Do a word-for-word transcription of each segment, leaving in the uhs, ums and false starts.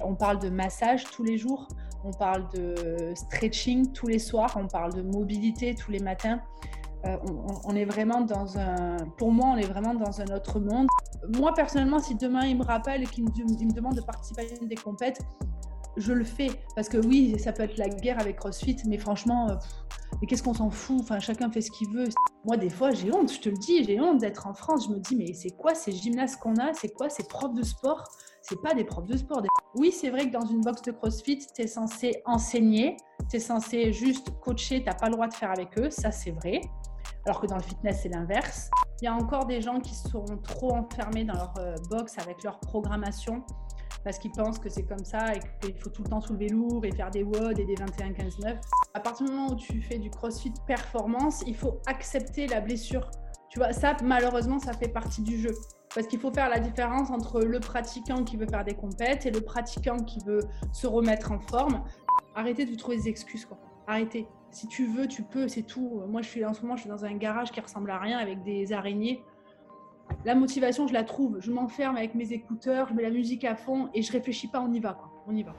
on parle de massage tous les jours, on parle de stretching tous les soirs, on parle de mobilité tous les matins. Euh, on, on est vraiment dans un, pour moi, on est vraiment dans un autre monde. Moi, personnellement, si demain il me rappelle et qu'il me, il me demande de participer à une des compètes, je le fais. Parce que oui, ça peut être la guerre avec CrossFit, mais franchement, euh, pff, mais qu'est-ce qu'on s'en fout? Enfin, chacun fait ce qu'il veut. Moi, des fois, j'ai honte, je te le dis, j'ai honte d'être en France. Je me dis, mais c'est quoi ces gymnastes qu'on a? C'est quoi ces profs de sport? C'est pas des profs de sport. Oui, c'est vrai que dans une box de CrossFit, tu es censé enseigner, tu es censé juste coacher, tu n'as pas le droit de faire avec eux, ça c'est vrai. Alors que dans le fitness, c'est l'inverse. Il y a encore des gens qui seront trop enfermés dans leur euh, box avec leur programmation parce qu'ils pensent que c'est comme ça et qu'il faut tout le temps soulever lourd et faire des W O D et des vingt et un quinze neuf. À partir du moment où tu fais du CrossFit performance, il faut accepter la blessure. Tu vois, ça, malheureusement, ça fait partie du jeu. Parce qu'il faut faire la différence entre le pratiquant qui veut faire des compètes et le pratiquant qui veut se remettre en forme. Arrêtez de vous trouver des excuses, quoi. Arrêtez. Si tu veux, tu peux, c'est tout. Moi, je suis en ce moment, je suis dans un garage qui ressemble à rien avec des araignées. La motivation, je la trouve. Je m'enferme avec mes écouteurs, je mets la musique à fond et je réfléchis pas, on y va, quoi. On y va.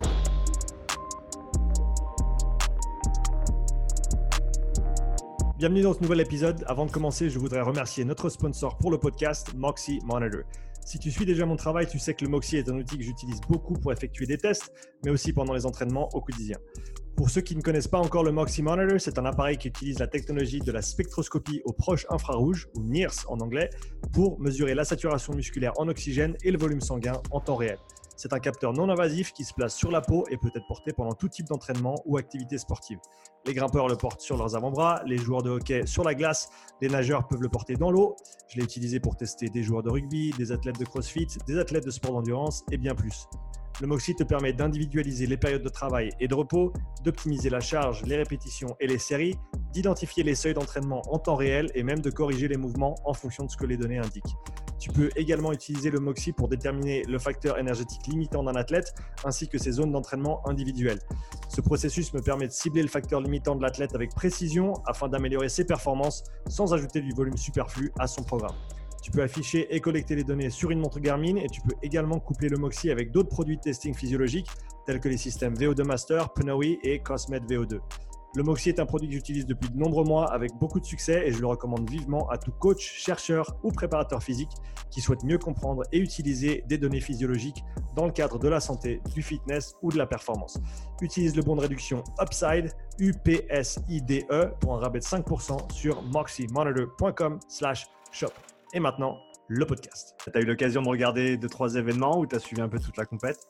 Bienvenue dans ce nouvel épisode. Avant de commencer, je voudrais remercier notre sponsor pour le podcast, Moxy Monitor. Si tu suis déjà mon travail, tu sais que le Moxy est un outil que j'utilise beaucoup pour effectuer des tests, mais aussi pendant les entraînements au quotidien. Pour ceux qui ne connaissent pas encore le Moxy Monitor, c'est un appareil qui utilise la technologie de la spectroscopie au proche infrarouge, ou N I R S en anglais, pour mesurer la saturation musculaire en oxygène et le volume sanguin en temps réel. C'est un capteur non invasif qui se place sur la peau et peut être porté pendant tout type d'entraînement ou activité sportive. Les grimpeurs le portent sur leurs avant-bras, les joueurs de hockey sur la glace, les nageurs peuvent le porter dans l'eau. Je l'ai utilisé pour tester des joueurs de rugby, des athlètes de CrossFit, des athlètes de sport d'endurance et bien plus. Le Moxy te permet d'individualiser les périodes de travail et de repos, d'optimiser la charge, les répétitions et les séries, d'identifier les seuils d'entraînement en temps réel et même de corriger les mouvements en fonction de ce que les données indiquent. Tu peux également utiliser le Moxy pour déterminer le facteur énergétique limitant d'un athlète ainsi que ses zones d'entraînement individuelles. Ce processus me permet de cibler le facteur limitant de l'athlète avec précision afin d'améliorer ses performances sans ajouter du volume superflu à son programme. Tu peux afficher et collecter les données sur une montre Garmin et tu peux également coupler le Moxy avec d'autres produits de testing physiologique tels que les systèmes V O deux Master, Pnoe et Cosmed V O deux. Le Moxy est un produit que j'utilise depuis de nombreux mois avec beaucoup de succès et je le recommande vivement à tout coach, chercheur ou préparateur physique qui souhaite mieux comprendre et utiliser des données physiologiques dans le cadre de la santé, du fitness ou de la performance. Utilise le bon de réduction UPSIDE, U P S I D E pour un rabais de cinq pour cent sur moxymonitor point com slash shop. Et maintenant, le podcast. Tu as eu l'occasion de regarder deux, trois événements ou tu as suivi un peu toute la compète?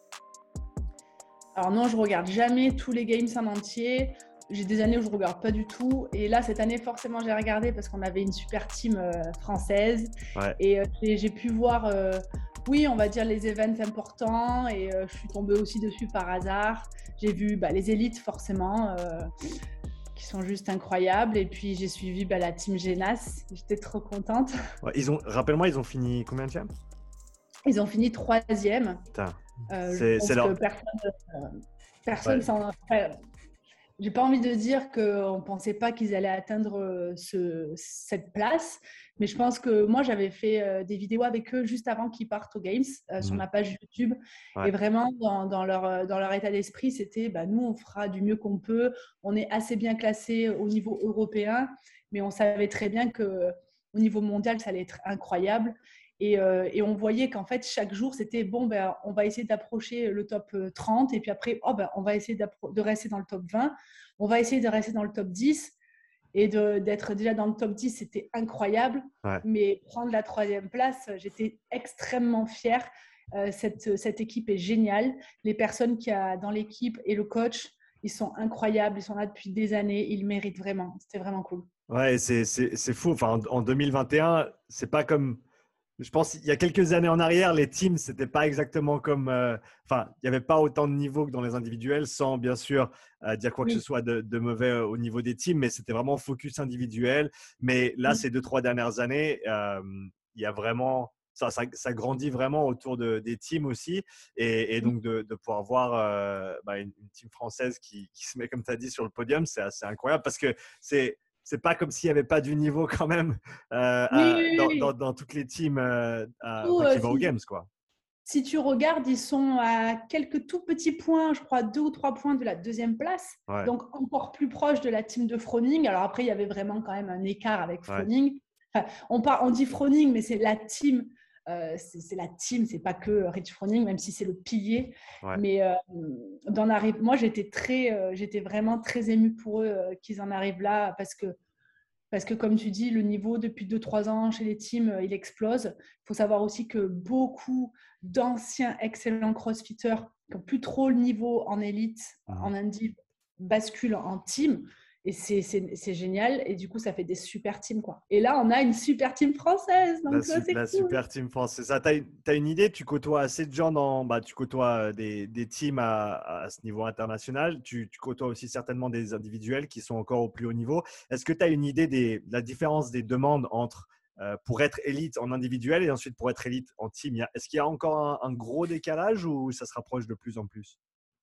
Alors non, je regarde jamais tous les games en entier. J'ai des années où je regarde pas du tout. Et là, cette année, forcément, j'ai regardé parce qu'on avait une super team euh, française. Ouais. Et euh, j'ai, j'ai pu voir, euh, oui, on va dire les events importants. Et euh, je suis tombée aussi dessus par hasard. J'ai vu bah, les élites, forcément, euh, qui sont juste incroyables. Et puis, j'ai suivi bah, la team Genas. J'étais trop contente. Ouais, ils ont, rappelle-moi, ils ont fini combien de champs? Ils ont fini troisième. Putain, Euh, c'est, je pense c'est leur... que personne, euh, personne Ouais. s'en... Enfin, j'ai pas envie de dire qu'on pensait pas qu'ils allaient atteindre ce, cette place, mais je pense que moi, j'avais fait euh, des vidéos avec eux juste avant qu'ils partent aux Games euh, mmh. sur ma page YouTube. Ouais. Et vraiment, dans, dans, leur, dans leur état d'esprit, c'était bah, nous, on fera du mieux qu'on peut. On est assez bien classé au niveau européen, mais on savait très bien qu'au niveau mondial, ça allait être incroyable. Et, euh, et on voyait qu'en fait, chaque jour, c'était bon, ben, on va essayer d'approcher le top trente et puis après, oh, ben, on va essayer de rester dans le top vingt. On va essayer de rester dans le top dix. Et de, d'être déjà dans le top dix, c'était incroyable. Ouais. Mais prendre la troisième place, j'étais extrêmement fière. Euh, cette, cette équipe est géniale. Les personnes qu'il y a dans l'équipe et le coach, ils sont incroyables. Ils sont là depuis des années. Ils méritent vraiment. C'était vraiment cool. Ouais, c'est, c'est, c'est fou. Enfin, en, en deux mille vingt et un, c'est pas comme… Je pense qu'il y a quelques années en arrière, les teams, c'était pas exactement comme… Euh, enfin, il n'y avait pas autant de niveaux que dans les individuels, sans bien sûr euh, dire quoi oui. que ce soit de, de mauvais au niveau des teams, mais c'était vraiment focus individuel. Mais là, oui. ces deux, trois dernières années, euh, il y a vraiment… Ça, ça, ça grandit vraiment autour de, des teams aussi. Et, et donc, de, de pouvoir voir euh, bah, une, une team française qui, qui se met, comme tu as dit, sur le podium, c'est assez incroyable parce que c'est… C'est pas comme s'il n'y avait pas du niveau quand même euh, oui, à, oui, dans, oui. dans, dans toutes les teams euh, à, Tout, enfin, qui euh, vont aux Games, quoi. si tu regardes, ils sont à quelques tout petits points, je crois deux ou trois points de la deuxième place, Ouais, donc encore plus proche de la team de Froning. Alors après, il y avait vraiment quand même un écart avec ouais. Froning. Enfin, on, par, on dit Froning, mais c'est la team. Euh, c'est, c'est la team, c'est pas que Rich Froning, même si c'est le pilier. Ouais. Mais euh, d'en arriver, moi, j'étais très, euh, j'étais vraiment très émue pour eux euh, qu'ils en arrivent là, parce que parce que, comme tu dis, le niveau depuis deux trois ans chez les teams, euh, il explose. Il faut savoir aussi que beaucoup d'anciens excellents crossfitters qui n'ont plus trop le niveau en élite, Mhm. en indie, basculent en team. Et c'est, c'est, c'est génial. Et du coup, ça fait des super teams, quoi. Et là, on a une super team française. La, Donc, euh, su- c'est la cool. super team France, c'est ça. Tu as, une idée, tu côtoies assez de gens dans, bah, tu côtoies euh, des, des teams à, à ce niveau international. Tu, tu côtoies aussi certainement des individuels qui sont encore au plus haut niveau. Est-ce que tu as une idée des- de la différence des demandes entre euh, pour être élite en individuel et ensuite pour être élite en team? Il y a- Est-ce qu'il y a encore un, un gros décalage ou ça se rapproche de plus en plus?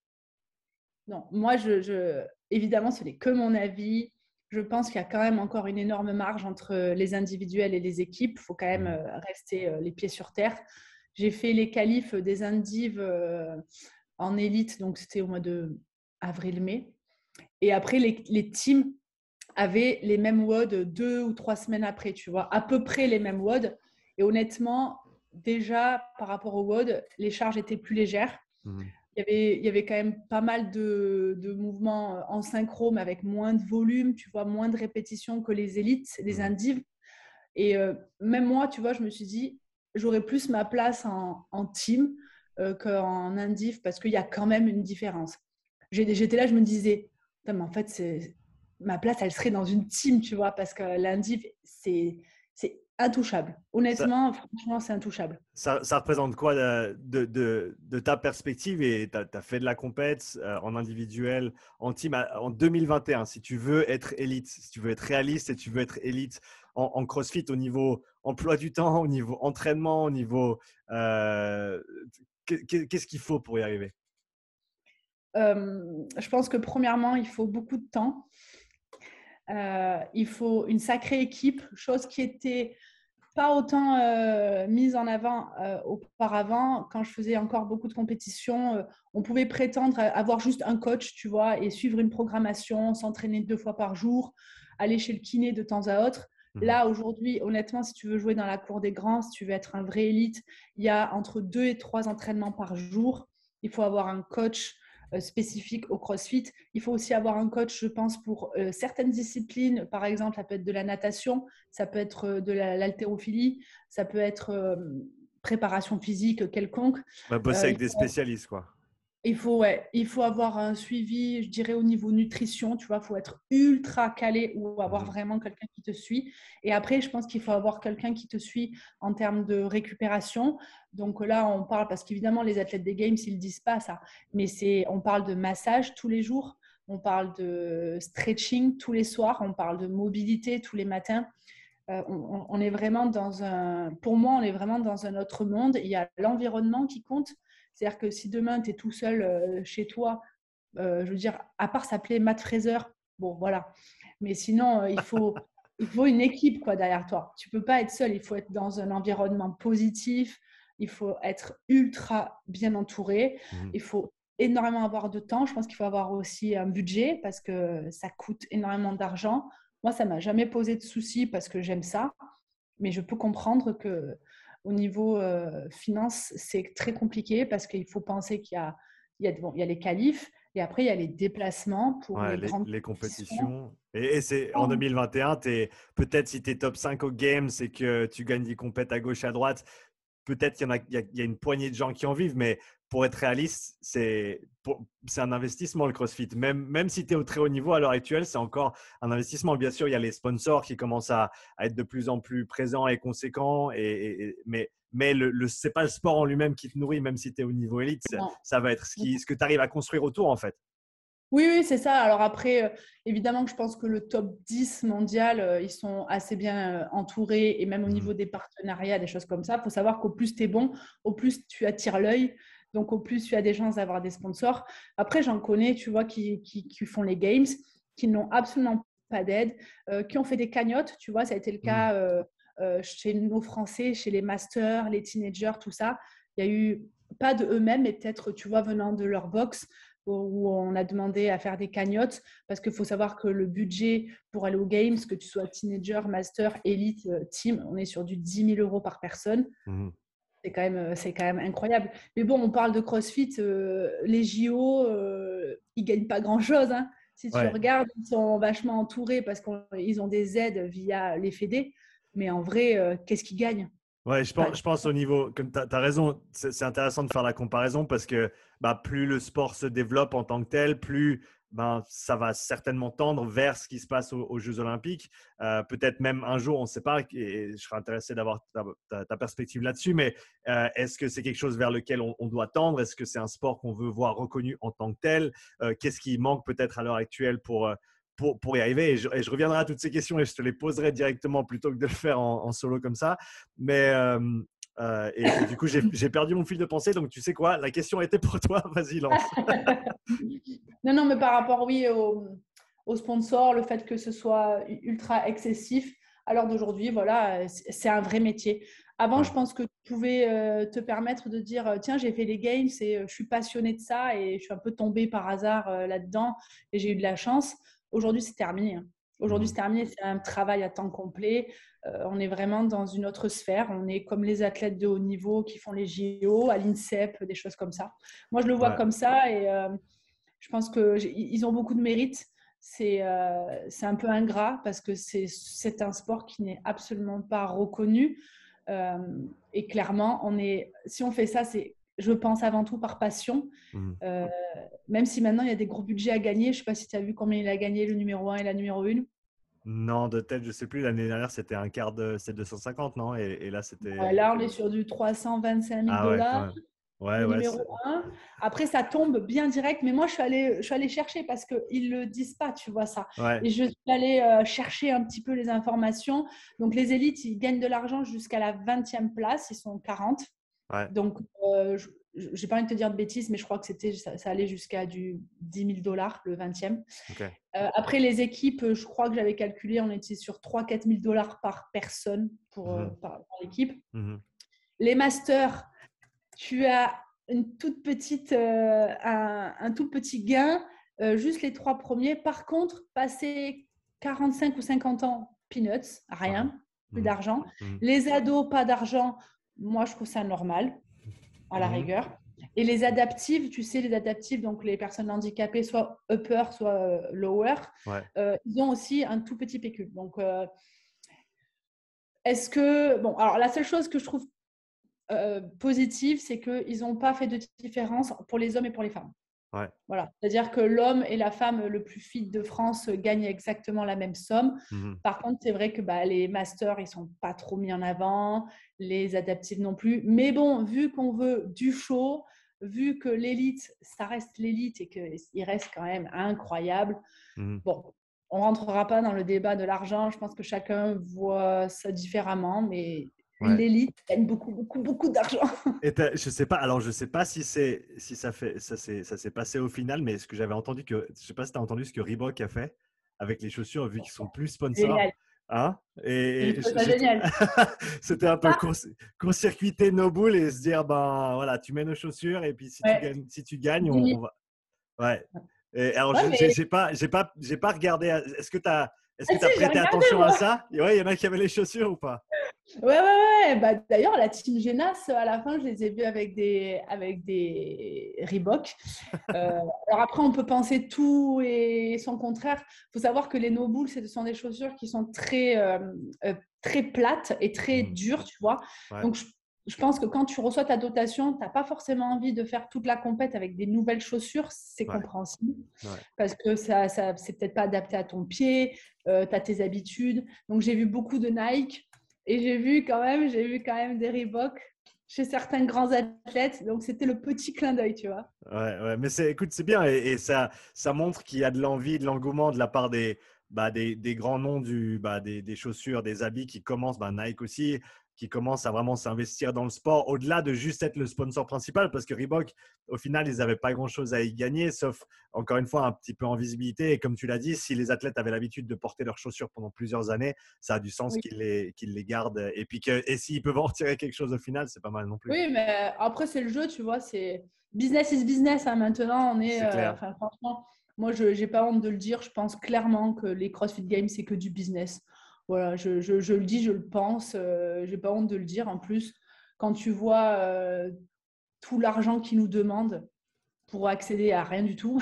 Non, moi, je, je, évidemment, ce n'est que mon avis. Je pense qu'il y a quand même encore une énorme marge entre les individuels et les équipes. Il faut quand même Mhm. euh, rester euh, les pieds sur terre. J'ai fait les qualifs des indives euh, en élite, donc c'était au mois de avril-mai. Et après, les, les teams avaient les mêmes W O D deux ou trois semaines après, tu vois, à peu près les mêmes W O D. Et honnêtement, déjà, par rapport au W O D, les charges étaient plus légères. Mhm. Il y avait, il y avait quand même pas mal de, de mouvements en synchro, mais avec moins de volume, tu vois, moins de répétitions que les élites, les Mhm. indives. Et euh, même moi, tu vois, je me suis dit, j'aurais plus ma place en, en team euh, qu'en indiv parce qu'il y a quand même une différence. J'ai- J'étais là, je me disais, mais en fait, c'est, ma place, elle serait dans une team, tu vois, parce que l'indiv, c'est, c'est intouchable. Ça, Honnêtement, franchement, c'est intouchable. Ça, ça représente quoi de, de, de- de ta perspective et tu as, fait de la compète euh, en individuel, en team à- en deux mille vingt et un, si tu veux être élite, si tu veux être réaliste et tu veux être élite en, en CrossFit au niveau emploi du temps, au niveau entraînement, au niveau… euh, qu'est- qu'est-ce qu'il faut pour y arriver? Euh, je pense que premièrement, il faut beaucoup de temps. Euh, il faut une sacrée équipe, chose qui était pas autant euh, mise en avant euh, auparavant. Quand je faisais encore beaucoup de compétitions, euh, on pouvait prétendre avoir juste un coach, tu vois, et suivre une programmation, s'entraîner deux fois par jour, aller chez le kiné de temps à autre. Mhm. Là, aujourd'hui, honnêtement, si tu veux jouer dans la cour des grands, si tu veux être un vrai élite, il y a entre deux et trois entraînements par jour. Il faut avoir un coach euh, spécifique au CrossFit. Il faut aussi avoir un coach, je pense, pour euh, certaines disciplines. Par exemple, ça peut être de la natation, ça peut être euh, de la- l'haltérophilie, ça peut être euh, préparation physique quelconque. Bah, bosser Euh, avec il des faut, spécialistes, quoi. il faut, ouais, il faut avoir un suivi, je dirais, au niveau nutrition. Tu vois, il faut être ultra calé ou avoir Mhm. vraiment quelqu'un qui te suit. Et après, je pense qu'il faut avoir quelqu'un qui te suit en termes de récupération. Donc là, on parle, parce qu'évidemment, les athlètes des Games, ils ne disent pas ça, mais c'est, on parle de massage tous les jours, on parle de stretching tous les soirs, on parle de mobilité tous les matins. Euh, on, on est vraiment dans un, pour moi, on est vraiment dans un autre monde. Il y a l'environnement qui compte. C'est-à-dire que si demain, tu es tout seul euh, chez toi, euh, je veux dire, à part s'appeler Matt Fraser, bon, voilà. Mais sinon, euh, il faut, il faut une équipe quoi, derrière toi. Tu peux pas être seul. Il faut être dans un environnement positif. Il faut être ultra bien entouré. Mhm. Il faut énormément avoir de temps. Je pense qu'il faut avoir aussi un budget parce que ça coûte énormément d'argent. Moi, ça m'a jamais posé de soucis parce que j'aime ça, mais je peux comprendre que au niveau euh, finance, c'est très compliqué parce qu'il faut penser qu'il y a, il y a, bon, il y a les qualifs et après il y a les déplacements pour Ouais, les les, grandes les compétitions. compétitions. Et, et c'est en deux mille vingt et un, t'es, peut-être si tu es top cinq au Games et que tu gagnes des compètes à gauche, à droite, peut-être qu'il y en a, il y a, il y a une poignée de gens qui en vivent, mais pour être réaliste, c'est, pour- c'est un investissement le CrossFit. Même, même si tu es au très haut niveau à l'heure actuelle, c'est encore un investissement. Bien sûr, il y a les sponsors qui commencent à, à être de plus en plus présents et conséquents, et, et- et- mais, mais le, le, c'est pas le sport en lui-même qui te nourrit, même si tu es au niveau élite. Ça, Non. ça va être ce, qui, ce que tu arrives à construire autour, en fait. Oui, oui, c'est ça. Alors après, euh, évidemment que je pense que le top dix mondial, euh, ils sont assez bien euh, entourés et même au Mhm. niveau des partenariats, des choses comme ça. Il faut savoir qu'au plus tu es bon, au plus tu attires l'œil. Donc au plus tu as des chances d'avoir des sponsors. Après, j'en connais, tu vois, qui, qui, qui font les games, qui n'ont absolument pas d'aide, euh, qui ont fait des cagnottes. Tu vois, ça a été le Mhm. cas euh, euh, chez nos Français, chez les masters, les teenagers, tout ça. Il y a eu pas de eux-mêmes, mais peut-être, tu vois, venant de leur box, où on a demandé à faire des cagnottes, parce qu'il faut savoir que le budget pour aller aux Games, que tu sois teenager, master, élite, team, on est sur du dix mille euros par personne. Mmh. C'est quand même, c'est quand même incroyable. Mais bon, on parle de CrossFit, euh, les J O, euh, ils ne gagnent pas grand-chose. Hein. Si tu ouais. regardes, ils sont vachement entourés parce qu'ils ont des aides via les fédés. Mais en vrai, euh, qu'est-ce qu'ils gagnent? Ouais, je pense, je pense au niveau, comme tu as raison, c'est intéressant de faire la comparaison parce que bah, plus le sport se développe en tant que tel, plus ben, ça va certainement tendre vers ce qui se passe aux, aux Jeux Olympiques. Euh, Peut-être même un jour, on ne sait pas, et je serais intéressé d'avoir ta, ta, ta perspective là-dessus, mais euh, est-ce que c'est quelque chose vers lequel on, on doit tendre? Est-ce que c'est un sport qu'on veut voir reconnu en tant que tel? euh, Qu'est-ce qui manque peut-être à l'heure actuelle pour… Euh, Pour, pour y arriver, et je, et je reviendrai à toutes ces questions et je te les poserai directement plutôt que de le faire en, en solo comme ça. Mais euh, euh, et, et du coup, j'ai perdu mon fil de pensée. Donc, tu sais quoi, la question était pour toi. Vas-y, lance. non, non, mais par rapport, oui, au, au sponsor, le fait que ce soit ultra excessif, à l'heure d'aujourd'hui, voilà, c'est un vrai métier. Avant, ouais. je pense que tu pouvais euh, te permettre de dire tiens, j'ai fait les games et euh, je suis passionnée de ça et je suis un peu tombée par hasard euh, là-dedans et j'ai eu de la chance. Aujourd'hui, c'est terminé. Aujourd'hui, mmh. c'est terminé. C'est un travail à temps complet. Euh, on est vraiment dans une autre sphère. On est comme les athlètes de haut niveau qui font les J O, à l'INSEP, des choses comme ça. Moi, je le vois ouais. comme ça et euh, je pense qu'ils ont beaucoup de mérite. C'est euh, un peu ingrat parce que c'est un sport qui n'est absolument pas reconnu. Euh, et clairement, on est, si on fait ça, c'est, je pense, avant tout par passion. Mmh. Euh, même si maintenant, il y a des gros budgets à gagner. Je ne sais pas si tu as vu combien il a gagné, le numéro un et la numéro un. Non, de tête, je ne sais plus. L'année dernière, c'était un quart de… C'était deux cent cinquante, non? et, et là, c'était… Ouais, là, on est sur du trois cent vingt-cinq mille dollars. Ouais, le ouais, numéro un. Après, ça tombe bien direct. Mais moi, je suis allée, je suis allée chercher parce qu'ils ne le disent pas, tu vois ça. Ouais. Et je suis allée euh, chercher un petit peu les informations. Donc, les élites, ils gagnent de l'argent jusqu'à la vingtième place. Ils sont quarante. Ouais. Donc, euh, je n'ai pas envie de te dire de bêtises, mais je crois que c'était, ça, ça allait jusqu'à du dix mille dollars, le vingtième. Okay. Euh, après, les équipes, je crois que j'avais calculé, on était sur trois à quatre mille dollars par personne pour, mm-hmm. euh, par, par l'équipe. Mm-hmm. Les masters, tu as une toute petite, euh, un, un tout petit gain, euh, juste les trois premiers. Par contre, passer quarante-cinq ou cinquante ans, peanuts, rien, mmh. plus mmh. d'argent. Mmh. Les ados, pas d'argent. Moi, je trouve ça normal, à la mmh. rigueur. Et les adaptives, tu sais, les adaptives, donc les personnes handicapées, soit upper, soit euh, lower, ouais. euh, ils ont aussi un tout petit pécule. Donc, euh, est-ce que… Bon, alors, la seule chose que je trouve Euh, positive, c'est qu'ils n'ont pas fait de différence pour les hommes et pour les femmes. Ouais. Voilà. C'est-à-dire que l'homme et la femme le plus fit de France gagnent exactement la même somme. Mmh. Par contre, c'est vrai que bah, les masters, ils ne sont pas trop mis en avant, les adaptifs non plus. Mais bon, vu qu'on veut du show, vu que l'élite, ça reste l'élite et qu'il reste quand même incroyable, mmh. bon, on ne rentrera pas dans le débat de l'argent. Je pense que chacun voit ça différemment, mais… Ouais. L'élite gagne beaucoup, beaucoup, beaucoup d'argent. Et je sais pas. Alors, je sais pas si c'est si ça fait ça s'est ça s'est passé au final, mais ce que j'avais entendu que je sais pas si tu as entendu ce que Reebok a fait avec les chaussures vu qu'ils sont plus sponsors. Génial. Hein et, et c'est génial. C'était un peu court-circuiter nos boules et se dire ben voilà, tu mets nos chaussures et puis si ouais. tu gagnes, si tu gagnes, on, on va. Ouais. Et alors, ouais, j'ai mais... pas j'ai pas j'ai pas regardé. Est-ce que tu as est-ce que ah, tu as si, prêté attention moi. à ça? Ouais, il y en a qui avaient les chaussures ou pas? Ouais, ouais, ouais. Bah, d'ailleurs, la team Genas, à la fin, je les ai vus avec des, avec des Reebok. Euh, alors après, on peut penser tout et son contraire. Il faut savoir que les no bull, ce sont des chaussures qui sont très, euh, euh, très plates et très mmh. dures, tu vois. Ouais. Donc, je, je pense que quand tu reçois ta dotation, tu n'as pas forcément envie de faire toute la compète avec des nouvelles chaussures. C'est ouais. compréhensible ouais. parce que ça, ça, c'est peut-être pas adapté à ton pied, euh, tu as tes habitudes. Donc, j'ai vu beaucoup de Nike. Et j'ai vu quand même, j'ai vu quand même des Reebok chez certains grands athlètes. Donc, c'était le petit clin d'œil, tu vois. Ouais, ouais, mais c'est, écoute, c'est bien. Et, et ça, ça montre qu'il y a de l'envie, de l'engouement de la part des, bah, des, des grands noms du, bah, des, des chaussures, des habits qui commencent. Bah, Nike aussi. qui commencent à vraiment s'investir dans le sport au-delà de juste être le sponsor principal, parce que Reebok, au final, ils n'avaient pas grand-chose à y gagner, sauf encore une fois un petit peu en visibilité. Et comme tu l'as dit, si les athlètes avaient l'habitude de porter leurs chaussures pendant plusieurs années, ça a du sens Oui. qu'ils les, qu'ils les gardent. Et puis que, et s'ils peuvent en retirer quelque chose au final, c'est pas mal non plus. Oui, mais après, c'est le jeu, tu vois, c'est business is business. Hein. Maintenant, on est, C'est euh, clair. enfin, franchement, moi, je n'ai pas honte de le dire. Je pense clairement que les CrossFit Games, c'est que du business. Voilà, je, je, je le dis, je le pense. Euh, je n'ai pas honte de le dire. En plus, quand tu vois euh, tout l'argent qu'ils nous demandent pour accéder à rien du tout,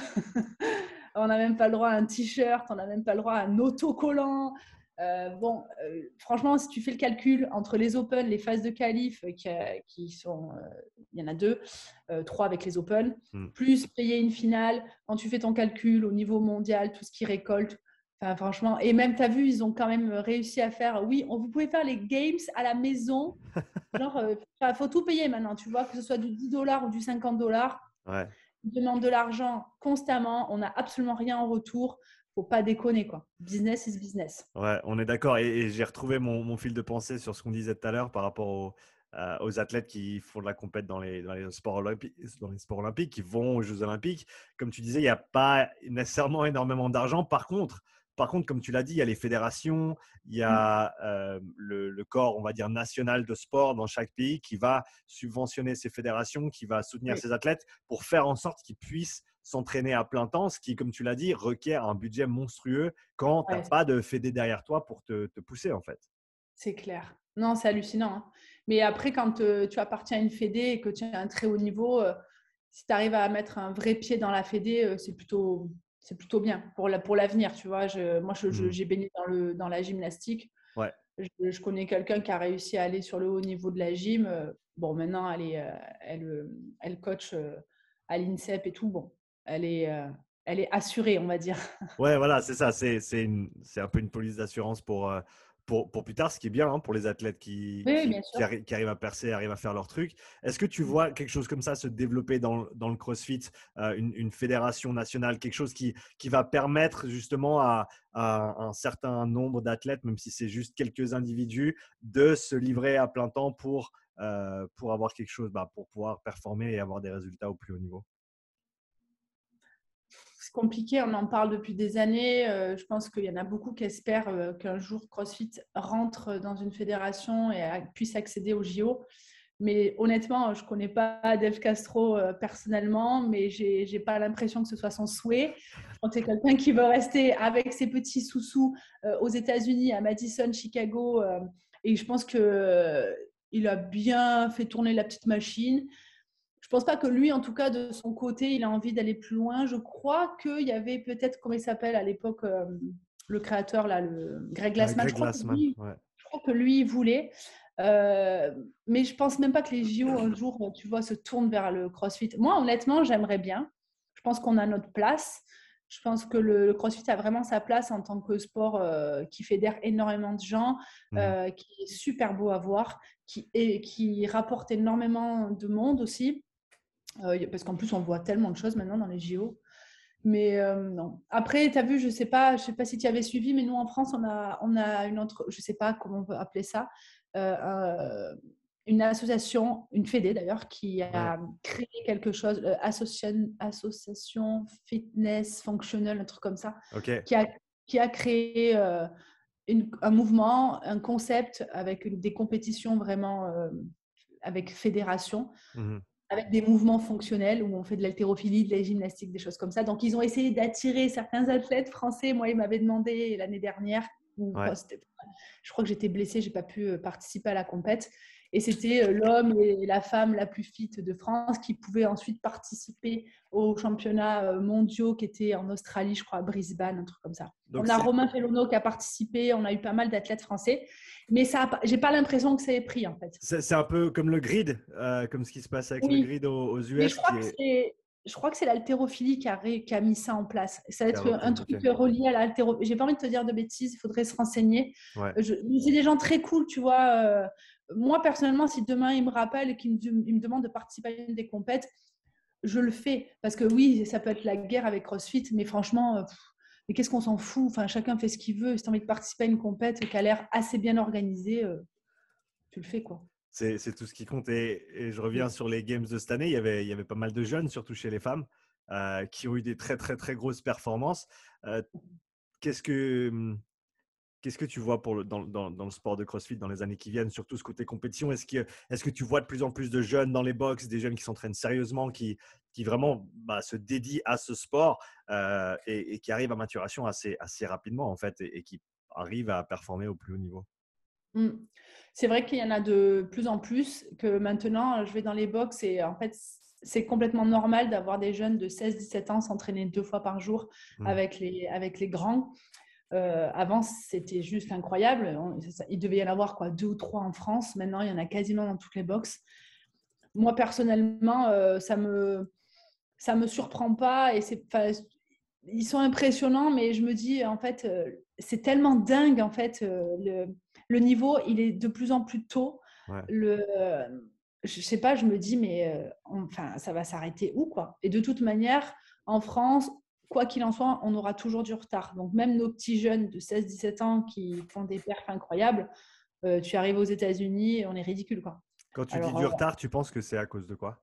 on n'a même pas le droit à un t-shirt, on n'a même pas le droit à un autocollant. Euh, bon, euh, franchement, si tu fais le calcul entre les Open, les phases de qualif, euh, qui, euh, qui sont, euh, il y en a deux, euh, trois avec les Open, Mm. plus payer une finale, quand tu fais ton calcul au niveau mondial, tout ce qu'ils récoltent, enfin, franchement, et même, tu as vu, ils ont quand même réussi à faire, oui, on, vous pouvez faire les games à la maison, genre, il euh, faut tout payer maintenant, tu vois, que ce soit du dix dollars ou du cinquante dollars. Ouais. Ils demandent de l'argent constamment, on n'a absolument rien en retour. Faut pas déconner, quoi. Business is business. Ouais, on est d'accord. Et, et j'ai retrouvé mon, mon fil de pensée sur ce qu'on disait tout à l'heure par rapport au- euh, aux athlètes qui font de la compète dans les, dans les sports olympiques, dans les sports olympiques, qui vont aux Jeux olympiques. Comme tu disais, il n'y a pas nécessairement énormément d'argent. Par contre, par contre, comme tu l'as dit, il y a les fédérations, il y a euh, le, le corps, on va dire, national de sport dans chaque pays qui va subventionner ces fédérations, qui va soutenir Oui. ces athlètes pour faire en sorte qu'ils puissent s'entraîner à plein temps, ce qui, comme tu l'as dit, requiert un budget monstrueux quand tu n'as Ouais, pas de fédé derrière toi pour te, te pousser, en fait. c'est clair. Non, c'est hallucinant. Hein. Mais après, quand euh, tu appartiens à une fédé et que tu as un très haut niveau, euh, si tu arrives à mettre un vrai pied dans la fédé, euh, c'est plutôt, c'est plutôt bien pour, la, pour l'avenir. Tu vois, je, moi, je, je, Mmh. j'ai baigné dans, le, dans la gymnastique. Ouais, Je, je connais quelqu'un qui a réussi à aller sur le haut niveau de la gym. Euh, Bon, maintenant, elle, est, euh, elle, euh, elle coach euh, à l'INSEP et tout. Bon, elle est, euh, elle est assurée, on va dire. ouais, voilà, c'est ça. C'est, c'est, une- c'est un peu une police d'assurance pour, euh, pour, pour plus tard, ce qui est bien hein, pour les athlètes qui, Oui, oui, qui, bien qui, sûr. arri- qui arrivent à percer, arrivent à faire leur truc. Est-ce que tu vois quelque chose comme ça se développer dans, le- dans le CrossFit, euh, une, une fédération nationale, quelque chose qui, qui va permettre justement à, à un certain nombre d'athlètes, même si c'est juste quelques individus, de se livrer à plein temps pour, euh, pour avoir quelque chose, bah, pour pouvoir performer et avoir des résultats au plus haut niveau? C'est compliqué, on en parle depuis des années. Euh, je pense qu'il y en a beaucoup qui espèrent euh, qu'un jour CrossFit rentre dans une fédération et a- puisse accéder aux J O. Mais honnêtement, je ne connais pas Dave Castro euh, personnellement, mais je n'ai pas l'impression que ce soit son souhait. Je crois que c'est quelqu'un qui veut rester avec ses petits sous-sous euh, aux États-Unis, à Madison, Chicago. Euh, et je pense qu'il euh, a bien fait tourner la petite machine. Je pense pas que lui, en tout cas, de son côté, il a envie d'aller plus loin. Je crois qu'il y avait peut-être, comment il s'appelle à l'époque, euh, le créateur, là, le Greg Euh, Glassman. Je Greg crois que Glassman, lui, ouais. je crois que lui il voulait. Euh, mais je pense même pas que les J O, un jour, tu vois, se tournent vers le CrossFit. Moi, honnêtement, j'aimerais bien. Je pense qu'on a notre place. Je pense que le, le CrossFit a vraiment sa place en tant que sport euh, qui fédère énormément de gens, Mhm. euh, qui est super beau à voir, qui, est, qui rapporte énormément de monde aussi. Euh, parce qu'en plus, on voit tellement de choses maintenant dans les J O. Mais euh, non. Après, tu as vu, je ne sais pas, je sais pas si tu avais suivi, mais nous, en France, on a, on a une autre, je ne sais pas comment on peut appeler ça, euh, euh, une association, une fédé d'ailleurs, qui Ouais, a créé quelque chose, euh, association, association fitness fonctionnel, un truc comme ça, ok. qui a, qui a créé euh, une, un mouvement, un concept avec une- des compétitions vraiment euh, avec fédération Mhm. avec des mouvements fonctionnels où on fait de l'haltérophilie, de la gymnastique, des choses comme ça. Donc, ils ont essayé d'attirer certains athlètes français. Moi, ils m'avaient demandé l'année dernière, où, Ouais. je crois que j'étais blessée, je n'ai pas pu participer à la compète. Et c'était l'homme et la femme la plus fit de France qui pouvaient ensuite participer aux championnats mondiaux qui étaient en Australie, je crois, à Brisbane, un truc comme ça. Donc On a c'est Romain Fellono qui a participé, on a eu pas mal d'athlètes français, mais ça, j'ai pas l'impression que ça ait pris en fait. c'est c'est un peu comme le grid, euh, comme ce qui se passe avec le Oui, grid aux, aux mais je U S crois qui que est c'est, je crois que c'est l'haltérophilie qui a, ré- qui a mis ça en place. Ça va qui a être un repris. Ok. truc relié à l'haltérophilie. J'ai pas envie de te dire de bêtises, il faudrait se renseigner. Ouais. Je- mais c'est des gens très cool, tu vois. Euh, moi, personnellement, si demain ils me rappellent et qu'ils me, ils me demandent de participer à une des compètes, je le fais. Parce que oui, ça peut être la guerre avec CrossFit, mais franchement, euh, pff, mais qu'est-ce qu'on s'en fout? Enfin, chacun fait ce qu'il veut. Si tu as envie de participer à une compète qui a l'air assez bien organisée, euh, tu le fais, quoi. C'est, c'est tout ce qui compte. Et, et je reviens sur les games de cette année. Il y avait, il y avait pas mal de jeunes, surtout chez les femmes, euh, qui ont eu des très, très, très grosses performances. Euh, qu'est-ce que, hum, qu'est-ce que tu vois pour le, dans, dans, dans le sport de CrossFit dans les années qui viennent, surtout ce côté compétition? Est-ce que, est-ce que tu vois de plus en plus de jeunes dans les box, des jeunes qui s'entraînent sérieusement, qui, qui vraiment bah, se dédient à ce sport euh, et, et qui arrivent à maturation assez, assez rapidement en fait et, et qui arrivent à performer au plus haut niveau? Mm. C'est vrai qu'il y en a de plus en plus, que maintenant, je vais dans les box et en fait, c'est complètement normal d'avoir des jeunes de seize dix-sept ans s'entraîner deux fois par jour Mm. avec les, avec les grands. Euh, avant, c'était juste incroyable. On, ça, il devait y en avoir quoi, deux ou trois en France. Maintenant, il y en a quasiment dans toutes les box. Moi, personnellement, euh, ça me, ça me surprend pas et c'est, ils sont impressionnants, mais je me dis, en fait, euh, c'est tellement dingue, en fait, euh, le, le niveau, il est de plus en plus tôt. Ouais. Le, euh, je sais pas, je me dis, mais euh, on, enfin, ça va s'arrêter où, quoi? Et de toute manière, en France, quoi qu'il en soit, on aura toujours du retard. Donc, même nos petits jeunes de seize dix-sept ans qui font des perfs incroyables, euh, tu arrives aux États-Unis et on est ridicule, quoi. Quand tu dis Alors, du euh, retard, tu penses que c'est à cause de quoi?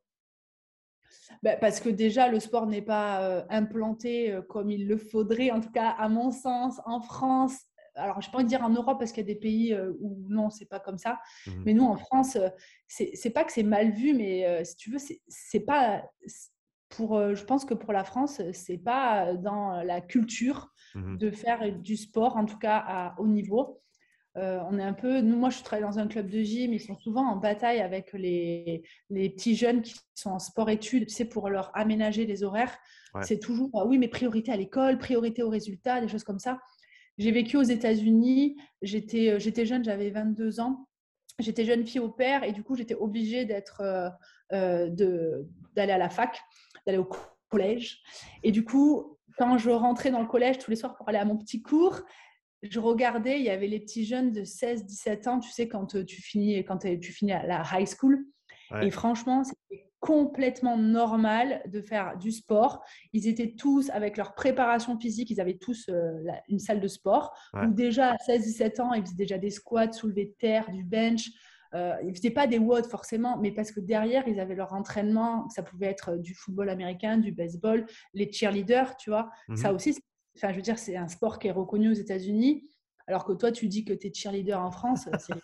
Ben, parce que déjà, le sport n'est pas euh, implanté euh, comme il le faudrait, en tout cas, à mon sens, en France. Alors, je ne peux pas dire en Europe parce qu'il y a des pays euh, où non, c'est pas comme ça. Mhm. Mais nous, en France, euh, c'est c'est pas que c'est mal vu, mais euh, si tu veux, c'est c'est pas pour. Euh, je pense que pour la France, c'est pas dans la culture Mhm. de faire du sport, en tout cas à haut niveau. Euh, on est un peu, nous, moi, je travaille dans un club de gym. Ils sont souvent en bataille avec les, les petits jeunes qui sont en sport-études, tu sais, pour leur aménager les horaires. Ouais. C'est toujours, ah oui, mais priorité à l'école, priorité aux résultats, des choses comme ça. J'ai vécu aux États-Unis. J'étais, j'étais jeune, j'avais vingt-deux ans. J'étais jeune fille au père et du coup, j'étais obligée d'être, euh, euh, de, d'aller à la fac, d'aller au collège. Et du coup, quand je rentrais dans le collège tous les soirs pour aller à mon petit cours, je regardais, il y avait les petits jeunes de seize dix-sept ans, tu sais, quand tu finis, quand tu finis à la high school. Ouais. Et franchement, c'était complètement normal de faire du sport. Ils étaient tous avec leur préparation physique, ils avaient tous euh, la, une salle de sport Ouais. où déjà à seize dix-sept ans, ils faisaient déjà des squats, soulevés de terre, du bench. Euh, ils ne faisaient pas des watts forcément, mais parce que derrière, ils avaient leur entraînement. Ça pouvait être du football américain, du baseball, les cheerleaders, tu vois. Mhm. Ça aussi, enfin, je veux dire, c'est un sport qui est reconnu aux États-Unis, alors que toi, tu dis que tu es cheerleader en France, c'est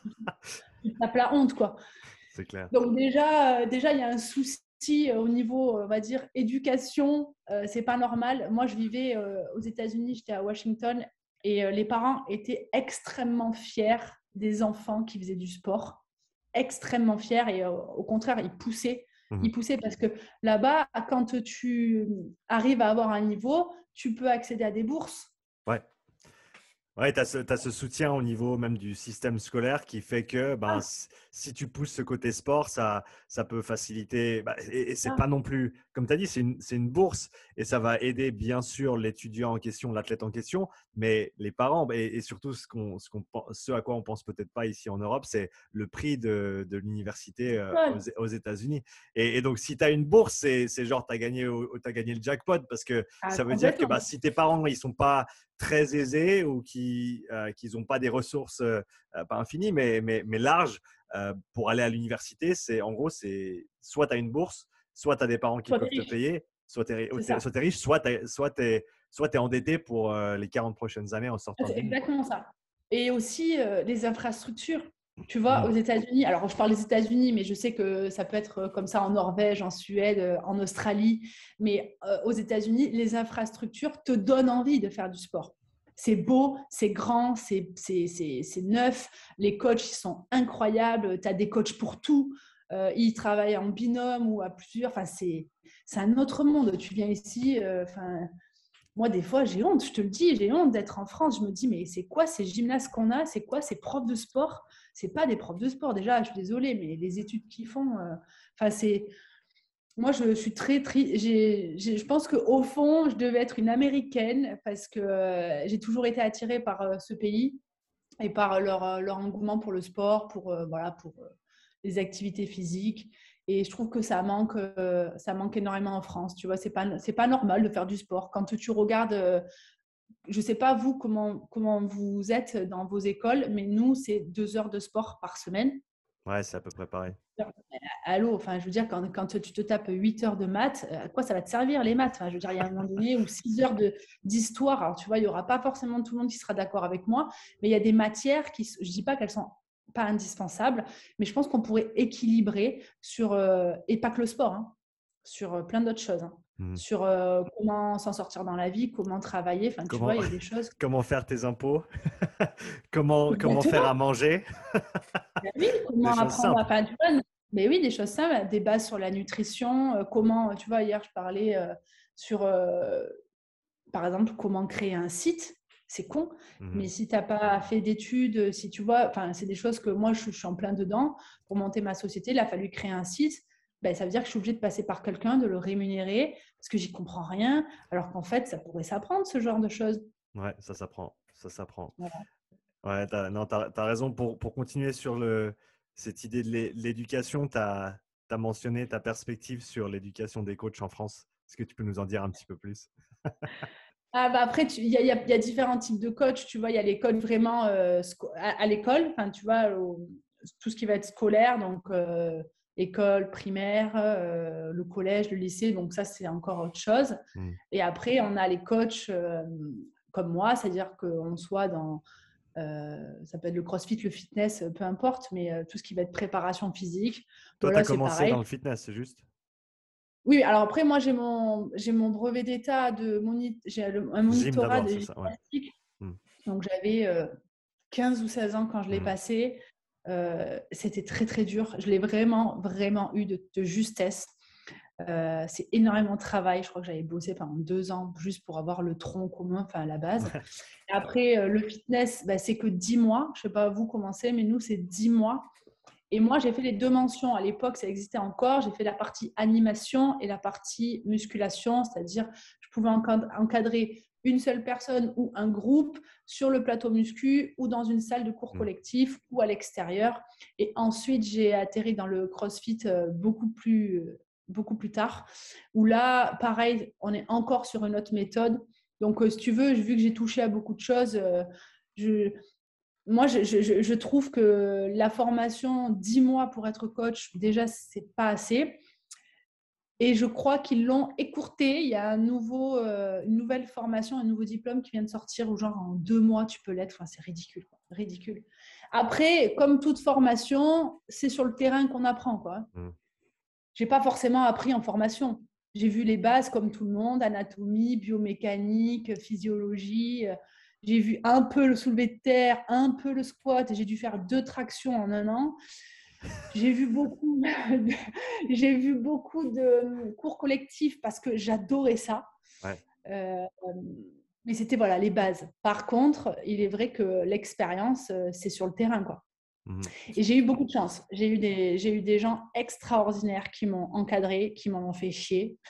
tu tapes la honte, quoi. C'est clair. Donc déjà, euh, déjà, il y a un souci euh, au niveau, on va dire, éducation. Euh, c'est pas normal. Moi, je vivais euh, aux États-Unis, j'étais à Washington, et euh, les parents étaient extrêmement fiers des enfants qui faisaient du sport, extrêmement fiers, et euh, au contraire, ils poussaient. Mhm. Ils poussaient parce que là-bas, quand tu arrives à avoir un niveau, tu peux accéder à des bourses. Ouais. Ouais, tu as ce, t'as ce soutien au niveau même du système scolaire qui fait que ben, Ah, s- si tu pousses ce côté sport, ça, ça peut faciliter. Bah, et et c'est ah, pas non plus, comme tu as dit, c'est une, c'est une bourse et ça va aider bien sûr l'étudiant en question, l'athlète en question, mais les parents et, et surtout ce, qu'on, ce, qu'on, pen- ce à quoi on pense peut-être pas ici en Europe, c'est le prix de, de l'université euh, aux, aux États-Unis. Et, et donc, si tu as une bourse, c'est, c'est genre tu as gagné, au- t'as gagné le jackpot parce que ah, ça veut dire que bah, complètement. si tes parents ils sont pas très aisés ou qui euh, qu'ils n'ont pas des ressources euh, pas infinies mais, mais, mais larges euh, pour aller à l'université, c'est en gros c'est soit tu as une bourse, soit tu as des parents qui Toi, t'es peuvent te riche, payer, soit tu es, c'est ça. soit t'es riche, soit tu es, soit t'es, soit t'es endetté pour euh, les quarante prochaines années en sortant C'est d'uni, quoi. exactement ça. Et aussi euh, les infrastructures. Tu vois, Mm. aux États-Unis, alors je parle des États-Unis, mais je sais que ça peut être euh, comme ça en Norvège, en Suède, euh, en Australie. Mais euh, aux États-Unis, les infrastructures te donnent envie de faire du sport. C'est beau, c'est grand, c'est, c'est, c'est, c'est neuf. Les coachs ils sont incroyables. Tu as des coachs pour tout. Euh, ils travaillent en binôme ou à plusieurs. Enfin, c'est, c'est un autre monde. Tu viens ici, euh, enfin, moi, des fois, j'ai honte, je te le dis, j'ai honte d'être en France. Je me dis, mais c'est quoi ces gymnastes qu'on a? C'est quoi ces profs de sport? C'est pas des profs de sport, déjà, je suis désolée, mais les études qu'ils font, euh, enfin, c'est. Moi, je, je suis très triste. J'ai, j'ai- je pense qu'au fond, je devais être une Américaine parce que euh, j'ai toujours été attirée par euh, ce pays et par leur, euh, leur engouement pour le sport, pour, euh, voilà, pour euh, les activités physiques. Et je trouve que ça manque, euh, ça manque énormément en France. Tu vois, c'est pas, c'est pas normal de faire du sport. Quand tu regardes, euh, je sais pas vous comment, comment vous êtes dans vos écoles, mais nous, c'est deux heures de sport par semaine. Ouais, c'est à peu près pareil. Allô, enfin, je veux dire, quand, quand tu te tapes huit heures de maths, euh, à quoi ça va te servir les maths? Enfin, je veux dire, il y a un moment donné ou six heures de, d'histoire. Alors, tu vois, il n'y aura pas forcément tout le monde qui sera d'accord avec moi, mais il y a des matières qui, je ne dis pas qu'elles sont pas indispensables, mais je pense qu'on pourrait équilibrer sur, euh, et pas que le sport, hein, sur euh, plein d'autres choses, hein, Mmh. sur euh, comment s'en sortir dans la vie, comment travailler. Enfin, tu Comment, vois, il y a des choses. comment faire tes impôts? comment, comment faire Exactement. à manger? Ben oui, Des comment choses apprendre à… simples. Enfin, tu vois, mais oui, des choses simples, des bases sur la nutrition, euh, comment, tu vois, hier, je parlais euh, sur, euh, par exemple, comment créer un site. C'est con, mais Mmh. si tu n'as pas fait d'études, si tu vois, enfin, c'est des choses que moi, je, je suis en plein dedans. Pour monter ma société, il a fallu créer un site. Ben, ça veut dire que je suis obligée de passer par quelqu'un, de le rémunérer, parce que j'y comprends rien, alors qu'en fait, ça pourrait s'apprendre, ce genre de choses. Ouais, ça s'apprend. Ça s'apprend. Voilà. Ouais, t'as, non, t'as, t'as raison. Pour, pour continuer sur le, cette idée de l'é- l'éducation, tu as mentionné ta perspective sur l'éducation des coachs en France. Est-ce que tu peux nous en dire un petit peu plus? Ah bah après, il y a, y a- y a différents types de coachs. Tu vois, il y a les coachs vraiment euh, sco- à, à l'école, enfin, tu vois, au- tout ce qui va être scolaire, donc euh, école primaire, euh, le collège, le lycée, donc ça, c'est encore autre chose. Hmm. Et après, on a les coachs euh, comme moi, c'est-à-dire qu'on soit dans, euh, ça peut être le crossfit, le fitness, peu importe, mais euh, tout ce qui va être préparation physique, Toi, tu as voilà, c'est commencé dans pareil. le fitness, c'est juste? Oui, alors après, moi, j'ai mon, j'ai mon brevet d'état de moni- j'ai le- un Gym monitorat d'abord, de c'est ça, ouais. gymnastique. Hmm. Donc, j'avais euh, quinze ou seize ans quand je l'ai Hmm. passé. Euh, c'était très, très dur. Je l'ai vraiment, vraiment eu de, de justesse. Euh, c'est énormément de travail. Je crois que j'avais bossé pendant deux ans juste pour avoir le tronc commun, enfin à la base. Après, euh, le fitness, bah, c'est que dix mois. Je ne sais pas vous comment c'est, mais nous, c'est dix mois. Et moi, j'ai fait les deux mentions. À l'époque, ça existait encore. J'ai fait la partie animation et la partie musculation, c'est-à-dire je pouvais encadrer une seule personne ou un groupe sur le plateau muscu ou dans une salle de cours Hmm. collectif ou à l'extérieur. Et ensuite, j'ai atterri dans le CrossFit beaucoup plus, beaucoup plus tard, où là, pareil, on est encore sur une autre méthode. Donc, si tu veux, vu que j'ai touché à beaucoup de choses, je moi, je, je, je, trouve que la formation dix mois pour être coach, déjà, c'est pas assez. Et je crois qu'ils l'ont écourté. Il y a un nouveau, euh, une nouvelle formation, un nouveau diplôme qui vient de sortir, où genre en deux mois, tu peux l'être. Enfin, c'est ridicule, quoi. Ridicule. Après, comme toute formation, c'est sur le terrain qu'on apprend, quoi. Hmm. J'ai pas forcément appris en formation. J'ai vu les bases comme tout le monde, anatomie, biomécanique, physiologie. J'ai vu un peu le soulevé de terre, un peu le squat. J'ai dû faire deux tractions en un an. J'ai vu beaucoup, de, j'ai vu beaucoup de cours collectifs parce que j'adorais ça. Ouais. Euh, mais c'était voilà les bases. Par contre, il est vrai que l'expérience, c'est sur le terrain, quoi. Hmm. Et j'ai eu beaucoup de chance. J'ai eu des, j'ai eu des gens extraordinaires qui m'ont encadré, qui m'en ont fait chier.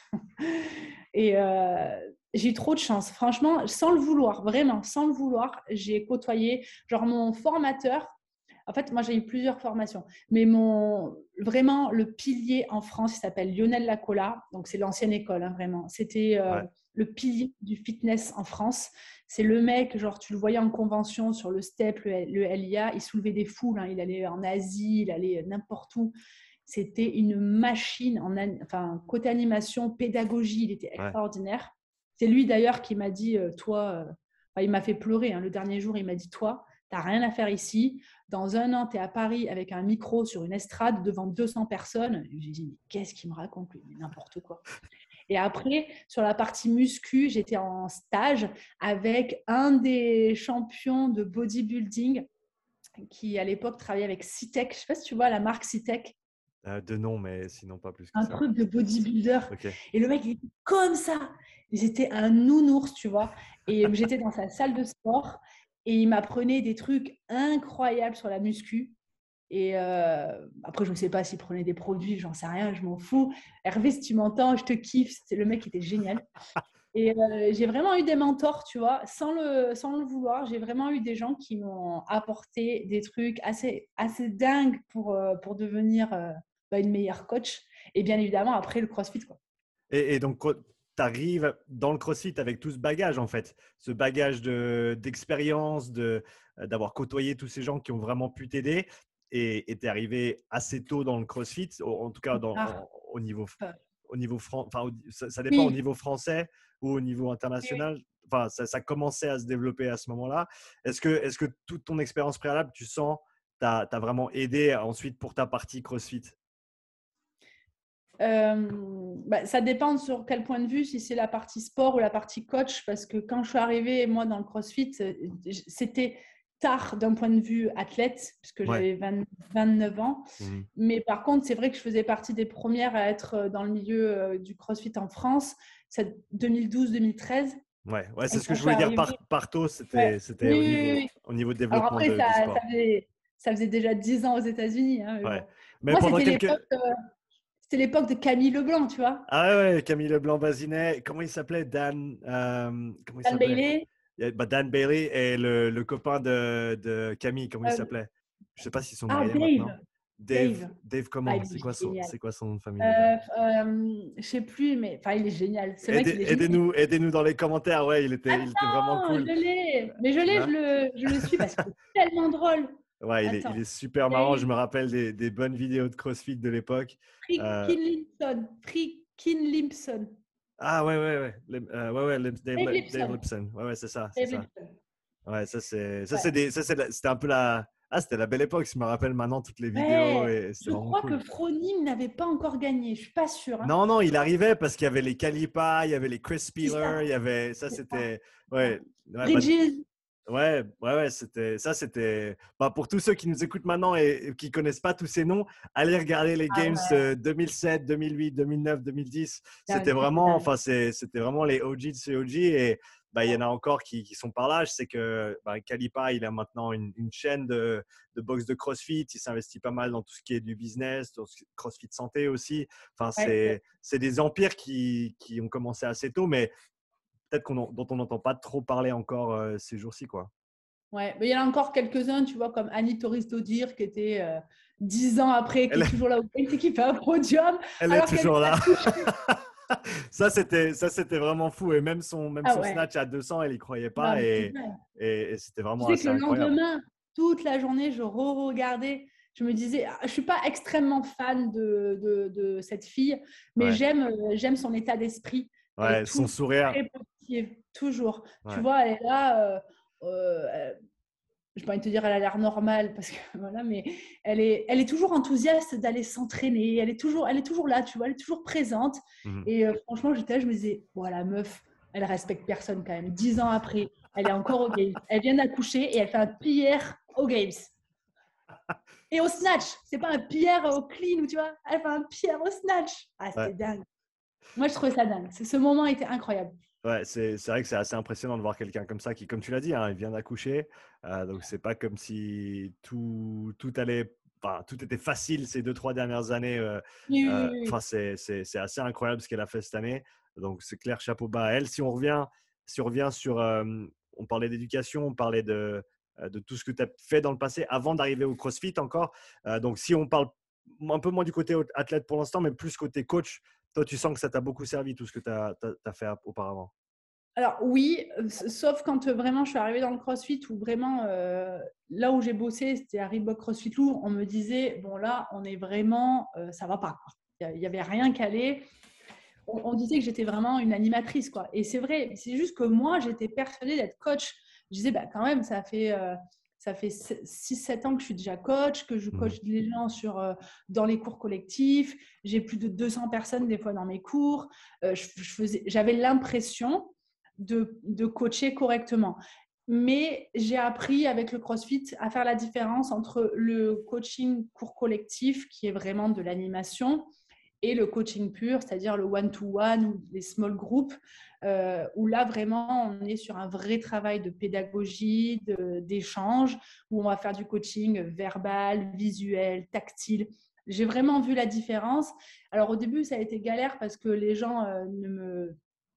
Et euh, j'ai eu trop de chance. Franchement, sans le vouloir, vraiment, sans le vouloir, j'ai côtoyé, genre mon formateur. En fait, moi, j'ai eu plusieurs formations, mais mon, vraiment, le pilier en France, il s'appelle Lionel Lacola. Donc, c'est l'ancienne école, hein, vraiment. C'était euh, Ouais. le pilier du fitness en France. C'est le mec, genre, tu le voyais en convention sur le step, le, le L I A, il soulevait des foules, hein, il allait en Asie, il allait n'importe où. C'était une machine, en, enfin, côté animation, pédagogie, il était Ouais. extraordinaire. C'est lui d'ailleurs qui m'a dit, euh, toi, euh, enfin, il m'a fait pleurer, hein, le dernier jour, il m'a dit, toi, t'as rien à faire ici. Dans un an, tu es à Paris avec un micro sur une estrade devant deux cents personnes. J'ai dit, mais qu'est-ce qu'il me raconte, lui? Mais n'importe quoi. Et après, sur la partie muscu, j'étais en stage avec un des champions de bodybuilding qui, à l'époque, travaillait avec Citec. Je ne sais pas si tu vois la marque Citec. Euh, de nom, mais sinon pas plus que Un ça. truc de bodybuilder. Ok. Et le mec, il était comme ça. C'était un nounours, tu vois. Et j'étais dans sa salle de sport et il m'apprenait des trucs incroyables sur la muscu. Et euh, après, je ne sais pas s'il prenait des produits, j'en sais rien, je m'en fous. Hervé, si tu m'entends, je te kiffe. C'est le mec qui était génial. Et euh, j'ai vraiment eu des mentors, tu vois, sans le, sans le vouloir. J'ai vraiment eu des gens qui m'ont apporté des trucs assez, assez dingues pour, euh, pour devenir euh, bah, une meilleure coach. Et bien évidemment, après le CrossFit, quoi. Et, et donc, tu arrives dans le CrossFit avec tout ce bagage, en fait, ce bagage de, d'expérience, de, d'avoir côtoyé tous ces gens qui ont vraiment pu t'aider. et tu es arrivé assez tôt dans le CrossFit, au- en tout cas dans, Ah, en- au niveau, au niveau fran- enfin, au- ça, ça dépend au oui. niveau français ou au niveau Oui, oui. international. Enfin, ça, ça commençait à se développer à ce moment-là. Est-ce que, est-ce que toute ton expérience préalable, tu sens, t'as, t'as vraiment aidé ensuite pour ta partie CrossFit? Euh, bah, ça dépend sur quel point de vue, si c'est la partie sport ou la partie coach, parce que quand je suis arrivée, moi, dans le CrossFit, euh, c'était tard d'un point de vue athlète, puisque Ouais. j'avais vingt, vingt-neuf ans. Mhm. Mais par contre, c'est vrai que je faisais partie des premières à être dans le milieu euh, du CrossFit en France, c'est deux mille douze deux mille treize. Ouais, ouais, c'est Et ce que quand je je suis voulais dire arrivée, par, partout, ouais. c'était, c'était Oui, au oui, oui, niveau, oui. au niveau de Alors développement après, de- ça, du ça, sport. faisait, ça faisait déjà dix ans aux États-Unis, hein, mais Ouais. bon. Mais Moi, pendant c'était quelques. l'époque, euh, c'était l'époque de Camille Leblanc, tu vois. Ah ouais, ouais, Camille Leblanc-Bazinet. Comment il s'appelait? Dan. euh, comment il Dan s'appelait? Bailey. Il y a- bah, Dan Bailey et le, le copain de, de Camille, comment il Euh, s'appelait? Je sais pas s'ils sont ah, mariés Dave. maintenant. Dave. Dave. Dave Ah, comment? il C'est est quoi son, génial. c'est quoi son nom de famille déjà? Euh, euh, je sais plus, mais enfin, il est génial. Ce mec, Aidez- il est génial. Aidez-nous, aidez-nous dans les commentaires. Ouais, il était, il était vraiment Attends, je cool. l'ai. Mais je Tu l'ai, je l'as? le, je le suis parce qu'il est tellement drôle. Ouais, il est, il Attends. est super marrant. Je Dave me rappelle des, des bonnes vidéos de CrossFit de l'époque. Euh, Frickin' Frickin' Limpson. Ah ouais, ouais, ouais. Lim- euh, ouais, ouais, Lim- Dave, Dave Li- Dave Lipson. Lipson. Ouais, ouais, c'est ça, c'est Dave ça. Lipson. Ouais, ça c'est, ça c'est Ouais. des, ça c'est, la- c'était un peu la, ah c'était la belle époque. Je me rappelle maintenant toutes les vidéos Ouais. et c'était Je vraiment crois que cool. Froning n'avait pas encore gagné. Je suis pas sûre, hein. Non, non, il arrivait parce qu'il y avait les Calipa, il y avait les Chris C'est Peeler, ça. il y avait, ça C'est ça. c'était, C'est ça. ouais, ouais, bah, Bridges. ouais, ouais, ouais, c'était, ça c'était, bah, pour tous ceux qui nous écoutent maintenant et, et qui connaissent pas tous ces noms, allez regarder les Ah games ouais. euh, deux mille sept, deux mille huit, deux mille neuf, deux mille dix. C'était Dingue, c'était vraiment, dingue. enfin, c'est, c'était vraiment les O G de ces O G et bah, il y en a encore qui, qui sont par là. Je sais que bah, Kalipa, il a maintenant une, une chaîne de, de boxe de CrossFit. Il s'investit pas mal dans tout ce qui est du business, dans ce- CrossFit santé aussi. Enfin, Ouais, ouais. c'est, c'est des empires qui, qui ont commencé assez tôt, mais peut-être qu'on en- dont on n'entend pas trop parler encore euh, ces jours-ci, quoi. Ouais. Mais il y en a encore quelques-uns, tu vois, comme Annie Torres-Dodir, qui était euh, dix ans après, qui Elle, est toujours là au Games et qui fait un podium, elle est alors qu'elle toujours vient là. d'accoucher. Ça, c'était, ça, c'était vraiment fou. Et même son, même Ah son ouais. snatch à deux cents, elle y croyait Non, pas. mais c'est Et, dingue. et, et c'était Tu vraiment sais que assez le incroyable. lendemain, toute la journée, je re-regardais. Je me disais, ah, je ne suis pas extrêmement fan de, de, de cette fille, mais Ouais. j'aime, euh, j'aime son état d'esprit. Elle est Ouais, son toujours sourire. très positive, toujours. Tu Ouais. vois, elle est là. Euh, euh, je n'ai pas envie de te dire elle a l'air normale parce que voilà, mais elle est, elle est toujours enthousiaste d'aller s'entraîner. Elle est toujours, elle est toujours là, tu vois, elle est toujours présente. Mhm. Et euh, franchement, j'étais là, je me disais, voilà, meuf, elle respecte personne quand même. Dix ans après, elle est encore au Games. Elle vient d'accoucher et elle fait un P R au Games. Et au snatch, c'est pas un P R au clean, ou tu vois, elle fait un P R au snatch. Ah, Ouais. c'était dingue. Moi, je trouvais ça dingue. Ce moment était incroyable. Ouais, c'est, c'est vrai que c'est assez impressionnant de voir quelqu'un comme ça qui, comme tu l'as dit, hein, il vient d'accoucher. Euh, donc, c'est pas comme si tout, tout allait, enfin, tout était facile ces deux, trois dernières années. euh, Oui, oui, euh, oui, oui. Enfin, c'est, c'est, c'est assez incroyable ce qu'elle a fait cette année. Donc, c'est clair, chapeau bas à elle. Si on revient, si on revient sur, euh, on parlait d'éducation, on parlait de, euh, de tout ce que tu as fait dans le passé avant d'arriver au CrossFit encore. Euh, donc, si on parle un peu moins du côté athlète pour l'instant, mais plus côté coach, toi, tu sens que ça t'a beaucoup servi tout ce que tu as, as fait auparavant. Alors oui, euh, sauf quand euh, vraiment je suis arrivée dans le CrossFit où vraiment euh, là où j'ai bossé, c'était à Reebok CrossFit Lourd, on me disait bon là on est vraiment, euh, ça va pas quoi. Il y avait rien qui allait. On, on disait que j'étais vraiment une animatrice quoi. Et c'est vrai, c'est juste que moi j'étais persuadée d'être coach. Je disais bah quand même ça fait euh, ça fait six sept ans que je suis déjà coach, que je Mhm. coach les gens sur, euh, dans les cours collectifs. J'ai plus de deux cents personnes des fois dans mes cours. Euh, je, je faisais, j'avais l'impression de, de coacher correctement. Mais j'ai appris avec le CrossFit à faire la différence entre le coaching cours collectif, qui est vraiment de l'animation, et le coaching pur, c'est-à-dire le one-to-one ou les small groups, euh, où là, vraiment, on est sur un vrai travail de pédagogie, de, d'échange, où on va faire du coaching verbal, visuel, tactile. J'ai vraiment vu la différence. Alors, au début, ça a été galère parce que les gens euh, ne me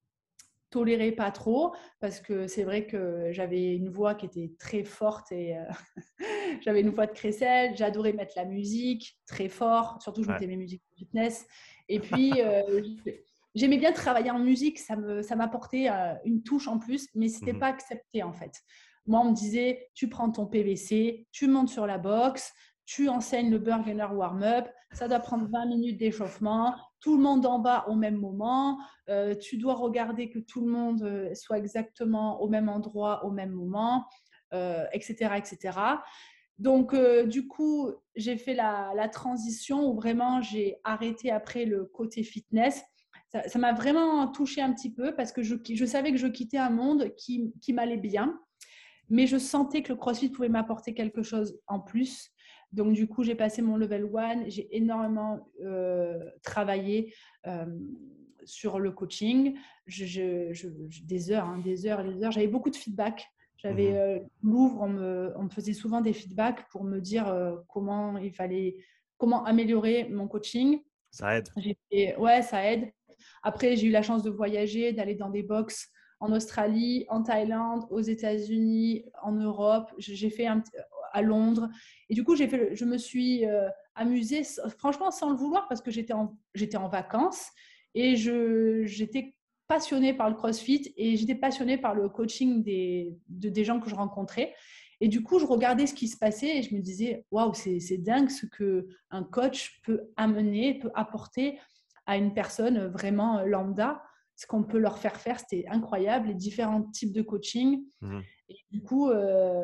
tolérais pas trop parce que c'est vrai que j'avais une voix qui était très forte et euh, j'avais une voix de crécelle, j'adorais mettre la musique très fort, surtout je Ouais. mettais mes musiques de fitness et puis euh, j'aimais bien travailler en musique, ça me ça m'apportait euh, une touche en plus mais c'était Mhm. pas accepté en fait. Moi on me disait tu prends ton P V C, tu montes sur la boxe, tu enseignes le burgener warm-up, ça doit prendre vingt minutes d'échauffement, tout le monde en bas au même moment, euh, tu dois regarder que tout le monde euh, soit exactement au même endroit au même moment, euh, et cetera, et cetera. Donc, euh, du coup, j'ai fait la, la transition où vraiment j'ai arrêté après le côté fitness. Ça, ça m'a vraiment touchée un petit peu parce que je, je savais que je quittais un monde qui, qui m'allait bien, mais je sentais que le CrossFit pouvait m'apporter quelque chose en plus. Donc, du coup, j'ai passé mon level one, j'ai énormément euh, travaillé euh, sur le coaching. Je, je, je, des heures, hein, des heures et des heures. J'avais beaucoup de feedback. J'avais euh, Louvre, on me, on me faisait souvent des feedbacks pour me dire euh, comment il fallait, comment améliorer mon coaching. Ça aide. J'ai fait, ouais, ça aide. Après, j'ai eu la chance de voyager, d'aller dans des box en Australie, en Thaïlande, aux États-Unis, en Europe. J'ai fait un, à Londres. Et du coup, j'ai fait, je me suis euh, amusée, franchement, sans le vouloir, parce que j'étais en, j'étais en vacances et je, j'étais passionnée par le CrossFit et j'étais passionnée par le coaching des, de, des gens que je rencontrais. Et du coup, je regardais ce qui se passait et je me disais, waouh, c'est, c'est dingue ce qu'un coach peut amener, peut apporter à une personne vraiment lambda. Ce qu'on peut leur faire faire, c'était incroyable, les différents types de coaching. Mmh. Et du coup, euh,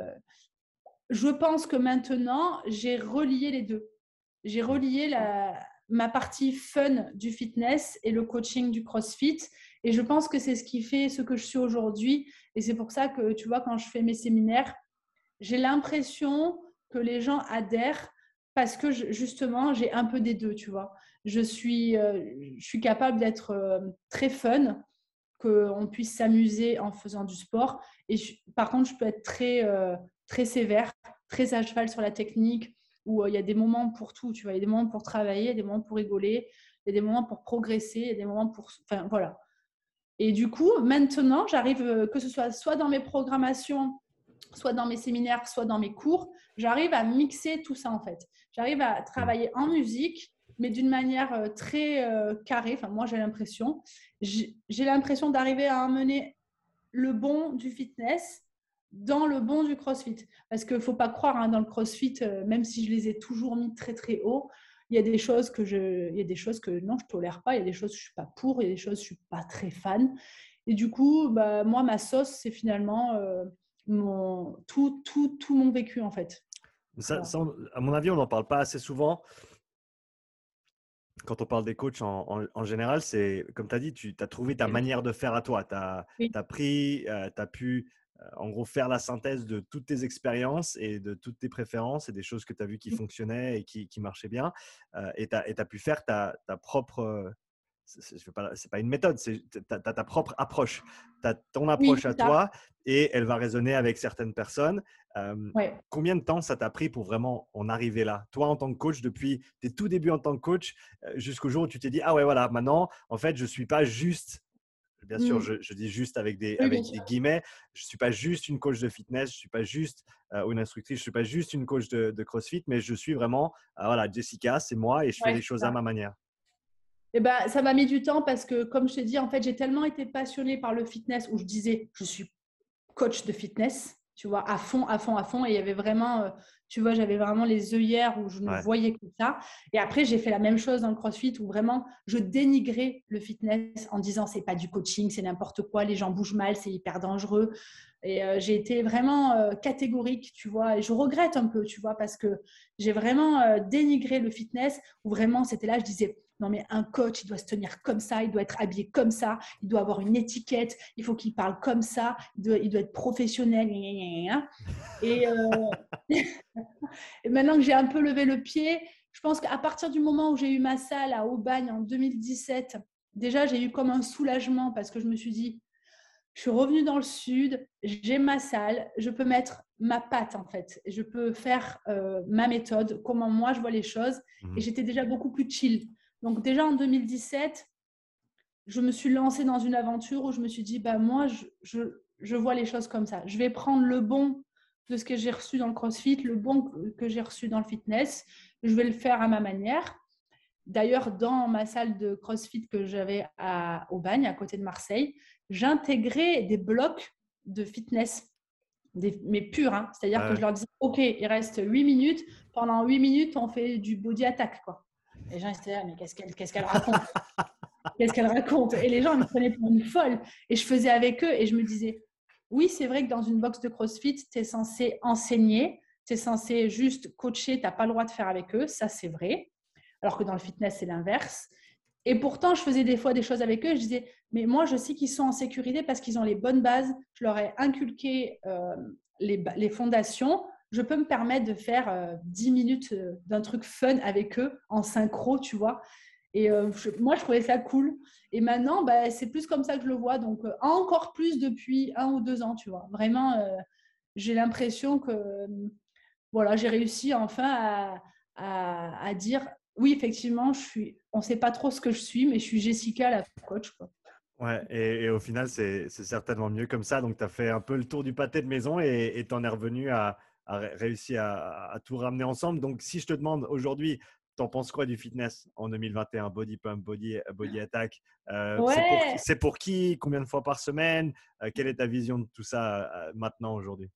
je pense que maintenant, j'ai relié les deux. J'ai relié la, ma partie fun du fitness et le coaching du CrossFit. Et je pense que c'est ce qui fait ce que je suis aujourd'hui. Et c'est pour ça que, tu vois, quand je fais mes séminaires, j'ai l'impression que les gens adhèrent parce que, justement, j'ai un peu des deux, tu vois. Je suis, euh, je suis capable d'être euh, très fun, qu'on puisse s'amuser en faisant du sport. Et je, par contre, je peux être très, euh, très sévère, très à cheval sur la technique, où euh, il y a des moments pour tout, tu vois. Il y a des moments pour travailler, il y a des moments pour rigoler, il y a des moments pour progresser, il y a des moments pour… Enfin, voilà. Et du coup, maintenant, j'arrive, euh, que ce soit soit dans mes programmations, soit dans mes séminaires, soit dans mes cours, j'arrive à mixer tout ça en fait. J'arrive à travailler en musique, mais d'une manière très euh, carrée. Enfin, moi, j'ai l'impression. J'ai, j'ai l'impression d'arriver à amener le bon du fitness dans le bon du CrossFit. Parce qu'il ne faut pas croire, hein, dans le CrossFit, euh, même si je les ai toujours mis très, très haut, il y a des choses que je, il y a des choses que non, je ne tolère pas. Il y a des choses que je ne suis pas pour. Il y a des choses que je ne suis pas très fan. Et du coup, bah, moi, ma sauce, c'est finalement… Euh, Mon, tout, tout, tout mon vécu en fait. Ça, ça, à mon avis, on n'en parle pas assez souvent. Quand on parle des coachs en, en, en général, c'est comme tu as dit, tu as trouvé ta manière de faire à toi. Tu as, oui. as pris, euh, tu as pu euh, en gros faire la synthèse de toutes tes expériences et de toutes tes préférences et des choses que tu as vues qui fonctionnaient et qui, qui marchaient bien. Euh, et tu as, as pu faire ta, ta propre… Euh, ce n'est pas, pas une méthode, c'est tu as ta propre approche. Tu as ton approche oui, à toi et elle va résonner avec certaines personnes. Euh, ouais. Combien de temps ça t'a pris pour vraiment en arriver là? Toi, en tant que coach, depuis tes tout débuts en tant que coach, euh, jusqu'au jour où tu t'es dit « Ah ouais, voilà, maintenant, en fait, je ne suis pas juste… » Bien sûr, mmh. je, je dis juste avec des, oui, avec des guillemets. Je ne suis pas juste une coach de fitness, je ne suis pas juste euh, une instructrice, je ne suis pas juste une coach de, de CrossFit, mais je suis vraiment, euh, voilà, Jessica, c'est moi et je ouais, fais les choses ça. à ma manière. Eh ben, ça m'a mis du temps parce que, comme je t'ai dit, en fait, j'ai tellement été passionnée par le fitness où je disais, je suis coach de fitness, tu vois, à fond, à fond, à fond. Et il y avait vraiment, euh, tu vois, j'avais vraiment les œillères où je ne ouais. voyais que ça. Et après, j'ai fait la même chose dans le CrossFit où vraiment, je dénigrais le fitness en disant, c'est pas du coaching, c'est n'importe quoi, les gens bougent mal, c'est hyper dangereux. Et euh, j'ai été vraiment euh, catégorique, tu vois, et je regrette un peu, tu vois, parce que j'ai vraiment euh, dénigré le fitness où vraiment, c'était là, je disais, non, mais un coach, il doit se tenir comme ça, il doit être habillé comme ça, il doit avoir une étiquette, il faut qu'il parle comme ça, il doit, il doit être professionnel. Et, euh, et maintenant que j'ai un peu levé le pied, je pense qu'à partir du moment où j'ai eu ma salle à Aubagne en deux mille dix-sept, déjà, j'ai eu comme un soulagement parce que je me suis dit, je suis revenue dans le sud, j'ai ma salle, je peux mettre ma patte en fait, je peux faire euh, ma méthode, comment moi je vois les choses. Mmh. Et j'étais déjà beaucoup plus chill. Donc déjà en deux mille dix-sept, je me suis lancée dans une aventure où je me suis dit, bah, moi, je, je, je vois les choses comme ça. Je vais prendre le bon de ce que j'ai reçu dans le CrossFit, le bon que j'ai reçu dans le fitness. Je vais le faire à ma manière. D'ailleurs, dans ma salle de CrossFit que j'avais à Aubagne, à côté de Marseille, j'intégrais des blocs de fitness. des, mais purs. Hein. C'est-à-dire Ouais. que je leur disais, OK, il reste huit minutes. Pendant huit minutes, on fait du body attack, quoi. Les gens étaient là, mais qu'est-ce qu'elle, qu'est-ce qu'elle raconte Qu'est-ce qu'elle raconte Et les gens me prenaient pour une folle. Et je faisais avec eux et je me disais, oui, c'est vrai que dans une box de CrossFit, tu es censé enseigner, tu es censé juste coacher, tu n'as pas le droit de faire avec eux, ça c'est vrai. Alors que dans le fitness, c'est l'inverse. Et pourtant, je faisais des fois des choses avec eux. Je disais, mais moi, je sais qu'ils sont en sécurité parce qu'ils ont les bonnes bases. Je leur ai inculqué euh, les, les fondations. Je peux me permettre de faire euh, dix minutes euh, d'un truc fun avec eux, en synchro, tu vois. Et euh, je, moi, je trouvais ça cool. Et maintenant, bah, c'est plus comme ça que je le vois. Donc, euh, encore plus depuis un ou deux ans, tu vois. Vraiment, euh, j'ai l'impression que euh, voilà, j'ai réussi enfin à, à, à dire oui, effectivement, je suis, on ne sait pas trop ce que je suis, mais je suis Jessica, la coach, quoi. Ouais, et, et au final, c'est c'est certainement mieux comme ça. Donc, tu as fait un peu le tour du pâté de maison et tu en es revenu à, à ré- réussir à, à tout ramener ensemble. Donc, si je te demande aujourd'hui, t'en penses quoi du fitness en deux mille vingt et un? Body pump, body, body attack. Euh, c'est pour, qui- Ouais, c'est pour qui? Combien de fois par semaine? Euh, quelle est ta vision de tout ça euh, maintenant, aujourd'hui?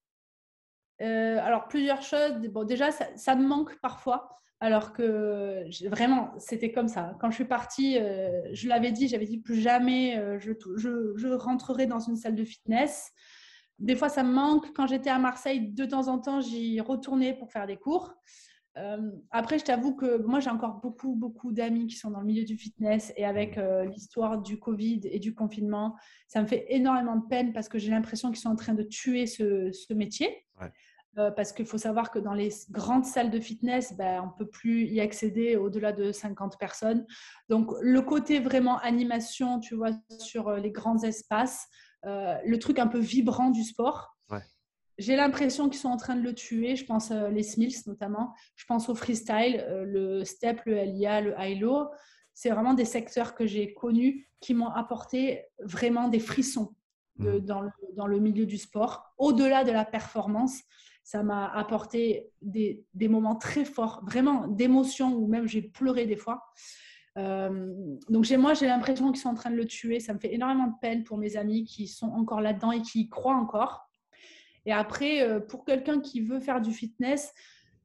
euh, alors plusieurs choses. Bon, déjà, ça, ça me manque parfois, alors que j'ai- vraiment, c'était comme ça. Quand je suis partie, euh, je l'avais dit, j'avais dit plus jamais euh, je, je, je rentrerai dans une salle de fitness. Des fois, ça me manque. Quand j'étais à Marseille, de temps en temps, j'y retournais pour faire des cours. Euh, après, je t'avoue que moi, j'ai encore beaucoup, beaucoup d'amis qui sont dans le milieu du fitness et avec Mhm. euh, l'histoire du Covid et du confinement, ça me fait énormément de peine parce que j'ai l'impression qu'ils sont en train de tuer ce, ce métier. Ouais. Euh, parce qu'il faut savoir que dans les grandes salles de fitness, ben, on ne peut plus y accéder au-delà de cinquante personnes. Donc, le côté vraiment animation, tu vois, sur euh, les grands espaces, euh, le truc un peu vibrant du sport, Ouais. j'ai l'impression qu'ils sont en train de le tuer. Je pense euh, les Smiths notamment. Je pense au freestyle, euh, le step, le L I A, le high-low. C'est vraiment des secteurs que j'ai connus qui m'ont apporté vraiment des frissons de, Mhm. dans, le, dans le milieu du sport. Au-delà de la performance, ça m'a apporté des, des moments très forts, vraiment d'émotion, où même j'ai pleuré des fois. Euh, donc j'ai, moi, j'ai l'impression qu'ils sont en train de le tuer. Ça me fait énormément de peine pour mes amis qui sont encore là-dedans et qui y croient encore. Et après, euh, pour quelqu'un qui veut faire du fitness,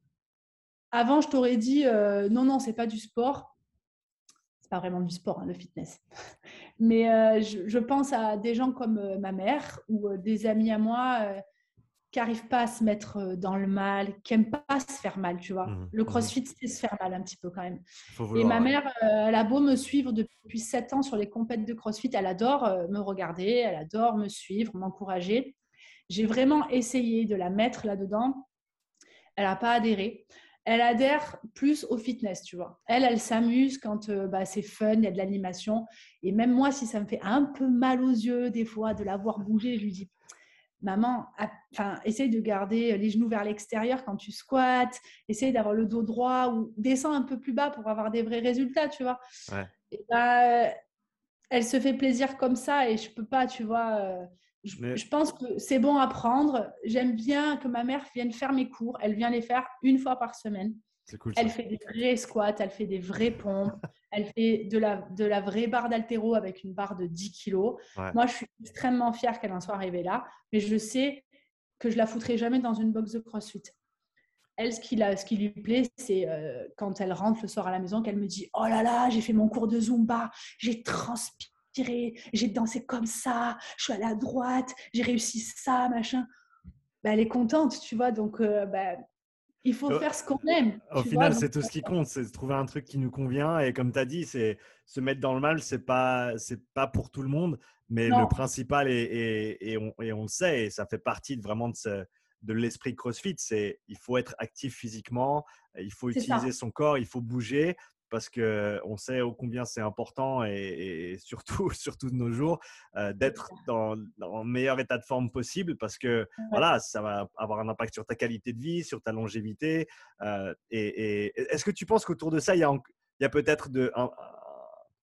avant, je t'aurais dit euh, non, non, c'est pas du sport. C'est pas vraiment du sport, hein, le fitness. Mais euh, je, je pense à des gens comme euh, ma mère ou euh, des amis à moi euh, qui n'arrivent pas à se mettre euh, dans le mal, qui n'aiment pas se faire mal, tu vois. Mhm. Le Mhm. crossfit, c'est se faire mal un petit peu quand même. Il faut Et ma vouloir, ouais. mère, euh, elle a beau me suivre depuis sept ans sur les compètes de crossfit, elle adore euh, me regarder, elle adore me suivre, m'encourager. J'ai vraiment essayé de la mettre là-dedans. Elle n'a pas adhéré. Elle adhère plus au fitness, tu vois. Elle, elle s'amuse quand euh, bah, c'est fun, il y a de l'animation. Et même moi, si ça me fait un peu mal aux yeux, des fois, de la voir bouger, je lui dis, maman, enfin, essaye de garder les genoux vers l'extérieur quand tu squattes, essaye d'avoir le dos droit ou descends un peu plus bas pour avoir des vrais résultats, tu vois. Ouais. Et bah, elle se fait plaisir comme ça et je peux pas, tu vois. euh, je, Mais je pense que c'est bon à prendre. J'aime bien que ma mère vienne faire mes cours. Elle vient les faire une fois par semaine. c'est cool Elle ça. fait des vrais squats, elle fait des vraies pompes, elle fait de la, de la vraie barre d'haltéro avec une barre de dix kilos. Ouais. Moi, je suis extrêmement fière qu'elle en soit arrivée là, mais je sais que je la foutrai jamais dans une box de CrossFit. Elle, ce qui, la, ce qui lui plaît, c'est euh, quand elle rentre le soir à la maison, qu'elle me dit « Oh là là, j'ai fait mon cours de Zumba, j'ai transpiré, j'ai dansé comme ça, je suis allée à droite, j'ai réussi ça, machin. » Bah, elle est contente, tu vois, donc euh, bah, il faut Au, faire ce qu'on aime, au tu vois. final, Donc, c'est tout ce qui compte, c'est de trouver un truc qui nous convient. Et comme tu as dit, c'est se mettre dans le mal, c'est pas, c'est pas pour tout le monde, mais le non, principal, est, est- et, on, et on le sait, et ça fait partie de, vraiment de, ce- de l'esprit CrossFit, c'est il faut être actif physiquement, il faut c'est utiliser ça. son corps, il faut bouger. Parce qu'on sait ô combien c'est important et, et surtout, surtout de nos jours, euh, d'être dans, dans le meilleur état de forme possible parce que Ouais. voilà, ça va avoir un impact sur ta qualité de vie, sur ta longévité. Euh, et, et est-ce que tu penses qu'autour de ça, il y a, il y a peut-être de, un,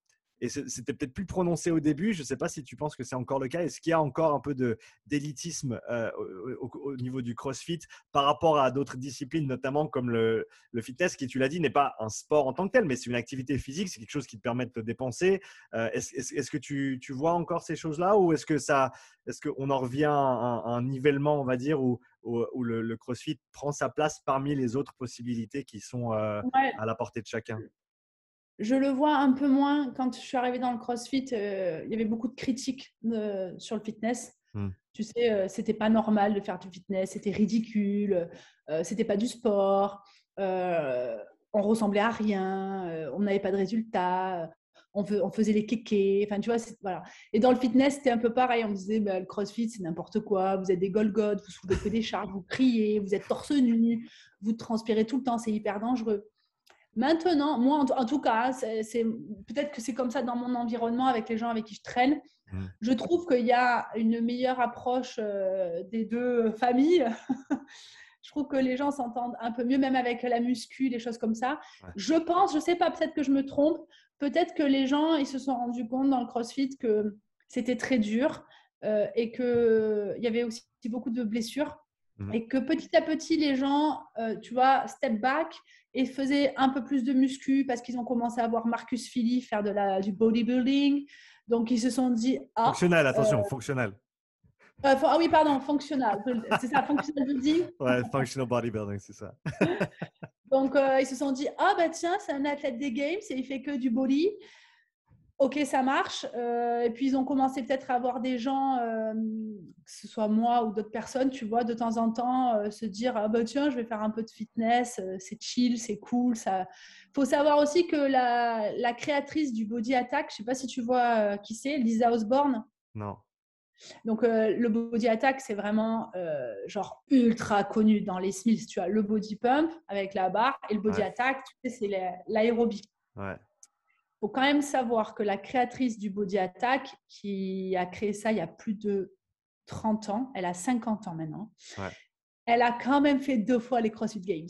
et c'était peut-être plus prononcé au début. Je ne sais pas si tu penses que c'est encore le cas. Est-ce qu'il y a encore un peu de, d'élitisme euh, au, au, au niveau du CrossFit par rapport à d'autres disciplines, notamment comme le, le fitness, qui, tu l'as dit, n'est pas un sport en tant que tel, mais c'est une activité physique, c'est quelque chose qui te permet de te dépenser. Euh, est-ce, est-ce, est-ce que tu, tu vois encore ces choses-là, ou est-ce que ça, est-ce qu'on en revient à un, à un nivellement, on va dire, où, où, où le, le CrossFit prend sa place parmi les autres possibilités qui sont euh, Ouais. à la portée de chacun? Je le vois un peu moins. Quand je suis arrivée dans le CrossFit, euh, il y avait beaucoup de critiques euh, sur le fitness. Hmm. Tu sais, euh, c'était pas normal de faire du fitness, c'était ridicule, euh, c'était pas du sport, euh, on ressemblait à rien, euh, on n'avait pas de résultats, on, on faisait les kékés, enfin tu vois, voilà. Et dans le fitness, c'était un peu pareil, on me disait, bah, le CrossFit, c'est n'importe quoi, vous êtes des Golgoth, vous soulevez que des charges, vous criez, vous êtes torse nu, vous transpirez tout le temps, c'est hyper dangereux. Maintenant, moi, en, en tout cas, c'est, c'est, peut-être que c'est comme ça dans mon environnement avec les gens avec qui je traîne. Mmh. Je trouve qu'il y a une meilleure approche euh, des deux familles. Je trouve que les gens s'entendent un peu mieux, même avec la muscu, les choses comme ça. Ouais. Je pense, je ne sais pas, peut-être que je me trompe, peut-être que les gens ils se sont rendus compte dans le CrossFit que c'était très dur euh, et qu'il y avait aussi beaucoup de blessures. Mmh. Et que petit à petit, les gens, euh, tu vois, step back et faisaient un peu plus de muscu parce qu'ils ont commencé à voir Marcus Filly faire de la, du bodybuilding. Donc, ils se sont dit… Ah, fonctionnel, attention, euh, fonctionnel. Euh, ah oui, pardon, fonctionnal. C'est ça, functional building. Ouais, functional bodybuilding, c'est ça. Donc, euh, ils se sont dit, ah bah tiens, c'est un athlète des Games et il fait que du body. Ok, ça marche. Euh, et puis, ils ont commencé peut-être à avoir des gens, euh, que ce soit moi ou d'autres personnes, tu vois, de temps en temps, euh, se dire, ah bah tiens, je vais faire un peu de fitness, euh, c'est chill, c'est cool. Il faut savoir aussi que la, la créatrice du Body Attack, je ne sais pas si tu vois euh, qui c'est, Lisa Osborne. Non. Donc, euh, le body attack, c'est vraiment euh, genre ultra connu dans les Smiths. Tu as le body pump avec la barre et le body ouais. attack, tu sais, c'est l'aérobie. Ouais. Il faut quand même savoir que la créatrice du body attack, qui a créé ça il y a plus de trente ans, elle a cinquante ans maintenant, ouais. Elle a quand même fait deux fois les CrossFit Games.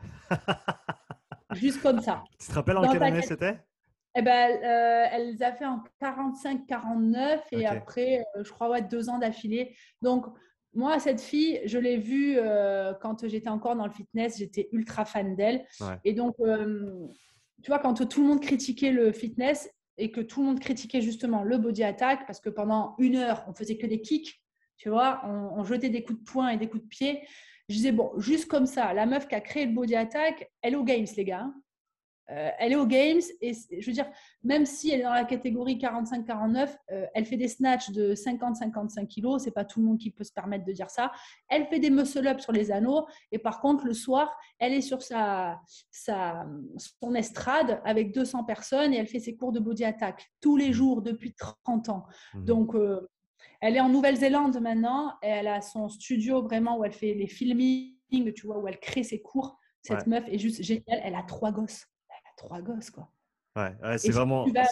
Juste comme ça. Tu te rappelles en quelle année c'était ? Eh ben, euh, elle les a fait en quarante-cinq quarante-neuf et okay. Après, euh, je crois, ouais, deux ans d'affilée. Donc, moi, cette fille, je l'ai vue euh, quand j'étais encore dans le fitness, j'étais ultra fan d'elle. Ouais. Et donc, euh, tu vois, quand tout le monde critiquait le fitness et que tout le monde critiquait justement le body attack, parce que pendant une heure, on faisait que des kicks, tu vois, on, on jetait des coups de poing et des coups de pied. Je disais, bon, juste comme ça, la meuf qui a créé le body attack, elle est aux Games, les gars. Euh, elle est aux Games et je veux dire, même si elle est dans la catégorie quarante-cinq quarante-neuf, euh, elle fait des snatchs de cinquante à cinquante-cinq kilos. C'est pas tout le monde qui peut se permettre de dire ça. Elle fait des muscle-up sur les anneaux et par contre, le soir, elle est sur sa, sa, son estrade avec deux cents personnes et elle fait ses cours de body attack tous les jours depuis trente ans. Mmh. Donc, euh, elle est en Nouvelle-Zélande maintenant et elle a son studio vraiment où elle fait les filmings, tu vois, où elle crée ses cours. Cette ouais. meuf est juste géniale. Elle a trois gosses. Trois gosses, quoi. Ouais, ouais c'est vraiment… Si tu, vas,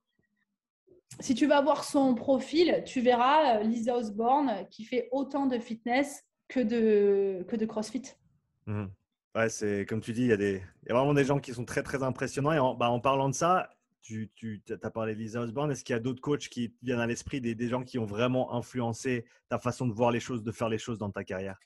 si tu vas voir son profil, tu verras Lisa Osborne qui fait autant de fitness que de, que de CrossFit. Mmh. Ouais, c'est comme tu dis, il y, a des, il y a vraiment des gens qui sont très, très impressionnants. Et en, bah, en parlant de ça, tu, tu as parlé de Lisa Osborne. Est-ce qu'il y a d'autres coachs qui viennent à l'esprit, des, des gens qui ont vraiment influencé ta façon de voir les choses, de faire les choses dans ta carrière?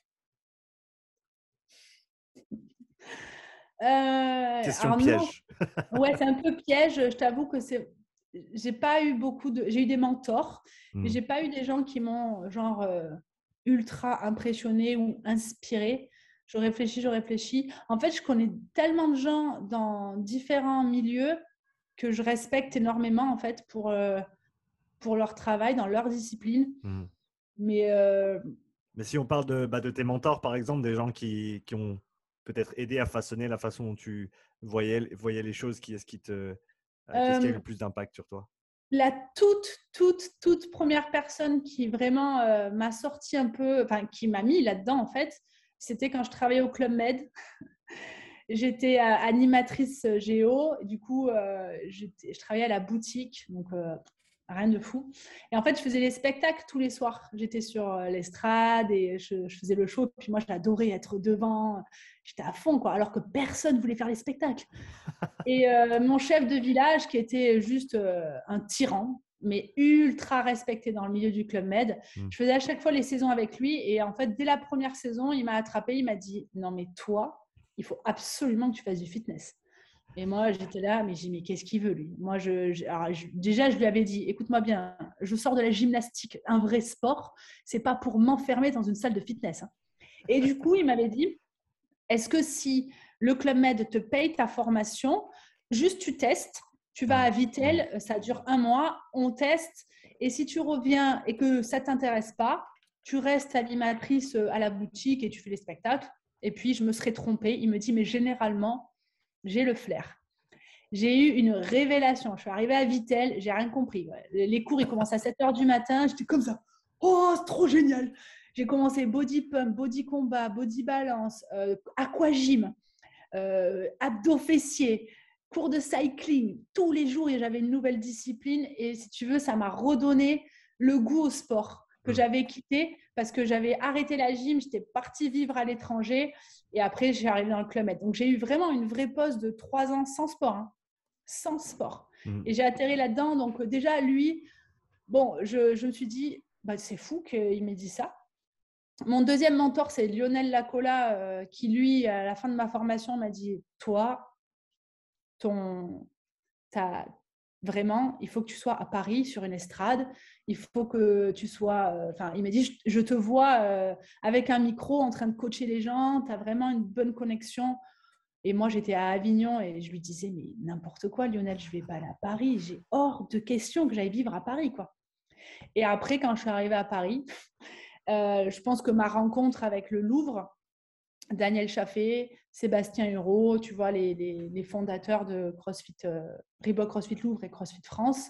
Euh, Question piège. Non, ouais, c'est un peu piège. Je t'avoue que c'est, j'ai pas eu beaucoup de, j'ai eu des mentors, mmh. mais j'ai pas eu des gens qui m'ont genre euh, ultra impressionné ou inspiré. Je réfléchis, je réfléchis. En fait, je connais tellement de gens dans différents milieux que je respecte énormément en fait pour euh, pour leur travail dans leur discipline. Mmh. Mais euh... mais si on parle de bah, de tes mentors par exemple, des gens qui qui ont peut-être aider à façonner la façon dont tu voyais, voyais les choses, qui est-ce qui te, euh, qu'est-ce qui a eu le plus d'impact sur toi? La toute, toute, toute première personne qui vraiment euh, m'a sorti un peu, enfin qui m'a mis là-dedans en fait, c'était quand je travaillais au Club Med. J'étais euh, animatrice géo, et du coup, euh, je travaillais à la boutique, donc euh, rien de fou. Et en fait, je faisais les spectacles tous les soirs. J'étais sur l'estrade et je, je faisais le show. Puis moi, j'adorais être devant. J'étais à fond, quoi, alors que personne ne voulait faire les spectacles. Et euh, mon chef de village, qui était juste euh, un tyran, mais ultra respecté dans le milieu du Club Med, mmh. je faisais à chaque fois les saisons avec lui. Et en fait, dès la première saison, il m'a attrapé. Il m'a dit « Non, mais toi, il faut absolument que tu fasses du fitness. » Et moi, j'étais là, mais j'ai dit, mais qu'est-ce qu'il veut, lui? Moi, je, je, alors, je, déjà, je lui avais dit, écoute-moi bien, je sors de la gymnastique, un vrai sport, c'est pas pour m'enfermer dans une salle de fitness. Hein. Et du coup, il m'avait dit, est-ce que si le Club Med te paye ta formation, juste tu testes, tu vas à Vittel, ça dure un mois, on teste, et si tu reviens et que ça t'intéresse pas, tu restes animatrice à la boutique et tu fais les spectacles. Et puis, je me serais trompée. Il me dit, mais généralement, j'ai le flair. J'ai eu une révélation. Je suis arrivée à Vittel, j'ai rien compris. Les cours, ils commencent à sept heures du matin. J'étais comme ça. Oh, c'est trop génial. J'ai commencé body pump, body combat, body balance, euh, aquagym, euh, abdos fessiers, cours de cycling. Tous les jours, j'avais une nouvelle discipline. Et si tu veux, ça m'a redonné le goût au sport que j'avais quitté parce que j'avais arrêté la gym, j'étais partie vivre à l'étranger et après, j'ai arrivé dans le Club Med. Donc, j'ai eu vraiment une vraie pause de trois ans sans sport, hein, sans sport. Mmh. Et j'ai atterri là-dedans. Donc, déjà, lui, bon, je, je me suis dit, bah, c'est fou qu'il m'ait dit ça. Mon deuxième mentor, c'est Lionel Lacola euh, qui, lui, à la fin de ma formation, m'a dit, toi, ton, ta, vraiment, il faut que tu sois à Paris sur une estrade. Il faut que tu sois… Enfin, euh, il m'a dit, je, je te vois euh, avec un micro en train de coacher les gens. Tu as vraiment une bonne connexion. Et moi, j'étais à Avignon et je lui disais, mais n'importe quoi, Lionel, je ne vais pas aller à Paris. J'ai hors de question que j'aille vivre à Paris, quoi. Et après, quand je suis arrivée à Paris, euh, je pense que ma rencontre avec le Louvre, Daniel Chaffé, Sébastien Hureau, tu vois, les, les, les fondateurs de CrossFit, euh, Reebok CrossFit Louvre et CrossFit France.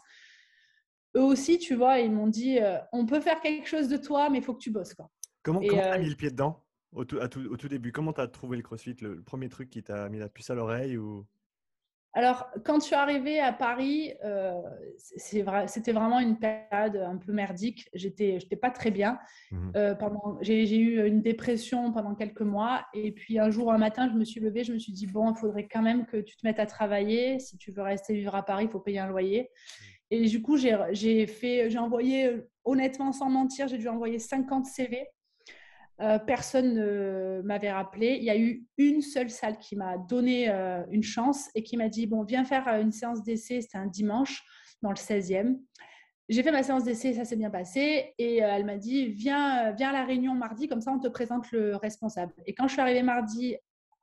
Eux aussi, tu vois, ils m'ont dit, euh, on peut faire quelque chose de toi, mais il faut que tu bosses, quoi. Comment tu as euh, mis le pied dedans au tout, à tout, au tout début? Comment tu as trouvé le CrossFit, le, le premier truc qui t'a mis la puce à l'oreille ou… Alors, quand je suis arrivée à Paris, euh, c'est vrai, c'était vraiment une période un peu merdique. J'étais, j'étais pas très bien. Mmh. Euh, pendant, j'ai, j'ai eu une dépression pendant quelques mois. Et puis, un jour, un matin, je me suis levée. Je me suis dit, bon, il faudrait quand même que tu te mettes à travailler. Si tu veux rester vivre à Paris, il faut payer un loyer. Mmh. Et du coup, j'ai, j'ai, fait, j'ai envoyé, honnêtement, sans mentir, j'ai dû envoyer cinquante C V. Euh, personne ne m'avait rappelé. Il y a eu une seule salle qui m'a donné euh, une chance et qui m'a dit, bon, viens faire une séance d'essai. C'était un dimanche dans le seizième. J'ai fait ma séance d'essai, ça s'est bien passé. Et euh, elle m'a dit, viens, viens à la réunion mardi, comme ça, on te présente le responsable. Et quand je suis arrivée mardi euh,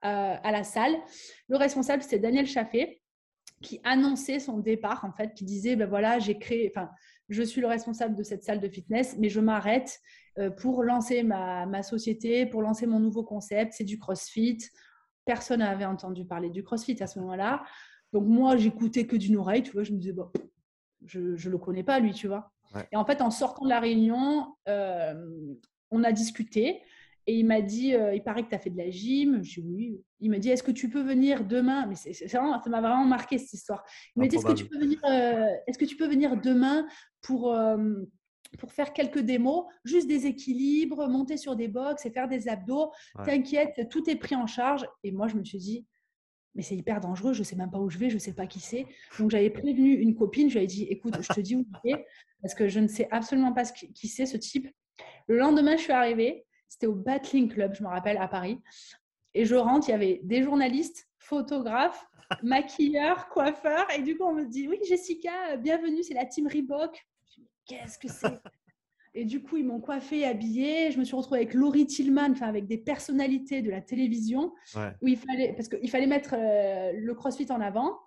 à la salle, le responsable, c'était Daniel Chaffé, qui annonçait son départ, en fait, qui disait, ben voilà, j'ai créé… Enfin, je suis le responsable de cette salle de fitness, mais je m'arrête pour lancer ma, ma société, pour lancer mon nouveau concept, c'est du CrossFit. Personne n'avait entendu parler du CrossFit à ce moment-là. Donc moi, j'écoutais que d'une oreille, tu vois, je me disais, bon, je ne le connais pas, lui, tu vois. Ouais. Et en fait, en sortant de la réunion, euh, on a discuté et il m'a dit, euh, il paraît que tu as fait de la gym. Je dis oui. Il m'a dit, est-ce que tu peux venir demain? Mais c'est, c'est vraiment, ça m'a vraiment marqué cette histoire. Il m'a dit, est-ce que, tu peux venir, euh, est-ce que tu peux venir demain pour… Euh, pour faire quelques démos, juste des équilibres, monter sur des box et faire des abdos. Ouais. T'inquiète, tout est pris en charge. Et moi, je me suis dit, mais c'est hyper dangereux, je ne sais même pas où je vais, je ne sais pas qui c'est. Donc, j'avais prévenu une copine, je lui ai dit, écoute, je te dis où il est, parce que je ne sais absolument pas qui, qui c'est, ce type. Le lendemain, je suis arrivée, c'était au Battling Club, je me rappelle, à Paris. Et je rentre, il y avait des journalistes, photographes, maquilleurs, coiffeurs. Et du coup, on me dit, oui, Jessica, bienvenue, c'est la team Reebok. Qu'est-ce que c'est? Et du coup, ils m'ont coiffée, habillée. Je me suis retrouvée avec Laurie Tillman, enfin avec des personnalités de la télévision, ouais. Où il fallait, parce qu'il fallait mettre euh, le CrossFit en avant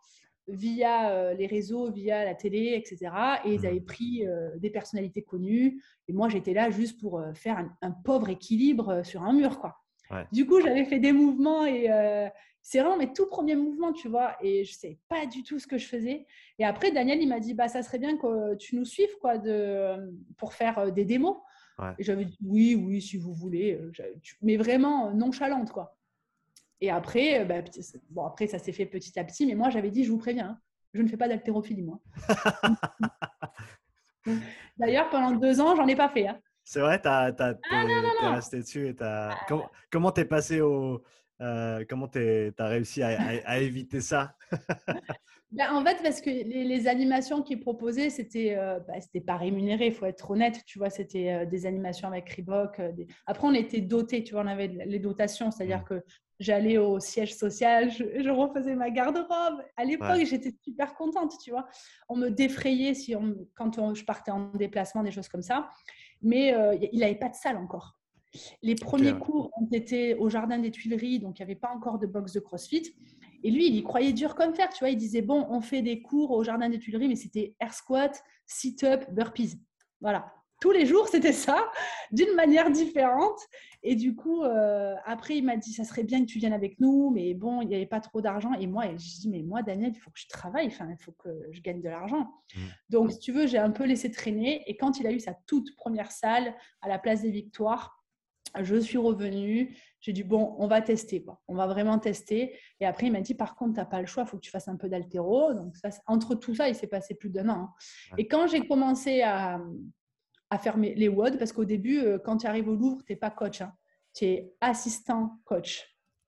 via euh, les réseaux, via la télé, et cetera. Et ils avaient pris euh, des personnalités connues. Et moi, j'étais là juste pour euh, faire un, un pauvre équilibre euh, sur un mur, quoi. Ouais. Du coup, j'avais fait des mouvements et euh, c'est vraiment mes tout premiers mouvements, tu vois, et je ne savais pas du tout ce que je faisais. Et après, Daniel, il m'a dit, bah, ça serait bien que tu nous suives, quoi, de, pour faire des démos. Ouais. Et j'avais dit, oui, oui, si vous voulez, mais vraiment nonchalante, quoi. Et après, bah, bon, après, ça s'est fait petit à petit, mais moi, j'avais dit, je vous préviens, hein, je ne fais pas d'haltérophilie, moi. D'ailleurs, pendant deux ans, j'en ai pas fait. Hein. C'est vrai, t'as, t'as, Ah non, t'es, t'es non, non. resté dessus et t'as… Comment, comment t'es passé au… euh, comment t'es, t'as réussi à, à, à éviter ça? Ben, en fait, parce que les, les animations qu'ils proposaient, c'était euh, bah, c'était pas rémunéré, il faut être honnête. Tu vois, c'était euh, des animations avec Reebok. euh, des- Après, on était dotés, tu vois, on avait les dotations, c'est-à-dire Hmm. que j'allais au siège social, je, je refaisais ma garde-robe. À Ouais, l'époque, j'étais super contente, tu vois. On me défrayait si on, quand on- je partais en déplacement, des choses comme ça. Mais euh, il n'avait pas de salle encore. Les ok, premiers ouais. cours ont été au Jardin des Tuileries, donc il n'y avait pas encore de box de CrossFit. Et lui, il y croyait dur comme fer, tu vois. Il disait, bon, on fait des cours au Jardin des Tuileries, mais c'était air squat, sit-up, burpees. Voilà. Tous les jours, c'était ça, d'une manière différente. Et du coup, euh, après, il m'a dit, ça serait bien que tu viennes avec nous, mais bon, il n'y avait pas trop d'argent. Et moi, je dis, mais moi, Daniel, il faut que je travaille, enfin, il faut que je gagne de l'argent. Hmm. Donc, si tu veux, j'ai un peu laissé traîner. Et quand il a eu sa toute première salle à la Place des Victoires, je suis revenue, j'ai dit bon, on va tester, quoi. On va vraiment tester. Et après, il m'a dit par contre, tu n'as pas le choix, il faut que tu fasses un peu d'haltéro. Donc, ça, entre tout ça, il s'est passé plus d'un an. Hein. Ouais. Et quand j'ai commencé à, à faire mes, les W O D, parce qu'au début, euh, quand tu arrives au Louvre, tu n'es pas coach, hein. Tu es assistant coach.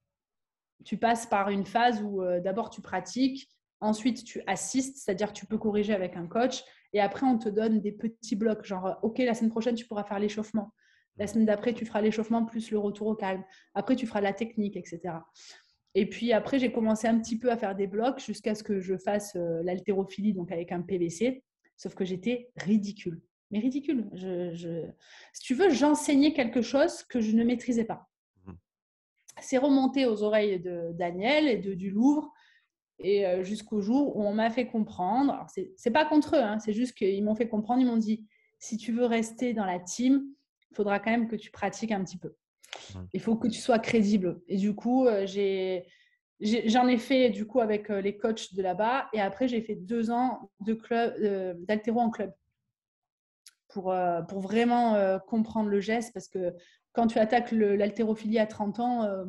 Tu passes par une phase où euh, d'abord tu pratiques, ensuite tu assistes, c'est-à-dire que tu peux corriger avec un coach, et après on te donne des petits blocs, genre ok, la semaine prochaine tu pourras faire l'échauffement, la semaine d'après tu feras l'échauffement plus le retour au calme, après tu feras la technique, et cetera. Et puis après j'ai commencé un petit peu à faire des blocs jusqu'à ce que je fasse euh, l'haltérophilie, donc avec un P V C, sauf que j'étais ridicule, mais ridicule. Je, je... Si tu veux, j'enseignais quelque chose que je ne maîtrisais pas. Hmm. C'est remonté aux oreilles de Daniel et de, du Louvre, et euh, jusqu'au jour où on m'a fait comprendre. Alors, c'est, c'est pas contre eux, hein, c'est juste qu'ils m'ont fait comprendre. Ils m'ont dit si tu veux rester dans la team, il faudra quand même que tu pratiques un petit peu. Hmm. Il faut que tu sois crédible. Et du coup, euh, j'ai, j'ai, j'en ai fait du coup avec euh, les coachs de là-bas. Et après, j'ai fait deux ans de club, euh, d'haltéro en club pour, euh, pour vraiment euh, comprendre le geste. Parce que quand tu attaques le, l'haltérophilie à trente ans, euh,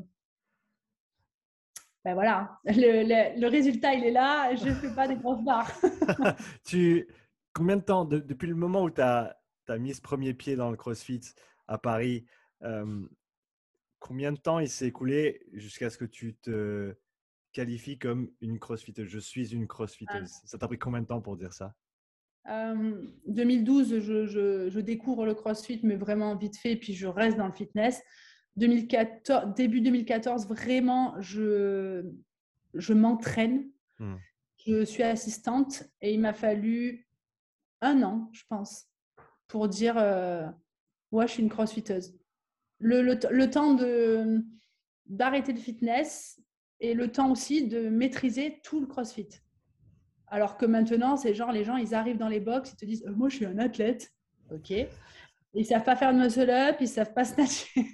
ben voilà, le, le, le, résultat, il est là, je ne fais pas des grosses barres. tu, combien de temps, de- depuis le moment où tu as, mis ce premier pied dans le CrossFit à Paris, euh, combien de temps il s'est écoulé jusqu'à ce que tu te qualifies comme une crossfiteuse? Je suis une crossfiteuse. Ça t'a pris combien de temps pour dire ça? euh, deux mille douze, je, je, je, découvre le CrossFit, mais vraiment vite fait, puis je reste dans le fitness. deux mille quatorze, début deux mille quatorze, vraiment, je, je m'entraîne. Hmm. Je suis assistante et il m'a fallu un an, je pense, pour dire euh, ouais, je suis une crossfiteuse. Le, le, le temps de, d'arrêter le fitness et le temps aussi de maîtriser tout le CrossFit. Alors que maintenant, c'est genre les gens, ils arrivent dans les box, ils te disent euh, moi, je suis un athlète. Ok. Ils savent pas faire de muscle-up, ils savent pas snatcher.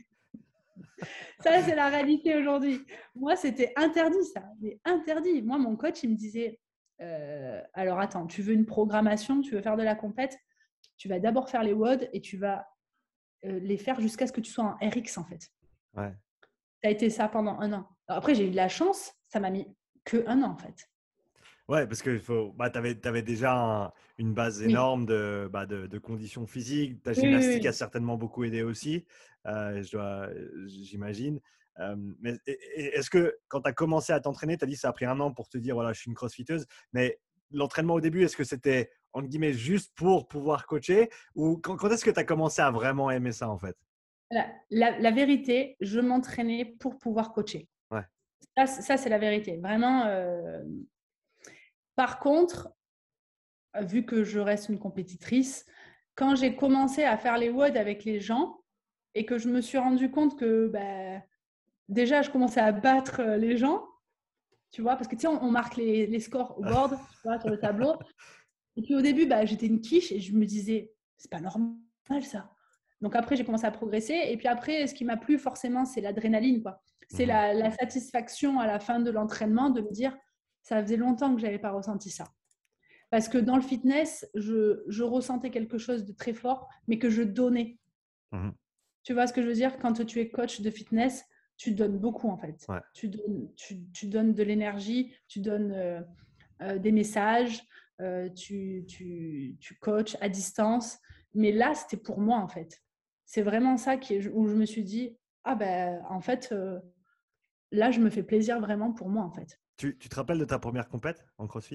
Ça, c'est la réalité aujourd'hui. Moi, c'était interdit, ça. Mais interdit. Moi, mon coach, il me disait euh, alors attends, tu veux une programmation, tu veux faire de la compète, tu vas d'abord faire les W O D et tu vas euh, les faire jusqu'à ce que tu sois en R X, en fait. Ouais. Ça a été ça pendant un an. Alors après, j'ai eu de la chance, ça m'a mis que un an, en fait. Ouais, parce que bah, tu avais, avais déjà un, une base Oui. énorme de, bah, de, de conditions physiques. Ta Oui, oui, gymnastique oui. a certainement beaucoup aidé aussi, euh, je dois, j'imagine. Euh, mais est-ce que quand tu as commencé à t'entraîner, tu as dit que ça a pris un an pour te dire voilà, je suis une crossfiteuse, mais l'entraînement au début, est-ce que c'était entre guillemets juste pour pouvoir coacher ou quand, quand est-ce que tu as commencé à vraiment aimer ça en fait? La, la, la vérité, je m'entraînais pour pouvoir coacher. Ouais. Ça, ça c'est la vérité. Vraiment. Euh... Par contre, vu que je reste une compétitrice, quand j'ai commencé à faire les W O D avec les gens et que je me suis rendu compte que bah, déjà, je commençais à battre les gens, tu vois, parce que tu sais, on, on marque les, les scores au board, tu vois, sur le tableau. Et puis au début, bah, j'étais une quiche et je me disais, c'est pas normal ça. Donc après, j'ai commencé à progresser. Et puis après, ce qui m'a plu forcément, c'est l'adrénaline, quoi. C'est mmh. la, la satisfaction à la fin de l'entraînement de me dire, ça faisait longtemps que je n'avais pas ressenti ça. Parce que dans le fitness, je, je ressentais quelque chose de très fort, mais que je donnais. Mmh. Tu vois ce que je veux dire? Quand tu es coach de fitness, tu donnes beaucoup en fait. Ouais. Tu, donnes, tu, tu donnes de l'énergie, tu donnes euh, euh, des messages, euh, tu, tu, tu coaches à distance. Mais là, c'était pour moi, en fait. C'est vraiment ça qui est, où je me suis dit, ah ben, en fait, euh, là, je me fais plaisir vraiment pour moi, en fait. Tu, tu te rappelles de ta première compète en CrossFit?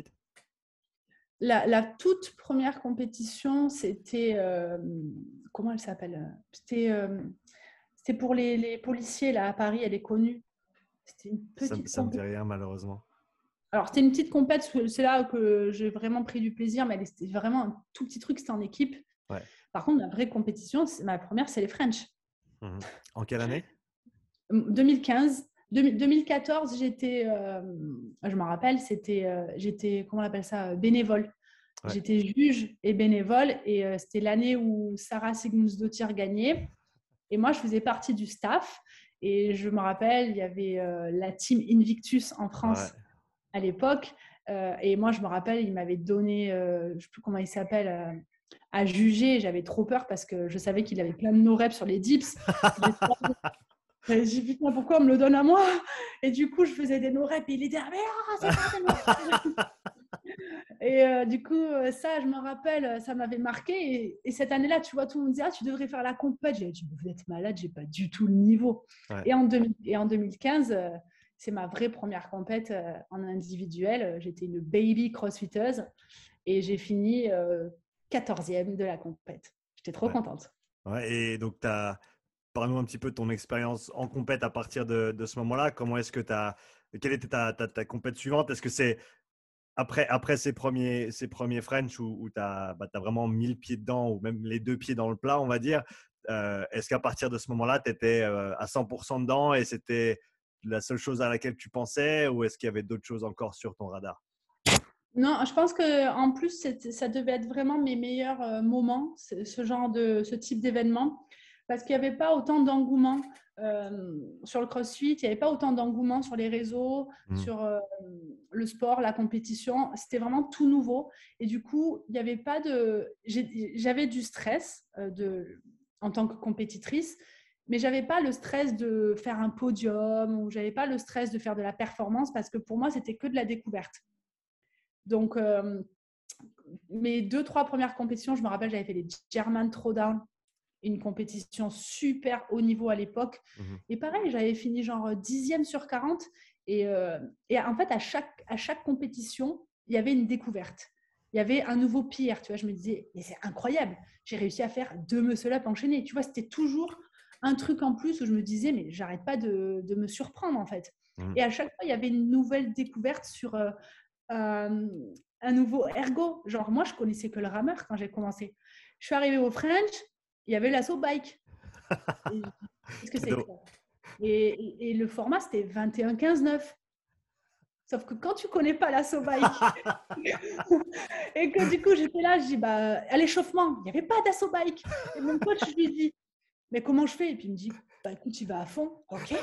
La, la toute première compétition, c'était, euh, comment elle s'appelle? C'était, euh, c'était pour les, les policiers, là, à Paris, elle est connue. C'était une Ça, petite ça me dit compétition. rien, malheureusement. Alors, c'était une petite compète, c'est là que j'ai vraiment pris du plaisir, mais c'était vraiment un tout petit truc, c'était en équipe. Ouais. Par contre, ma vraie compétition, ma première, c'est les French. Mhm. En quelle année? deux mille quinze. deux mille quatorze, j'étais, euh, je me rappelle, c'était, euh, j'étais, comment on appelle ça, bénévole. Ouais. J'étais juge et bénévole et euh, c'était l'année où Sarah Sigmundsdottir gagnait. Et moi, je faisais partie du staff. Et je me rappelle, il y avait euh, la team Invictus en Ouais. France à l'époque. Euh, et moi, je me rappelle, il m'avait donné, euh, je ne sais plus comment il s'appelle, euh, à juger. J'avais trop peur parce que je savais qu'il avait plein de no-reps sur les dips. J'ai dit, putain, pourquoi on me le donne à moi? Et du coup, je faisais des no-reps et il était, ah, mais ah, c'est pas des no-reps. Et euh, du coup, euh, ça, je me rappelle, ça m'avait marqué. Et, et cette année-là, tu vois, tout le monde disait, ah, tu devrais faire la compète. J'ai dit, vous êtes malade, j'ai pas du tout le niveau. Ouais. Et, en deux mille, et en deux mille quinze, euh, c'est ma vraie première compète euh, en individuel. J'étais une baby crossfiteuse et j'ai fini euh, quatorzième de la compète. J'étais trop Ouais. contente. Ouais. Et donc, tu as parle-nous un petit peu de ton expérience en compète à partir de, de ce moment-là. Comment est-ce que tu as… Quelle était ta, ta, ta compète suivante? Est-ce que c'est après, après ces, premiers, ces premiers French où, où tu as, bah, t'as vraiment mis le pied dedans ou même les deux pieds dans le plat, on va dire, euh, est-ce qu'à partir de ce moment-là, tu étais euh, à cent pour cent dedans et c'était la seule chose à laquelle tu pensais ou est-ce qu'il y avait d'autres choses encore sur ton radar? Non, je pense qu'en plus, ça devait être vraiment mes meilleurs euh, moments, ce genre de, ce type d'événement, parce qu'il n'y avait pas autant d'engouement euh, sur le CrossFit, il n'y avait pas autant d'engouement sur les réseaux, Mmh. sur euh, le sport, la compétition. C'était vraiment tout nouveau. Et du coup, il n'y avait pas de… J'avais du stress euh, de, en tant que compétitrice, mais je n'avais pas le stress de faire un podium ou je n'avais pas le stress de faire de la performance parce que pour moi, c'était que de la découverte. Donc, euh, mes deux, trois premières compétitions, je me rappelle, j'avais fait les German Throwdown, une compétition super haut niveau à l'époque. Mmh. Et pareil, j'avais fini genre dixième sur quarante. Et, euh, et en fait, à chaque, à chaque compétition, il y avait une découverte. Il y avait un nouveau pire. Tu vois, je me disais, mais c'est incroyable. J'ai réussi à faire deux muscle-up enchaînés. Tu vois, c'était toujours un truc en plus où je me disais, mais j'arrête pas de, de me surprendre en fait. Mmh. Et à chaque fois, il y avait une nouvelle découverte sur… Euh, euh, un nouveau ergo. Genre, moi, je connaissais que le rameur quand j'ai commencé. Je suis arrivée au French, il y avait l'assaut bike. Qu'est-ce que c'est que ça? Et, et, et le format, c'était vingt et un quinze neuf. Sauf que quand tu connais pas l'assaut bike et que du coup, j'étais là, je dis, bah, à l'échauffement, il n'y avait pas d'assaut bike. Et mon coach, je lui dis, mais comment je fais? Et puis il me dit, bah écoute, tu vas à fond. Ok.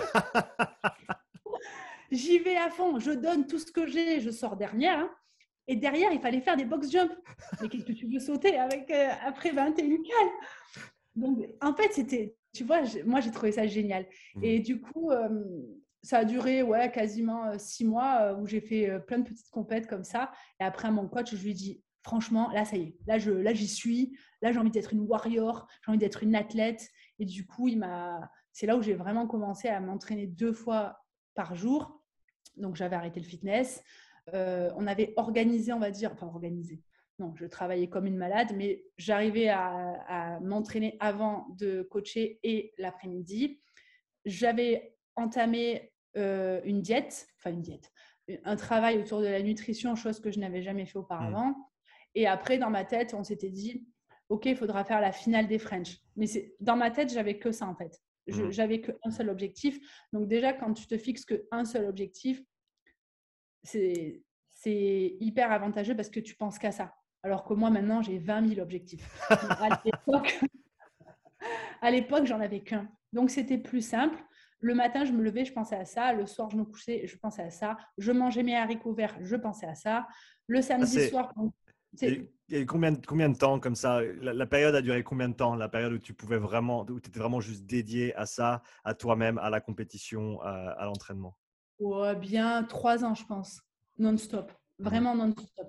J'y vais à fond, je donne tout ce que j'ai, je sors dernière. Hein. Et derrière, il fallait faire des box jumps. Mais qu'est-ce que tu veux sauter avec, euh, après vingt et un cales? Donc, en fait, c'était, tu vois, je, moi, j'ai trouvé ça génial. Mmh. Et du coup, euh, ça a duré ouais, quasiment euh, six mois euh, où j'ai fait euh, plein de petites compètes comme ça. Et après, à mon coach, je lui ai dit, franchement, là, ça y est, là, je, là, j'y suis. Là, j'ai envie d'être une warrior, j'ai envie d'être une athlète. Et du coup, il m'a, c'est là où j'ai vraiment commencé à m'entraîner deux fois par jour. Donc, j'avais arrêté le fitness. Euh, on avait organisé, on va dire, enfin organisé. Non, je travaillais comme une malade, mais j'arrivais à, à m'entraîner avant de coacher et l'après-midi. J'avais entamé euh, une diète, enfin une diète, un travail autour de la nutrition, chose que je n'avais jamais fait auparavant. Mmh. Et après, dans ma tête, on s'était dit, OK, il faudra faire la finale des French. Mais c'est, dans ma tête, j'avais que ça en fait. Je, Mmh. j'avais qu'un seul objectif. Donc déjà, quand tu te fixes qu'un seul objectif, c'est, c'est hyper avantageux parce que tu penses qu'à ça. Alors que moi, maintenant, j'ai vingt mille objectifs. Mais à l'époque, à l'époque, j'en avais qu'un. Donc, c'était plus simple. Le matin, je me levais, je pensais à ça. Le soir, je me couchais, je pensais à ça. Je mangeais mes haricots verts, je pensais à ça. Le Ça, samedi c'est… soir, Il y a c'est… eu- il y a eu combien, de- combien de temps comme ça? La, la période a duré combien de temps? La période où tu pouvais vraiment, où tu étais vraiment juste dédié à ça, à toi-même, à la compétition, à, à l'entraînement? ouais, bien trois ans, je pense, non-stop. Mhm. Vraiment non-stop.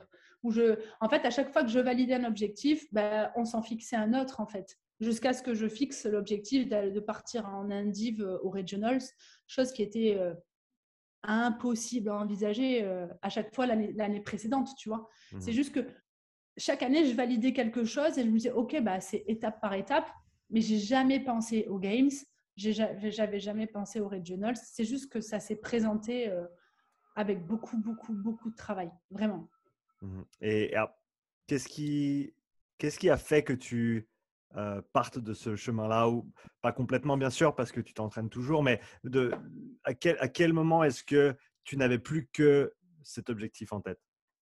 où je, en fait, à chaque fois que je validais un objectif, ben, on s'en fixait un autre, en fait, jusqu'à ce que je fixe l'objectif de, de partir en indiv au Regionals, chose qui était euh, impossible à envisager euh, à chaque fois l'année, l'année précédente, tu vois. Mmh. C'est juste que chaque année, je validais quelque chose et je me disais, OK, bah, c'est étape par étape, mais j'ai jamais pensé aux Games, j'ai, j'avais jamais pensé aux Regionals. C'est juste que ça s'est présenté euh, avec beaucoup, beaucoup, beaucoup de travail, vraiment. Et alors, qu'est-ce qui, qu'est-ce qui a fait que tu euh, partes de ce chemin-là, ou pas complètement bien sûr parce que tu t'entraînes toujours, mais de, à, quel, à quel moment est-ce que tu n'avais plus que cet objectif en tête?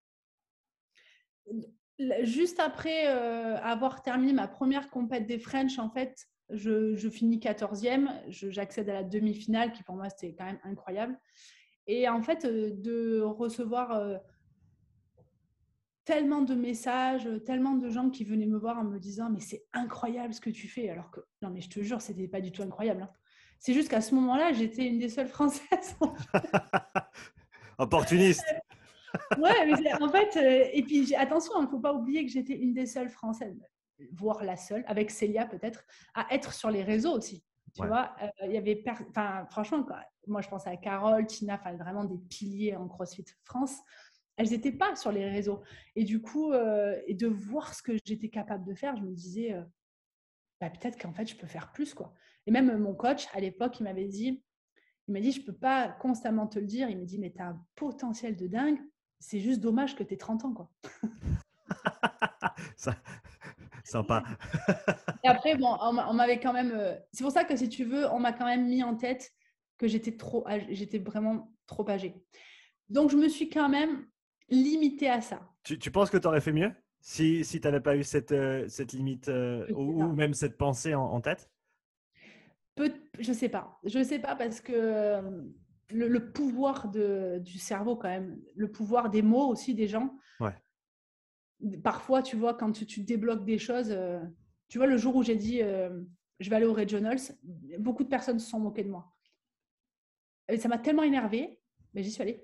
Juste après euh, avoir terminé ma première compète des French, en fait, je, je finis quatorzième, je, j'accède à la demi-finale qui pour moi c'était quand même incroyable. Et en fait, euh, de recevoir euh, tellement de messages, tellement de gens qui venaient me voir en me disant mais c'est incroyable ce que tu fais, alors que non mais je te jure c'était pas du tout incroyable. Hein. C'est juste qu'à ce moment-là j'étais une des seules Françaises. Opportuniste. Ouais, mais en fait, euh, et puis attention, il ne faut pas oublier que j'étais une des seules Françaises, voire la seule, avec Célia peut-être, à être sur les réseaux aussi. Tu ouais. vois, il euh, y avait, per... enfin, franchement, quoi, moi je pense à Carole, Tina, enfin vraiment des piliers en CrossFit France. Elles n'étaient pas sur les réseaux. Et du coup, euh, et de voir ce que j'étais capable de faire, je me disais, euh, bah, peut-être qu'en fait, je peux faire plus, quoi. Et même mon coach, à l'époque, il m'avait dit, il m'a dit, je ne peux pas constamment te le dire. Il m'a dit, mais tu as un potentiel de dingue. C'est juste dommage que tu aies trente ans, quoi. Ça, sympa. Et après, bon, on m'avait quand même... Euh, c'est pour ça que, si tu veux, on m'a quand même mis en tête que j'étais trop âgée, j'étais vraiment trop âgée. Donc, je me suis quand même limitée à ça. Tu, tu penses que tu aurais fait mieux si, si tu n'avais pas eu cette, euh, cette limite euh, ou, ou même cette pensée en, en tête? Peut, je sais pas. Je sais pas parce que le, le pouvoir de, du cerveau, quand même, le pouvoir des mots aussi des gens. Ouais. Parfois, tu vois, quand tu, tu débloques des choses, euh, tu vois, le jour où j'ai dit euh, je vais aller au Regionals, beaucoup de personnes se sont moquées de moi. Et ça m'a tellement énervée, mais j'y suis allée.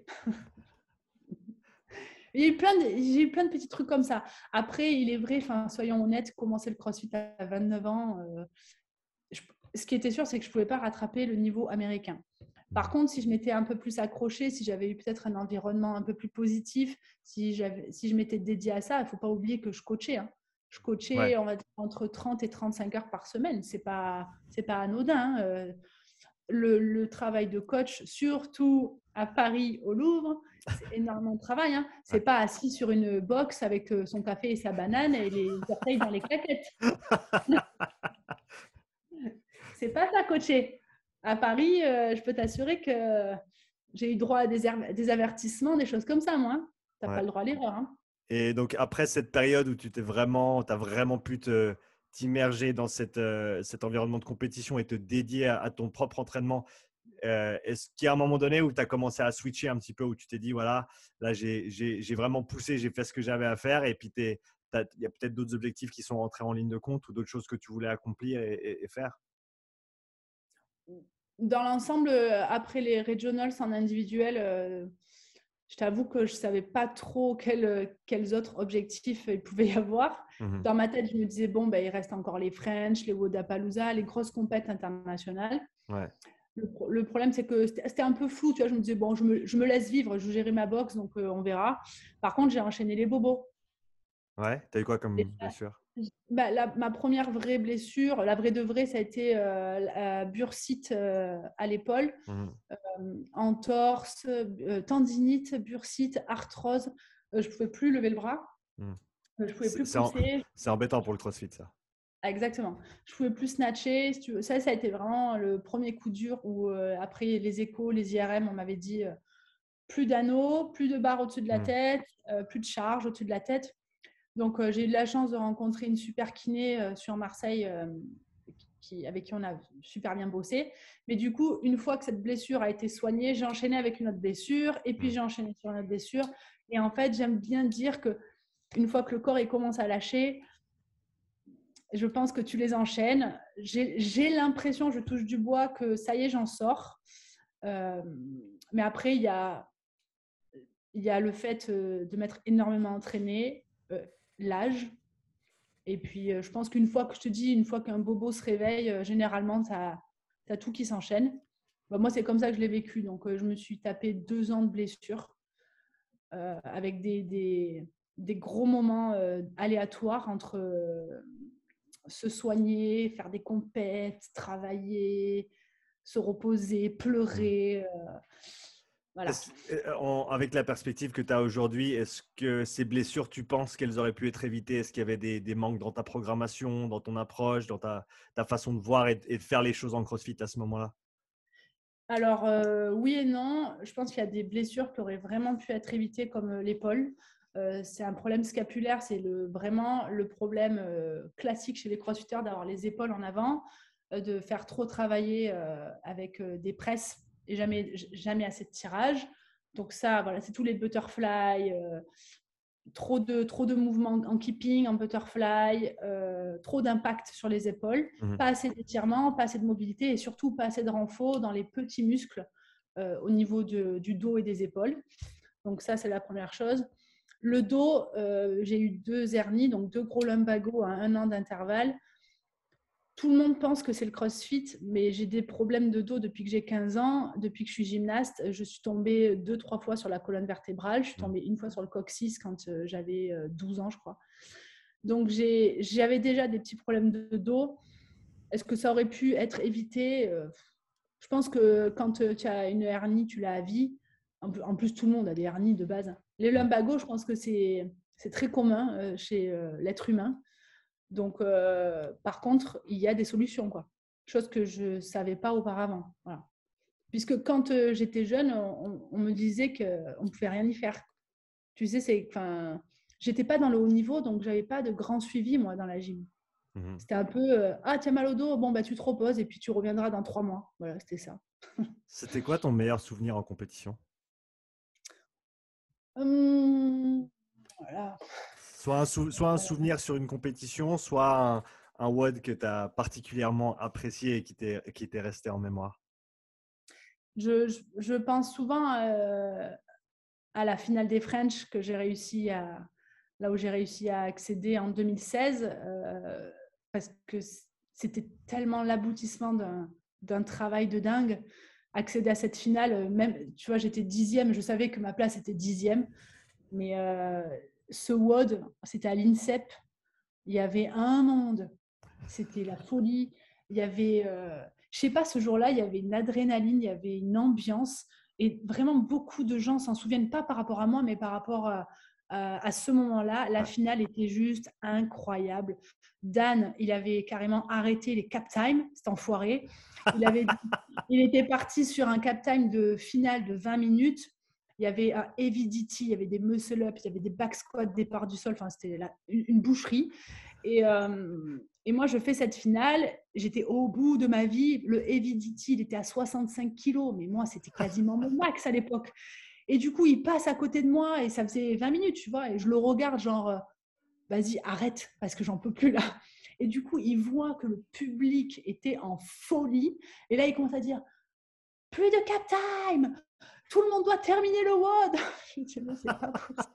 Il y a eu plein de, j'ai eu plein de petits trucs comme ça. Après, il est vrai, soyons honnêtes, commencer le CrossFit à vingt-neuf ans, euh, je, ce qui était sûr, c'est que je ne pouvais pas rattraper le niveau américain. Par contre, si je m'étais un peu plus accrochée, si j'avais eu peut-être un environnement un peu plus positif, si, j'avais, si je m'étais dédiée à ça, il ne faut pas oublier que je coachais. Hein. Je coachais, ouais. on va dire, entre trente et trente-cinq heures par semaine. Ce n'est pas, c'est pas anodin. Hein. Le, le travail de coach, surtout à Paris, au Louvre, c'est énormément de travail. Hein. Ce n'est ouais. pas assis sur une box avec son café et sa banane et les orteils dans les claquettes. C'est pas ça, coacher. À Paris, euh, je peux t'assurer que j'ai eu droit à des, des avertissements, des choses comme ça, moi. Hein. Tu n'as ouais. pas le droit à l'erreur. Hein. Et donc, après cette période où tu t'es vraiment, as vraiment pu te, t'immerger dans cette, euh, cet environnement de compétition et te dédier à, à ton propre entraînement, euh, est-ce qu'il y a un moment donné où tu as commencé à switcher un petit peu, où tu t'es dit, voilà, là, j'ai, j'ai, j'ai vraiment poussé, j'ai fait ce que j'avais à faire, et puis il y a peut-être d'autres objectifs qui sont rentrés en ligne de compte ou d'autres choses que tu voulais accomplir et, et, et faire? Dans l'ensemble, après les regionals en individuel, euh, je t'avoue que je ne savais pas trop quel, quels autres objectifs il pouvait y avoir. Mmh. Dans ma tête, je me disais, bon, ben, il reste encore les French, les Wodapalooza, les grosses compètes internationales. Ouais. Le, le problème, c'est que c'était, c'était un peu flou. Tu vois, je me disais, bon, je me, je me laisse vivre, je gérerai ma boxe, donc euh, on verra. Par contre, j'ai enchaîné les bobos. Ouais, t'as eu quoi comme blessure? Bah, la, ma première vraie blessure, la vraie de vraie, ça a été euh, la bursite euh, à l'épaule, mmh. euh, entorse, euh, tendinite, bursite, arthrose. Euh, je ne pouvais plus lever le bras. Mmh. Euh, je pouvais plus c'est, pousser. En, c'est embêtant pour le CrossFit, ça. Exactement. Je ne pouvais plus snatcher. Si tu veux. Ça, ça a été vraiment le premier coup dur où, euh, après les échos, les I R M, on m'avait dit euh, plus d'anneaux, plus de barres au-dessus de la mmh. tête, euh, plus de charge au-dessus de la tête. Donc, euh, j'ai eu de la chance de rencontrer une super kiné euh, sur Marseille euh, qui, avec qui on a super bien bossé. Mais du coup, une fois que cette blessure a été soignée, j'ai enchaîné avec une autre blessure et puis j'ai enchaîné sur une autre blessure. Et en fait, j'aime bien dire qu'une fois que le corps il commence à lâcher, je pense que tu les enchaînes. J'ai, j'ai l'impression, je touche du bois, que ça y est, j'en sors. Euh, mais après, il y a... il y a le fait euh, de m'être énormément entraînée, euh, l'âge. Et puis, euh, je pense qu'une fois que je te dis, une fois qu'un bobo se réveille, euh, généralement, tu as tout qui s'enchaîne. Bah, moi, c'est comme ça que je l'ai vécu. Donc, euh, je me suis tapé deux ans de blessures euh, avec des, des, des gros moments euh, aléatoires entre euh, se soigner, faire des compètes, travailler, se reposer, Mhm. pleurer. Euh, voilà. Est-ce- euh, en- avec la perspective que tu as aujourd'hui, est-ce que ces blessures, tu penses qu'elles auraient pu être évitées? Est-ce qu'il y avait des, des manques dans ta programmation, dans ton approche, dans ta, ta façon de voir et, et de faire les choses en CrossFit à ce moment-là? Alors, euh, oui et non. Je pense qu'il y a des blessures qui auraient vraiment pu être évitées, comme euh, l'épaule. Euh, c'est un problème scapulaire. C'est le, vraiment le problème euh, classique chez les crossfitters d'avoir les épaules en avant, euh, de faire trop travailler euh, avec euh, des presses et jamais, jamais assez de tirage. Donc ça, voilà, c'est tous les butterfly, euh, trop de, trop de mouvements en keeping, en butterfly, euh, trop d'impact sur les épaules, Mhm. pas assez d'étirement, pas assez de mobilité et surtout pas assez de renfort dans les petits muscles euh, au niveau de, du dos et des épaules. Donc ça, c'est la première chose. Le dos, euh, j'ai eu deux hernies, donc deux gros lumbagos à un an d'intervalle. Tout le monde pense que c'est le CrossFit, mais j'ai des problèmes de dos depuis que j'ai quinze ans. Depuis que je suis gymnaste, je suis tombée deux, trois fois sur la colonne vertébrale. Je suis Mhm. tombée une fois sur le coccyx quand euh, j'avais euh, douze ans, je crois. Donc, j'ai, j'avais déjà des petits problèmes de dos. Est-ce que ça aurait pu être évité? Euh, Je pense que quand euh, tu as une hernie, tu l'as à vie. En plus, en plus, tout le monde a des hernies de base. Les Mhm. lumbagos, je pense que c'est, c'est très commun euh, chez euh, l'être humain. Donc, euh, par contre, il y a des solutions, quoi. Chose que je ne savais pas auparavant. Voilà. Puisque quand euh, j'étais jeune, on, on me disait qu'on ne pouvait rien y faire. Tu sais, c'est, enfin, j'étais pas dans le haut niveau, donc j'avais pas de grand suivi, moi, dans la gym. Mhm. C'était un peu, euh, ah, tu as mal au dos, bon, bah, tu te reposes et puis tu reviendras dans trois mois. Voilà, c'était ça. C'était quoi ton meilleur souvenir en compétition? Hum, voilà. Soit un, sou- soit un souvenir sur une compétition, soit un, un W O D que tu as particulièrement apprécié et qui t'est qui t'est resté en mémoire. Je, je, je pense souvent euh, à la finale des French que j'ai réussi à, là où j'ai réussi à accéder en deux mille seize, euh, parce que c'était tellement l'aboutissement d'un, d'un travail de dingue. Accéder à cette finale, même, tu vois, j'étais dixième, je savais que ma place était dixième, mais euh, ce W O D, c'était à l'INSEP, il y avait un monde, c'était la folie, il y avait, euh, je sais pas, ce jour-là, il y avait une adrénaline, il y avait une ambiance, et vraiment beaucoup de gens s'en souviennent pas par rapport à moi, mais par rapport à, à, à ce moment-là. La Ouais. finale était juste incroyable. Dan, il avait carrément arrêté les cap time, cet enfoiré. Il avait, il était parti sur un cap time de finale de vingt minutes. Il y avait un heavy D T, il y avait des muscle ups, il y avait des back squats, départ du sol. Enfin, c'était la, une, une boucherie. Et, euh, et moi, je fais cette finale. J'étais au bout de ma vie. Le heavy D T, il était à soixante-cinq kilos. Mais moi, c'était quasiment mon max à l'époque. Et du coup, il passe à côté de moi et ça faisait vingt minutes, tu vois. Et je le regarde, genre, euh, vas-y, arrête, parce que j'en peux plus là. Et du coup, il voit que le public était en folie. Et là, il commence à dire, plus de cap time, tout le monde doit terminer le W O D. Je me dis, mais c'est pas possible.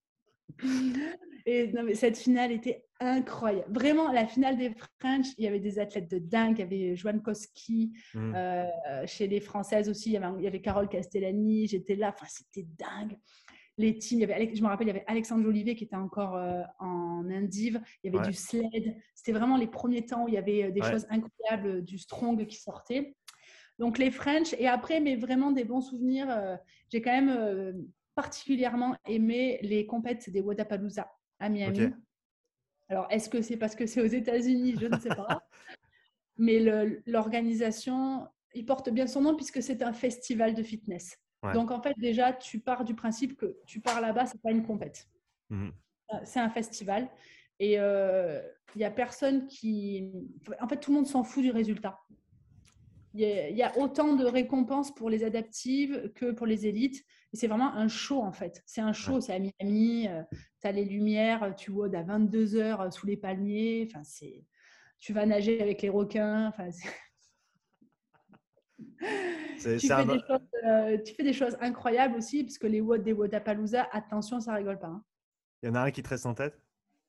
Et non, mais cette finale était incroyable. Vraiment, la finale des French, il y avait des athlètes de dingue. Il y avait Joanne Koski. Mhm. Euh, chez les Françaises aussi, il y avait, il y avait Carole Castellani. J'étais là. Enfin, c'était dingue. Les teams, il y avait, je me rappelle, il y avait Alexandre Jolivet qui était encore euh, en Indive. Il y avait Ouais, du sled. C'était vraiment les premiers temps où il y avait des ouais. choses incroyables, du strong qui sortait. Donc les French. Et après, mais vraiment des bons souvenirs. Euh, j'ai quand même euh, particulièrement aimé les compètes des Wodapalooza à Ok. Miami. Alors, est-ce que c'est parce que c'est aux États-Unis? Je ne sais pas. Mais le, l'organisation, il porte bien son nom puisque c'est un festival de fitness. Ouais. Donc, en fait, déjà, tu pars du principe que tu pars là-bas, ce n'est pas une compète. Mhm. C'est un festival. Et il euh, n'y a personne qui... En fait, tout le monde s'en fout du résultat. Il y, y a autant de récompenses pour les adaptives que pour les élites. Et c'est vraiment un show, en fait. C'est un Ouais. show, c'est à Miami. Euh, tu as les lumières, tu vois, à vingt-deux heures sous les palmiers. Enfin, c'est... Tu vas nager avec les requins. Enfin, c'est... C'est, tu, c'est fais un... des choses, euh, tu fais des choses incroyables aussi, parce que les WOD des Wodapalooza, attention, ça rigole pas. Hein. Il y en a un qui te reste en tête?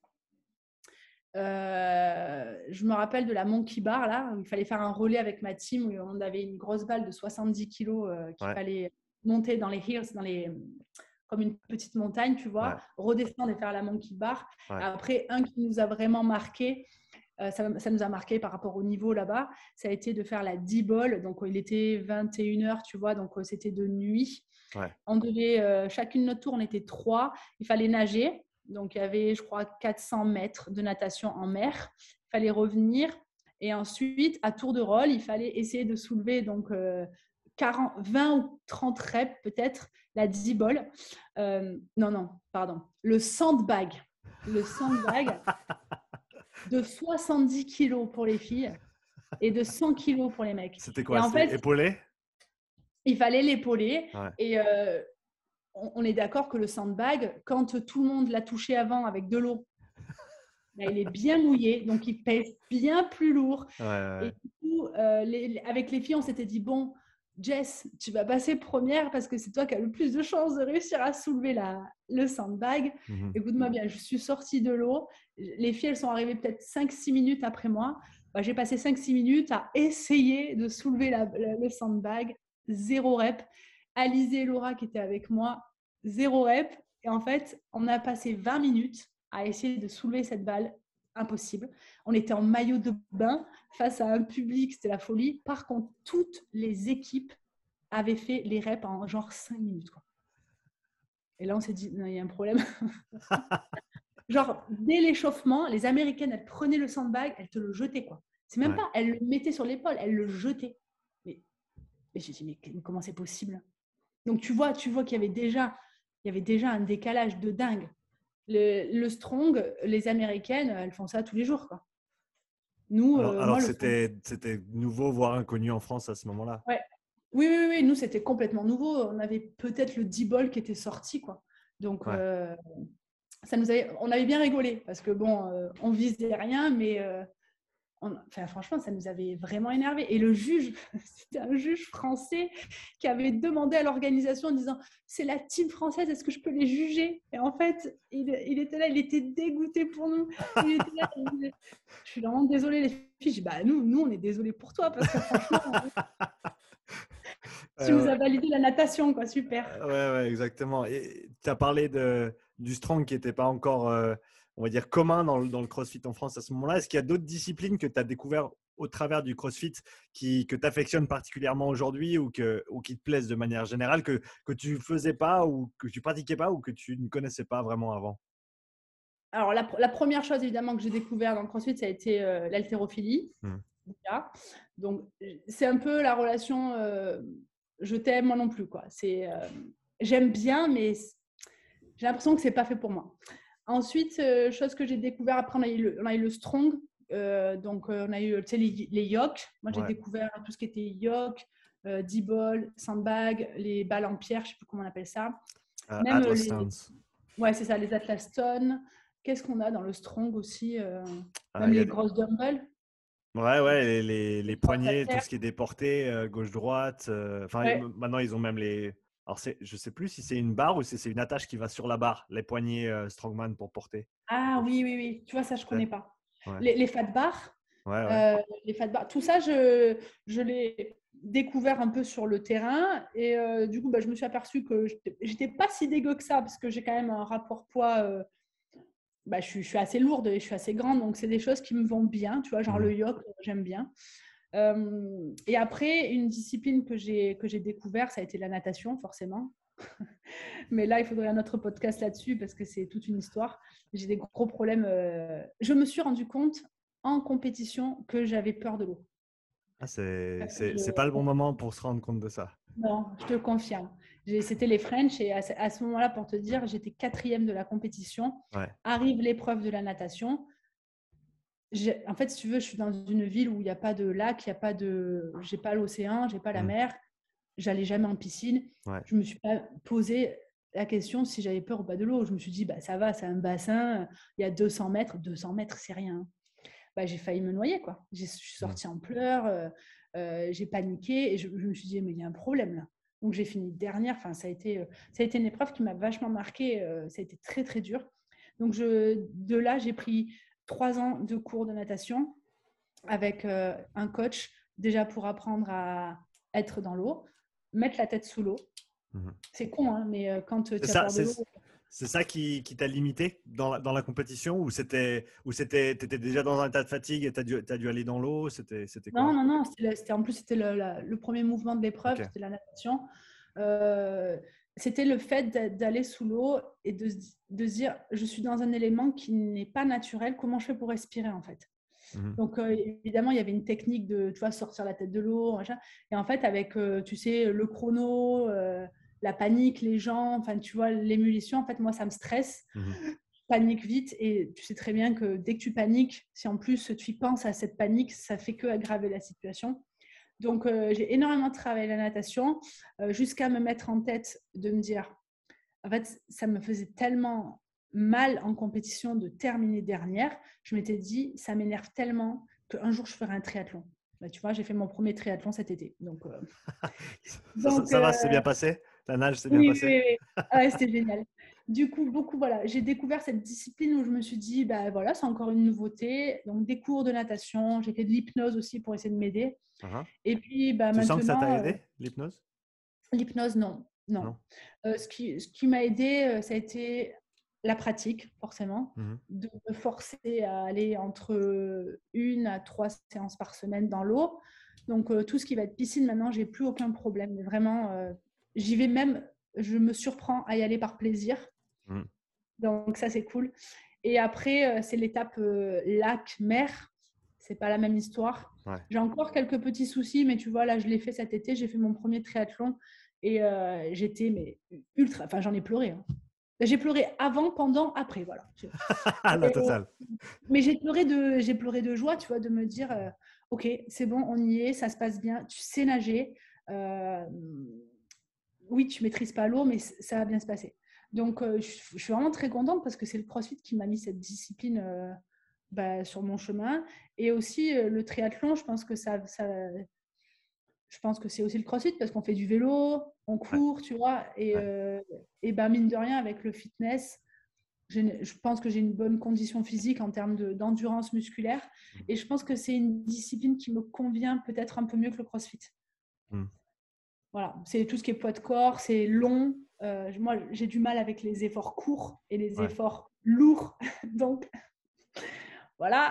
Euh, je me rappelle de la Monkey Bar, là, où il fallait faire un relais avec ma team, où on avait une grosse balle de soixante-dix kilos euh, qu'il Ouais, fallait monter dans les hills, dans les, comme une petite montagne, tu ouais, vois, redescendre et faire la Monkey Bar. ouais. Après, un qui nous a vraiment marqué, euh, ça, ça nous a marqué par rapport au niveau là-bas, ça a été de faire la D-ball. Donc, il était vingt et une heures, tu vois, donc euh, c'était de nuit. Ouais. On devait, euh, chacune notre tour, on était trois. Il fallait nager. Donc, il y avait, je crois, quatre cents mètres de natation en mer. Il fallait revenir. Et ensuite, à tour de rôle, il fallait essayer de soulever donc, euh, quarante, vingt ou trente reps, peut-être, la D-ball. Euh, non, non, pardon. Le sandbag. Le sandbag de soixante-dix kilos pour les filles et de cent kilos pour les mecs. C'était Et quoi? en C'était fait, épaulé? il fallait l'épauler. Ouais. Et euh, on, on est d'accord que le sandbag, quand tout le monde l'a touché avant avec de l'eau, là, il est bien mouillé, donc il pèse bien plus lourd. Ouais, ouais. Et du coup, euh, les, avec les filles, on s'était dit, bon, Jess, tu vas passer première parce que c'est toi qui as le plus de chances de réussir à soulever la, le sandbag. Mhm. Écoute-moi bien, je suis sortie de l'eau. Les filles, elles sont arrivées peut-être cinq six minutes après moi. Bah, j'ai passé cinq six minutes à essayer de soulever la, la, le sandbag. Zéro rep. Alizé et Laura qui étaient avec moi, zéro rep. Et en fait, on a passé vingt minutes à essayer de soulever cette balle. Impossible. On était en maillot de bain face à un public, c'était la folie. Par contre, toutes les équipes avaient fait les reps en genre cinq minutes. Quoi. Et là, on s'est dit, non, il y a un problème. Genre, dès l'échauffement, les Américaines, elles prenaient le sandbag, elles te le jetaient. Quoi. C'est même Ouais. pas, elles le mettaient sur l'épaule, elles le jetaient. Mais, mais j'ai dit, mais comment c'est possible? Donc, tu vois, tu vois qu'il y avait déjà, il y avait déjà un décalage de dingue. Le, le strong, les Américaines, elles font ça tous les jours. Quoi. Nous, Alors, euh, alors moi, que le strong, c'était, c'était nouveau, voire inconnu en France à ce moment-là. ouais. Oui, oui, oui, nous, c'était complètement nouveau. On avait peut-être le D-ball qui était sorti, quoi. Donc, Ouais. euh, ça nous avait, on avait bien rigolé parce que, bon, euh, on visait rien, mais euh, on, enfin, franchement, ça nous avait vraiment énervé. Et le juge, c'était un juge français qui avait demandé à l'organisation en disant « C'est la team française, est-ce que je peux les juger ?» Et en fait, il, il était là, il était dégoûté pour nous. Il était là, il disait « Je suis vraiment désolée, les filles. » Je dis « Bah, nous, nous, on est désolés pour toi parce que franchement... » Tu nous Euh, as validé la natation, quoi, super. ouais, ouais, exactement. Et tu as parlé de, du strong qui n'était pas encore, euh, on va dire, commun dans le, dans le CrossFit en France à ce moment-là. Est-ce qu'il y a d'autres disciplines que tu as découvert au travers du CrossFit qui, que tu affectionnes particulièrement aujourd'hui ou, que, ou qui te plaisent de manière générale, que, que tu ne faisais pas ou que tu pratiquais pas ou que tu ne connaissais pas vraiment avant? Alors, la, la première chose, évidemment, que j'ai découvert dans le CrossFit, ça a été euh, l'haltérophilie. Hmm. Donc, c'est un peu la relation euh, je t'aime, moi non plus, quoi. C'est, euh, j'aime bien, mais j'ai l'impression que c'est pas fait pour moi. Ensuite, euh, chose que j'ai découvert, après, on a eu le, on a eu le strong. Euh, donc, euh, on a eu les, les yoke. Moi, j'ai Ouais. découvert tout ce qui était yoke, euh, D-ball, sandbag, les balles en pierre, je sais plus comment on appelle ça. Euh, Même Atlas les, Stones. ouais, c'est ça, les Atlas Stones. Qu'est-ce qu'on a dans le strong aussi euh, Ah, même il y a les des- grosses dumbbells. Ouais, ouais, les, les, les Les portes à poignées, tout terre. ce qui est déporté, euh, gauche-droite. euh, Enfin, Ouais. maintenant, ils ont même les. Alors, c'est, je sais plus si c'est une barre ou si c'est une attache qui va sur la barre, les poignées euh, Strongman pour porter. Ah oui, oui, oui. Tu vois, ça, je ne Tu sais. connais pas. Ouais, Les, les fat bars, ouais, ouais. euh, les fat bars, tout ça, je, je l'ai découvert un peu sur le terrain. Et euh, du coup, bah, je me suis aperçue que je n'étais pas si dégueu que ça parce que j'ai quand même un rapport poids. Euh, bah, je, suis, je suis assez lourde et je suis assez grande. Donc, c'est des choses qui me vont bien. Tu vois, genre Mhm. le yoke, j'aime bien. Euh, et après, une discipline que j'ai que j'ai découvert, ça a été la natation, forcément. Mais là, il faudrait un autre podcast là-dessus parce que c'est toute une histoire. J'ai des gros problèmes. Euh... Je me suis rendu compte en compétition que j'avais peur de l'eau. Ah, c'est, c'est, Je... c'est pas le bon moment pour se rendre compte de ça. Non, je te le confirme. C'était les French et à ce, à ce moment-là, pour te dire, j'étais quatrième de la compétition. Ouais. Arrive l'épreuve de la natation. J'ai... En fait, si tu veux, je suis dans une ville où il n'y a pas de lac, il n'y a pas de, j'ai pas l'océan, j'ai pas la Mhm. mer. J'allais jamais en piscine. Ouais. Je me suis pas posé la question si j'avais peur ou pas de l'eau. Je me suis dit, bah, ça va, c'est un bassin, il y a deux cents mètres. deux cents mètres, c'est rien. Bah, j'ai failli me noyer, quoi. Je suis Mhm. sortie en pleurs. Euh, euh, j'ai paniqué et je, je me suis dit, mais il y a un problème là. Donc, j'ai fini dernière. Enfin, ça a été, ça a été une épreuve qui m'a vachement marquée. Euh, ça a été très, très dur. Donc, je, de là, j'ai pris trois ans de cours de natation avec euh, un coach, déjà pour apprendre à être dans l'eau, mettre la tête sous l'eau. Mmh. C'est con, hein, mais euh, quand tu as peur de l'eau… C'est ça qui, qui t'a limité dans la, dans la compétition ou c'était ou c'était t'étais déjà dans un état de fatigue et tu as dû, t'as dû aller dans l'eau, c'était c'était quoi? Non, non, non, c'était, c'était, en plus c'était le, la, le premier mouvement de l'épreuve, okay. C'était la natation. Euh, c'était le fait d'aller sous l'eau et de, de se dire je suis dans un élément qui n'est pas naturel, comment je fais pour respirer en fait? Mmh. Donc euh, évidemment il y avait une technique de tu vois, sortir la tête de l'eau, machin. Et en fait avec euh, tu sais le chrono, euh, la panique, les gens, enfin tu vois l'émulsion, en fait moi ça me stresse. Mmh. Je panique vite et tu sais très bien que dès que tu paniques, si en plus tu y penses à cette panique, ça fait que aggraver la situation. Donc euh, j'ai énormément travaillé la natation euh, jusqu'à me mettre en tête de me dire en fait ça me faisait tellement mal en compétition de terminer dernière, je m'étais dit ça m'énerve tellement qu'un jour je ferai un triathlon. Bah, tu vois, j'ai fait mon premier triathlon cet été. Donc, euh... ça, donc, ça, ça va, c'est bien passé? La nage, c'est bien oui, passé? Oui, oui, oui. Ah, c'était génial. Du coup, beaucoup, voilà, j'ai découvert cette discipline où je me suis dit, bah voilà, c'est encore une nouveauté. Donc, des cours de natation, j'ai fait de l'hypnose aussi pour essayer de m'aider. Uh-huh. Et puis, bah, tu maintenant… sens que ça t'a aidé, euh... l'hypnose? L'hypnose, non. Non. non. Euh, ce qui, ce qui m'a aidé, ça a été la pratique, forcément, mmh. de me forcer à aller entre une à trois séances par semaine dans l'eau. Donc, euh, tout ce qui va être piscine, maintenant, j'ai plus aucun problème. Mais vraiment, euh, j'y vais même, je me surprends à y aller par plaisir. Mmh. Donc, ça, c'est cool. Et après, euh, c'est l'étape euh, lac-mer. C'est pas la même histoire. Ouais. J'ai encore quelques petits soucis, mais tu vois, là, je l'ai fait cet été. J'ai fait mon premier triathlon et euh, j'étais mais ultra. Enfin, j'en ai pleuré. Hein. J'ai pleuré avant, pendant, après, voilà. La totale. Mais j'ai pleuré de, j'ai pleuré de joie, tu vois, de me dire, euh, ok, c'est bon, on y est, ça se passe bien, tu sais nager. Euh, oui, tu maîtrises pas l'eau, mais ça va bien se passer. Donc, euh, je, je suis vraiment très contente parce que c'est le CrossFit qui m'a mis cette discipline euh, bah, sur mon chemin. Et aussi, euh, le triathlon, je pense que ça, ça je pense que c'est aussi le CrossFit parce qu'on fait du vélo, on court, ouais. Tu vois. Et, ouais. euh, et ben, mine de rien, avec le fitness, je pense que j'ai une bonne condition physique en termes de, d'endurance musculaire. Et je pense que c'est une discipline qui me convient peut-être un peu mieux que le CrossFit. Mm. Voilà, c'est tout ce qui est poids de corps, c'est long. Euh, moi, j'ai du mal avec les efforts courts et les ouais. efforts lourds. Donc, voilà.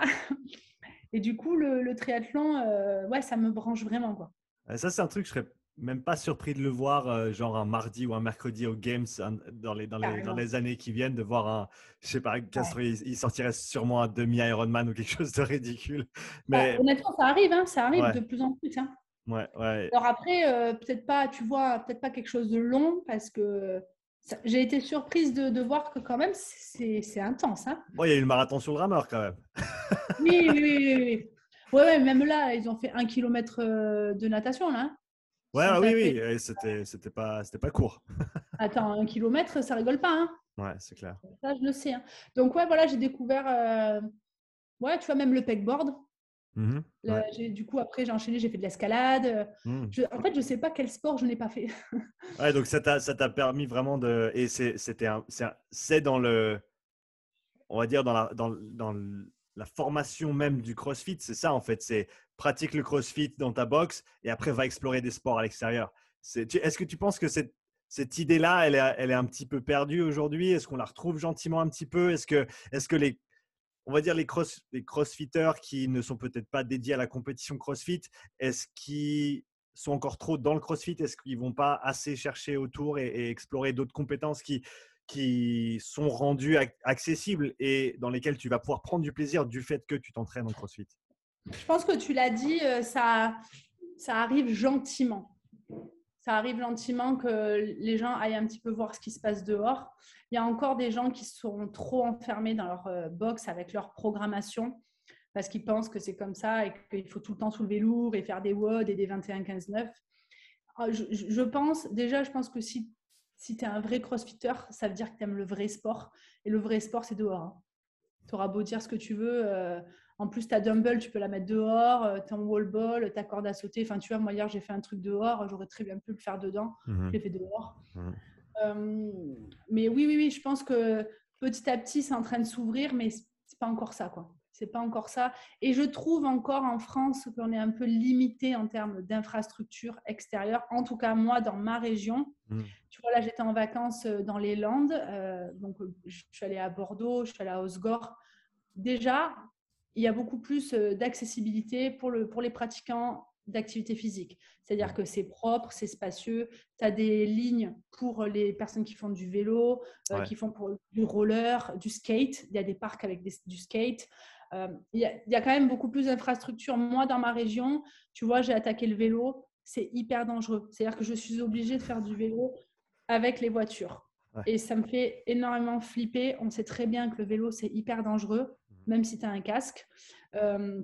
Et du coup, le, le triathlon, euh, ouais, ça me branche vraiment, quoi. Ça, c'est un truc, je serais même pas surpris de le voir, euh, genre un mardi ou un mercredi aux Games un, dans, les, dans, les, dans les années qui viennent, de voir un, je sais pas, Castro, ouais. il, il sortirait sûrement un demi-Ironman ou quelque chose de ridicule. Mais... Bah, honnêtement, ça arrive, hein, ça arrive ouais. de plus en plus. Hein. Ouais, ouais. Alors après, euh, peut-être pas, tu vois, peut-être pas quelque chose de long parce que ça, j'ai été surprise de, de voir que quand même, c'est, c'est intense. Hein. Bon, il y a eu le marathon sur le rameur quand même. Oui, oui, oui, oui. Ouais, ouais, même là, ils ont fait un kilomètre de natation, là. Hein. Ouais, oui, fait... oui, c'était, c'était, pas, c'était pas court. Attends, un kilomètre, ça rigole pas, hein. Ouais, c'est clair. Ça, je le sais. Hein. Donc, ouais, voilà, j'ai découvert, euh... ouais, tu vois, même le pegboard. Mmh, le, ouais. j'ai, du coup, après, j'ai enchaîné, j'ai fait de l'escalade. Mmh. Je, en fait, je sais pas quel sport je n'ai pas fait. Ouais, donc ça t'a, ça t'a permis vraiment de… Et c'est, c'était un, c'est, un, c'est dans le… On va dire dans la, dans, dans la formation même du CrossFit, c'est ça en fait. C'est pratique le CrossFit dans ta box et après va explorer des sports à l'extérieur. C'est, tu, est-ce que tu penses que cette, cette idée-là, elle est, elle est un petit peu perdue aujourd'hui? Est-ce qu'on la retrouve gentiment un petit peu? Est-ce que, est-ce que les… On va dire les, cross, les crossfitters qui ne sont peut-être pas dédiés à la compétition CrossFit, est-ce qu'ils sont encore trop dans le CrossFit? Est-ce qu'ils ne vont pas assez chercher autour et, et explorer d'autres compétences qui, qui sont rendues accessibles et dans lesquelles tu vas pouvoir prendre du plaisir du fait que tu t'entraînes en CrossFit? Je pense que tu l'as dit, ça, ça arrive gentiment. Ça arrive gentiment que les gens aillent un petit peu voir ce qui se passe dehors. Il y a encore des gens qui sont trop enfermés dans leur box avec leur programmation parce qu'ils pensent que c'est comme ça et qu'il faut tout le temps soulever lourd et faire des W O D et des vingt et un quinze neuf. Je, je pense, déjà, je pense que si, si tu es un vrai crossfitter, ça veut dire que tu aimes le vrai sport. Et le vrai sport, c'est dehors. Hein. Tu auras beau dire ce que tu veux. Euh, En plus, ta dumbbell, tu peux la mettre dehors, euh, ton wall ball, ta corde à sauter. Enfin, tu vois, moi, hier, j'ai fait un truc dehors. J'aurais très bien pu le faire dedans. Mhm. Je l'ai fait dehors. Mhm. Euh, mais oui, oui, oui, je pense que petit à petit, c'est en train de s'ouvrir, mais c'est pas encore ça, quoi. C'est pas encore ça. Et je trouve encore en France qu'on est un peu limité en termes d'infrastructures extérieures. En tout cas, moi, dans ma région, Mhm. tu vois, là, j'étais en vacances dans les Landes. Euh, donc, je suis allée à Bordeaux, je suis allée à Osgore. Déjà, il y a beaucoup plus d'accessibilité pour, le, pour les pratiquants d'activité physique. C'est-à-dire que c'est propre, c'est spacieux. Tu as des lignes pour les personnes qui font du vélo, euh, Ouais. qui font pour du roller, du skate. Il y a des parcs avec des, du skate. Euh, il, y a, il y a quand même beaucoup plus d'infrastructures. Moi, dans ma région, tu vois, j'ai attaqué le vélo. C'est hyper dangereux. C'est-à-dire que je suis obligée de faire du vélo avec les voitures. Ouais. Et ça me fait énormément flipper. On sait très bien que le vélo, c'est hyper dangereux, même si tu as un casque. Euh,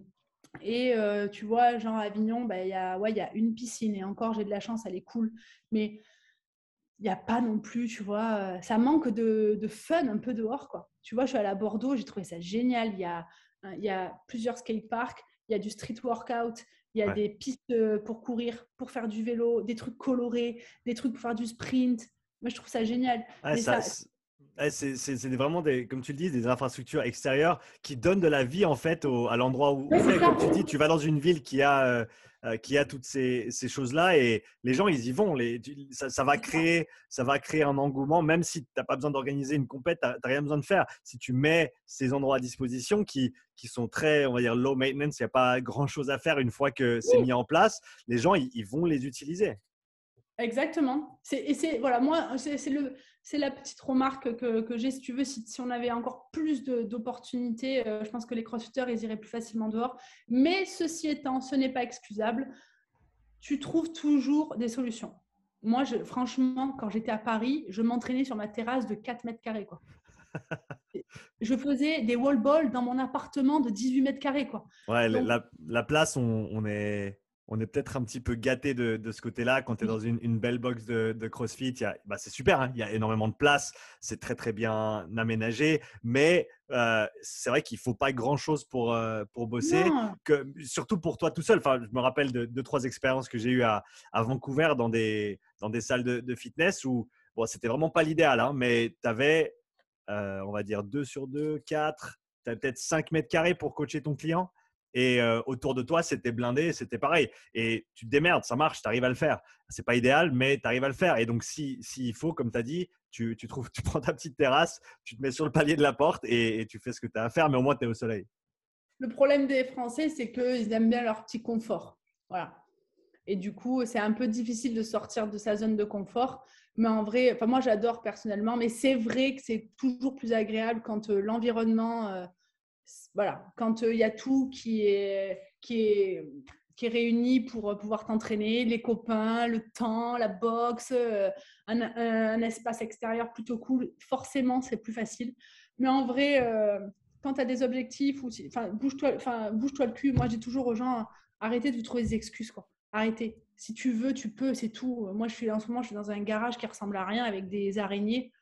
et euh, tu vois, genre à Avignon, bah, y a, ouais, y a une piscine. Et encore, j'ai de la chance, elle est cool. Mais il n'y a pas non plus, tu vois, euh, ça manque de, de fun un peu dehors, quoi. Tu vois, je suis allée à Bordeaux, j'ai trouvé ça génial. Il y a, il y a plusieurs skateparks, il y a du street workout, il y a Ouais. des pistes pour courir, pour faire du vélo, des trucs colorés, des trucs pour faire du sprint. Moi, je trouve ça génial. Ouais, Mais ça, ça, c'est ouais, c'est- c'est- c'est vraiment des, comme tu le dis, des infrastructures extérieures qui donnent de la vie en fait au- à l'endroit où, où ouais, tu c'est es. ça. Comme tu dis, tu vas dans une ville qui a, euh, euh, qui a toutes ces, ces choses-là et les gens, ils y vont. Les, tu- ça, ça va créer, ça va créer un engouement, même si tu n'as pas besoin d'organiser une compète, tu n'as rien besoin de faire. Si tu mets ces endroits à disposition qui, qui sont très, on va dire, low maintenance, il n'y a pas grand-chose à faire une fois que c'est mis en place, les gens, ils, ils vont les utiliser. Exactement. C'est, et c'est, voilà, moi, c'est, c'est, le, c'est la petite remarque que, que j'ai, si tu veux, si, si on avait encore plus de, d'opportunités, euh, je pense que les crossfitters, ils iraient plus facilement dehors. Mais ceci étant, ce n'est pas excusable. Tu trouves toujours des solutions. Moi, je, franchement, quand j'étais à Paris, je m'entraînais sur ma terrasse de quatre mètres carrés, quoi. Je faisais des wall balls dans mon appartement de dix-huit mètres carrés, quoi. Ouais, Donc, la, la place, on, on est, on est peut-être un petit peu gâté de, de ce côté-là. Quand tu es dans une, une belle box de, de CrossFit, il y a, bah, c'est super, hein, il y a énormément de place, c'est très très bien aménagé, mais euh, c'est vrai qu'il ne faut pas grand-chose pour, euh, pour bosser, non, que, surtout pour toi tout seul. Enfin, je me rappelle de deux, trois expériences que j'ai eues à, à Vancouver dans des, dans des salles de, de fitness où bon, c'était vraiment pas l'idéal, hein, mais tu avais, euh, on va dire, deux sur deux, quatre, tu as peut-être cinq mètres carrés pour coacher ton client. Et euh, autour de toi, c'était blindé, c'était pareil. Et tu te démerdes, ça marche, tu arrives à le faire. C'est pas idéal, mais tu arrives à le faire. Et donc, s'il si, si faut, comme tu as dit, tu, tu, trouves, tu prends ta petite terrasse, tu te mets sur le palier de la porte et, et tu fais ce que tu as à faire, mais au moins, tu es au soleil. le problème des Français, c'est qu'ils aiment bien leur petit confort. Voilà. Et du coup, c'est un peu difficile de sortir de sa zone de confort. Mais en vrai, enfin, moi, j'adore personnellement, mais c'est vrai que c'est toujours plus agréable quand euh, l'environnement, euh, voilà, quand euh, il y a tout qui est, qui est, qui est réuni pour euh, pouvoir t'entraîner, les copains, le temps, la boxe, euh, un, un, un espace extérieur plutôt cool, forcément, c'est plus facile. Mais en vrai, euh, quand tu as des objectifs, ou si, enfin, bouge-toi, enfin, bouge-toi le cul. Moi, je dis toujours aux gens, arrêtez de vous trouver des excuses, quoi. Arrêtez. Si tu veux, tu peux, c'est tout. Moi, je suis en ce moment, je suis dans un garage qui ressemble à rien avec des araignées.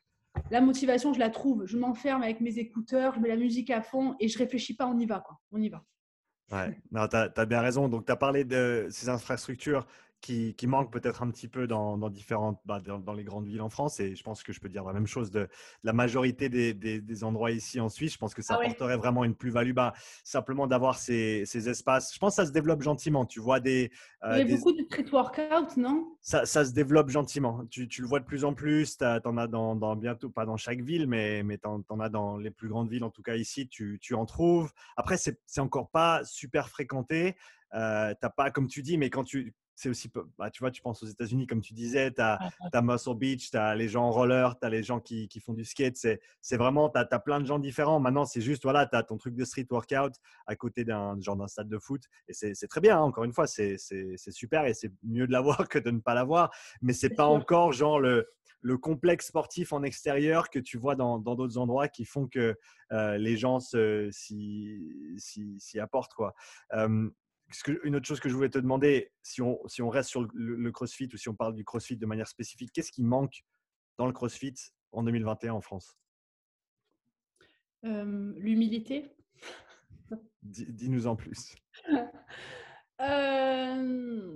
La motivation, je la trouve. Je m'enferme avec mes écouteurs, je mets la musique à fond et je réfléchis pas, on y va, quoi. On y va. Ouais, non, tu as, bien raison. Donc, tu as parlé de ces infrastructures qui, qui manquent peut-être un petit peu dans, dans différentes, bah, dans, dans les grandes villes en France. Et je pense que je peux dire la même chose de la majorité des, des, des endroits ici en Suisse. Je pense que ça Ah ouais. apporterait vraiment une plus-value. Bah, simplement d'avoir ces, ces espaces. Je pense que ça se développe gentiment. Tu vois des, Il euh, y a des, beaucoup de street workout, non? ça, ça se développe gentiment. Tu, tu le vois de plus en plus. Tu en as dans, dans bientôt, pas dans chaque ville, mais, mais tu en, en as dans les plus grandes villes, en tout cas ici, tu, tu en trouves. Après, c'est c'est encore pas super fréquenté. Euh, t'as pas, comme tu dis, mais quand tu. C'est aussi, bah, tu vois, tu penses aux États-Unis, comme tu disais, tu as, Muscle Beach, tu as les gens en roller, tu as les gens qui, qui font du skate. C'est c'est vraiment, tu as plein de gens différents. Maintenant, c'est juste, voilà, tu as ton truc de street workout à côté d'un genre d'un stade de foot. Et c'est c'est très bien, hein. Encore une fois, c'est c'est- c'est super et c'est mieux de l'avoir que de ne pas l'avoir. Mais c'est C'est pas sûr. encore genre le, le complexe sportif en extérieur que tu vois dans dans d'autres endroits qui font que euh, les gens se- s'y s'y- s'y apportent, quoi. Euh, ce que- une autre chose que je voulais te demander, si on, si on reste sur le, le CrossFit ou si on parle du CrossFit de manière spécifique, qu'est-ce qui manque dans le CrossFit en deux mille vingt et un en France? Euh, l'humilité. Dis, dis-nous en plus. Euh,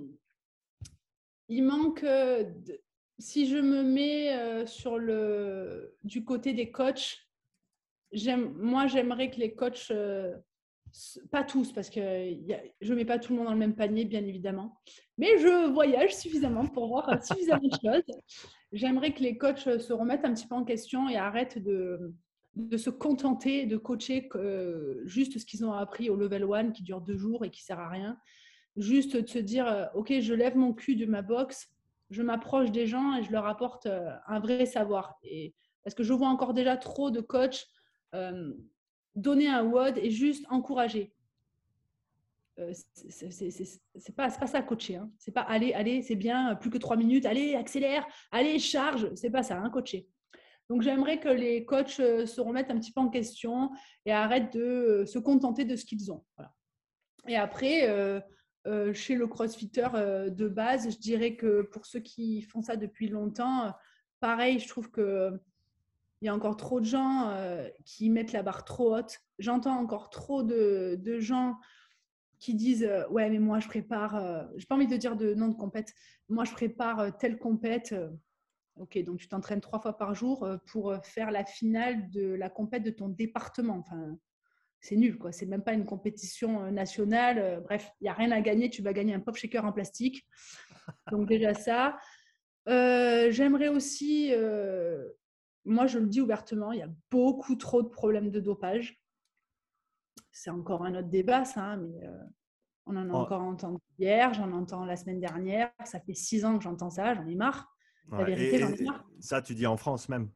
il manque, euh, de- si je me mets euh, sur le, du côté des coachs, j'aime, moi j'aimerais que les coachs, euh, s- pas tous, parce que y a- je ne mets pas tout le monde dans le même panier, bien évidemment, mais je voyage suffisamment pour voir euh, suffisamment de choses. J'aimerais que les coachs euh, se remettent un petit peu en question et arrêtent de, de se contenter de coacher euh, juste ce qu'ils ont appris au level one qui dure deux jours et qui ne sert à rien. Juste de se dire, euh, OK, je lève mon cul de ma box, je m'approche des gens et je leur apporte euh, un vrai savoir. Et, parce que je vois encore déjà trop de coachs euh, donner un W O D et juste encourager. Euh, c'est, c'est, c'est, c'est pas, c'est pas ça coacher. Hein. C'est pas allez, allez, c'est bien, plus que trois minutes, allez, accélère, allez, charge. C'est pas ça, hein, coacher. Donc j'aimerais que les coachs euh, se remettent un petit peu en question et arrêtent de euh, se contenter de ce qu'ils ont. Voilà. Et après, euh, euh, chez le crossfitter euh, de base, je dirais que pour ceux qui font ça depuis longtemps, euh, pareil, je trouve que il y a encore trop de gens euh, qui mettent la barre trop haute. J'entends encore trop de, de gens qui disent euh, ouais, mais moi je prépare, euh, j'ai pas envie de dire de nom de compète, moi je prépare euh, telle compète. Euh, ok, donc tu t'entraînes trois fois par jour euh, pour faire la finale de la compète de ton département. Enfin, c'est nul, quoi. C'est même pas une compétition euh, nationale. Euh, bref, il n'y a rien à gagner. Tu vas gagner un pop shaker en plastique. Donc déjà ça. Euh, j'aimerais aussi, euh, moi je le dis ouvertement, il y a beaucoup trop de problèmes de dopage. C'est encore un autre débat, ça, hein, mais euh, on en a Oh, encore entendu hier, j'en entends la semaine dernière. Ça fait six ans que j'entends ça, j'en ai marre. La ouais. vérité, j'en ai Et, et marre. ça, tu dis en France même.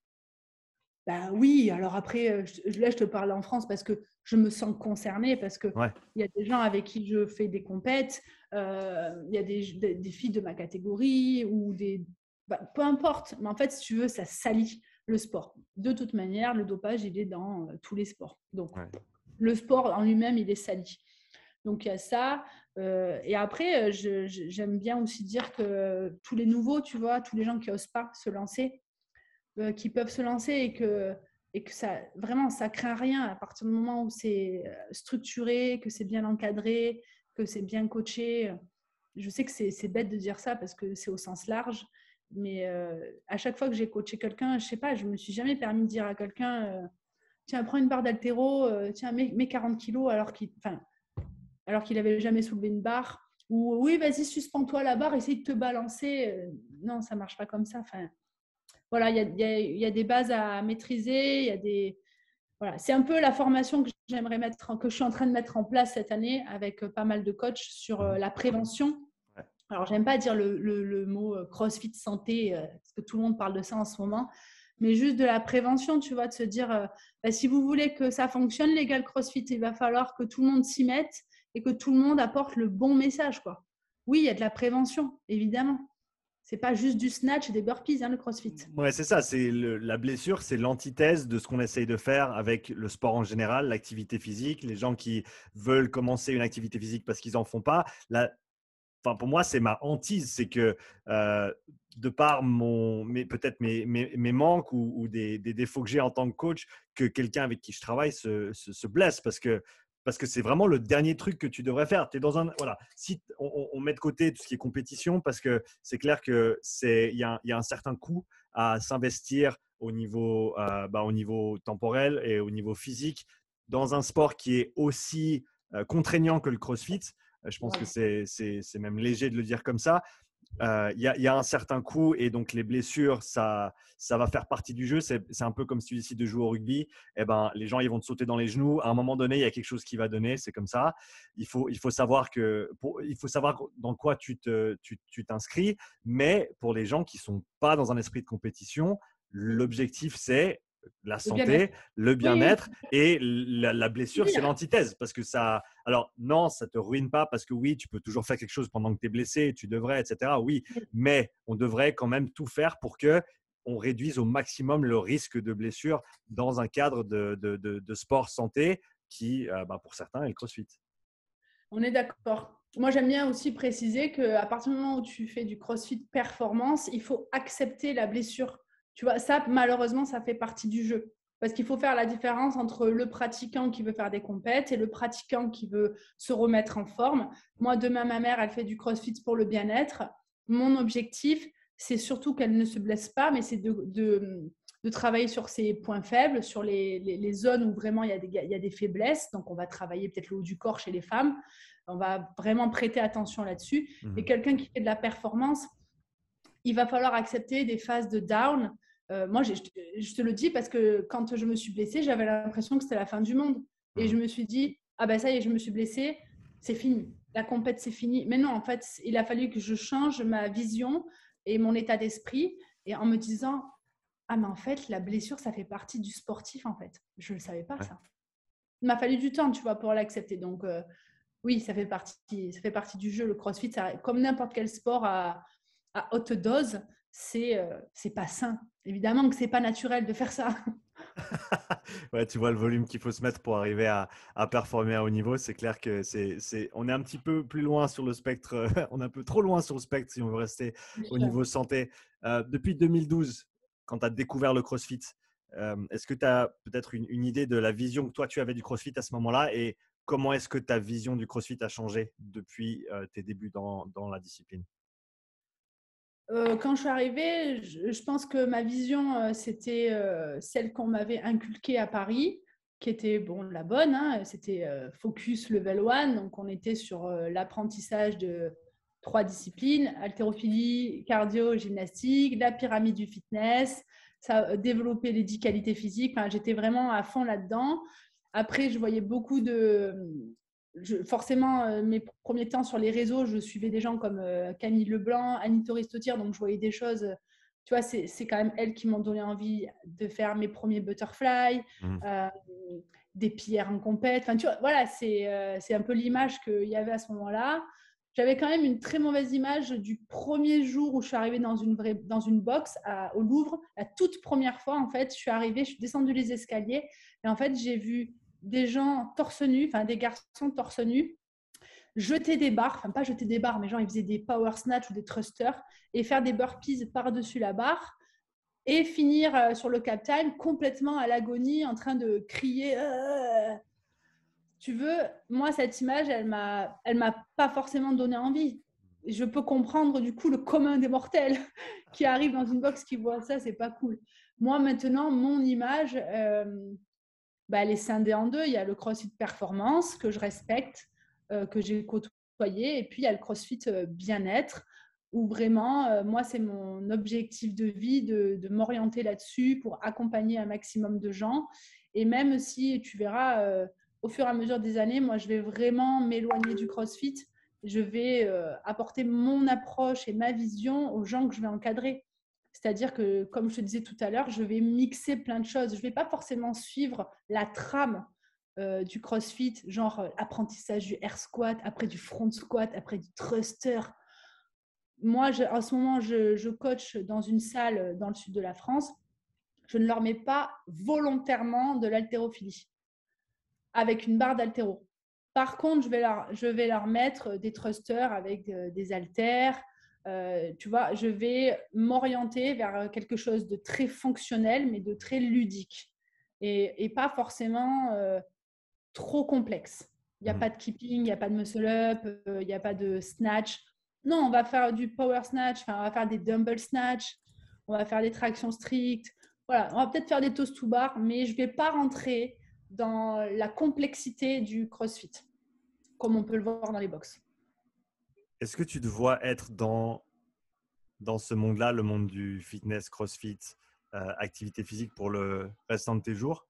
Bah oui, alors après, euh, je- là, je te parle en France parce que je me sens concernée, parce qu'il Ouais. y a des gens avec qui je fais des compètes, euh, il y a des, des, des filles de ma catégorie ou des... bah, peu importe, mais en fait, si tu veux, ça salit le sport. De toute manière, le dopage, il est dans euh, tous les sports. Donc, Ouais. le sport en lui-même, il est sali. Donc, il y a ça. Euh, et après, euh, je- je- j'aime bien aussi dire que tous les nouveaux, tu vois, tous les gens qui n'osent pas se lancer, euh, qui peuvent se lancer et que, et que ça, vraiment, ça craint rien à partir du moment où c'est euh, structuré, que c'est bien encadré, que c'est bien coaché. Je sais que c'est, c'est bête de dire ça parce que c'est au sens large, mais euh, à chaque fois que j'ai coaché quelqu'un, je sais pas, je me suis jamais permis de dire à quelqu'un, euh, tiens, prends une barre d'haltéro, euh, tiens, mets, mets quarante kilos alors qu'il, enfin, alors qu'il avait jamais soulevé une barre. Ou oui, vas-y, suspends-toi la barre, essaye de te balancer. Euh, non, ça marche pas comme ça. Enfin, voilà, il y a, y, a, y a des bases à maîtriser, il y a des... Voilà, c'est un peu la formation que j'aimerais mettre, que je suis en train de mettre en place cette année avec pas mal de coachs sur Mhm. la prévention. Ouais. Alors, j'aime pas dire le, le, le mot CrossFit santé, euh, parce que tout le monde parle de ça en ce moment, mais juste de la prévention, tu vois, de se dire, euh, bah, si vous voulez que ça fonctionne, les gars, le CrossFit, il va falloir que tout le monde s'y mette et que tout le monde apporte le bon message, quoi. Oui, il y a de la prévention, évidemment. C'est pas juste du snatch et des burpees, hein, le CrossFit. Ouais, c'est ça. C'est le- la blessure, c'est l'antithèse de ce qu'on essaye de faire avec le sport en général, l'activité physique. Les gens qui veulent commencer une activité physique parce qu'ils en font pas. La, enfin, pour moi, c'est ma hantise. C'est que euh, de par mon, mes, peut-être mes, mes, mes manques ou, ou des, des défauts que j'ai en tant que coach, que quelqu'un avec qui je travaille se, se, se blesse parce que parce que c'est vraiment le dernier truc que tu devrais faire. Tu es dans un voilà, si on, on met de côté tout ce qui est compétition parce que c'est clair que c'est il y, y a un certain coût à s'investir au niveau euh, bah, au niveau temporel et au niveau physique dans un sport qui est aussi euh, contraignant que le CrossFit. Je pense que c'est, c'est, c'est même léger de le dire comme ça. Il euh, y, y a un certain coût et donc les blessures, ça, ça va faire partie du jeu. C'est, c'est un peu comme si tu décides de jouer au rugby. Eh ben, les gens ils vont te sauter dans les genoux. À un moment donné, il y a quelque chose qui va donner. C'est comme ça. Il faut, il faut, savoir, que, pour, il faut savoir dans quoi tu, te, tu, tu t'inscris. Mais pour les gens qui ne sont pas dans un esprit de compétition, l'objectif, c'est la Le bien-être. santé, le Oui, bien-être et la, la blessure, c'est l'antithèse parce que ça. Alors non, ça te ruine pas parce que oui, tu peux toujours faire quelque chose pendant que tu es blessé, tu devrais, et cetera. Oui, mais on devrait quand même tout faire pour que on réduise au maximum le risque de blessure dans un cadre de, de, de, de sport santé qui, euh, bah, pour certains, est le CrossFit. On est d'accord. Moi, j'aime bien aussi préciser qu'à partir du moment où tu fais du CrossFit performance, il faut accepter la blessure. Tu vois, ça, malheureusement, ça fait partie du jeu. Parce qu'il faut faire la différence entre le pratiquant qui veut faire des compètes et le pratiquant qui veut se remettre en forme. Moi, demain, ma mère, elle fait du CrossFit pour le bien-être. Mon objectif, c'est surtout qu'elle ne se blesse pas, mais c'est de, de, de travailler sur ses points faibles, sur les, les, les zones où vraiment il y, a des, il y a des faiblesses. Donc, on va travailler peut-être le haut du corps chez les femmes. On va vraiment prêter attention là-dessus. Mmh. Et quelqu'un qui fait de la performance, il va falloir accepter des phases de down. Euh, moi, je, je te le dis parce que quand je me suis blessée, j'avais l'impression que c'était la fin du monde. Et mmh. je me suis dit, ah ben ça y est, je me suis blessée, c'est fini. La compète, c'est fini. Mais non, en fait, il a fallu que je change ma vision et mon état d'esprit et en me disant, ah mais en fait, la blessure, ça fait partie du sportif, en fait. Je ne le savais pas, ouais. ça. Il m'a fallu du temps, tu vois, pour l'accepter. Donc, euh, oui, ça fait, partie, ça fait partie du jeu. Le CrossFit, ça, comme n'importe quel sport à, à haute dose, c'est euh, c'est pas sain. Évidemment que c'est pas naturel de faire ça. Ouais, tu vois le volume qu'il faut se mettre pour arriver à, à performer à haut niveau. C'est clair que c'est, c'est, on est un petit peu plus loin sur le spectre, on est un peu trop loin sur le spectre si on veut rester au niveau santé. Euh, depuis deux mille douze, quand tu as découvert le CrossFit, euh, est-ce que tu as peut-être une, une idée de la vision que toi tu avais du CrossFit à ce moment-là et comment est-ce que ta vision du CrossFit a changé depuis euh, tes débuts dans, dans la discipline? Euh, quand je suis arrivée, je, je pense que ma vision, euh, c'était euh, celle qu'on m'avait inculquée à Paris, qui était bon, la bonne. Hein, c'était euh, focus level one. Donc, on était sur euh, l'apprentissage de trois disciplines, haltérophilie, cardio, gymnastique, la pyramide du fitness, ça, euh, développer les dix qualités physiques. Enfin, j'étais vraiment à fond là-dedans. Après, je voyais beaucoup de... Je, forcément, euh, mes premiers temps sur les réseaux, je suivais des gens comme euh, Camille Leblanc, Annie Touristotir, donc je voyais des choses, euh, tu vois, c'est, c'est quand même elles qui m'ont donné envie de faire mes premiers butterfly, mmh. euh, des pierres en compète, enfin, tu vois, voilà, c'est, euh, c'est un peu l'image qu'il y avait à ce moment-là. J'avais quand même une très mauvaise image du premier jour où je suis arrivée dans une, vraie, dans une box à, au Louvre, la toute première fois, en fait, je suis arrivée, je suis descendue les escaliers, et en fait, j'ai vu des gens torse nu, enfin des garçons torse nu, jeter des barres, enfin pas jeter des barres, mais genre ils faisaient des power snatch ou des thrusters et faire des burpees par-dessus la barre et finir euh, sur le cap time complètement à l'agonie en train de crier. Euh... Tu veux, moi cette image, elle m'a, elle m'a pas forcément donné envie. Je peux comprendre du coup le commun des mortels qui arrive dans une box qui voit ça, c'est pas cool. Moi maintenant, mon image. Euh, Bah, elle est scindée en deux. Il y a le CrossFit Performance que je respecte, euh, que j'ai côtoyé, et puis il y a le CrossFit euh, Bien-être, où vraiment, euh, moi, c'est mon objectif de vie de, de m'orienter là-dessus pour accompagner un maximum de gens. Et même si, tu verras, euh, au fur et à mesure des années, moi, je vais vraiment m'éloigner du CrossFit. Je vais euh, apporter mon approche et ma vision aux gens que je vais encadrer. C'est-à-dire que, comme je te disais tout à l'heure, je vais mixer plein de choses. Je ne vais pas forcément suivre la trame euh, du CrossFit, genre euh, apprentissage du air squat, après du front squat, après du thruster. Moi, je, en ce moment, je, je coach dans une salle dans le sud de la France. Je ne leur mets pas volontairement de l'haltérophilie avec une barre d'haltéro. Par contre, je vais leur, je vais leur mettre des thrusters avec euh, des haltères. Euh, tu vois, je vais m'orienter vers quelque chose de très fonctionnel, mais de très ludique et, et pas forcément euh, trop complexe. Il n'y a mmh. pas de keeping, il n'y a pas de muscle-up, euh, il n'y a pas de snatch. Non, on va faire du power snatch, enfin, on va faire des dumbbell snatch, on va faire des tractions strictes. Voilà, on va peut-être faire des toast to bar, mais je ne vais pas rentrer dans la complexité du CrossFit, comme on peut le voir dans les box. Est-ce que tu te vois être dans, dans ce monde-là, le monde du fitness, CrossFit, euh, activité physique pour le restant de tes jours?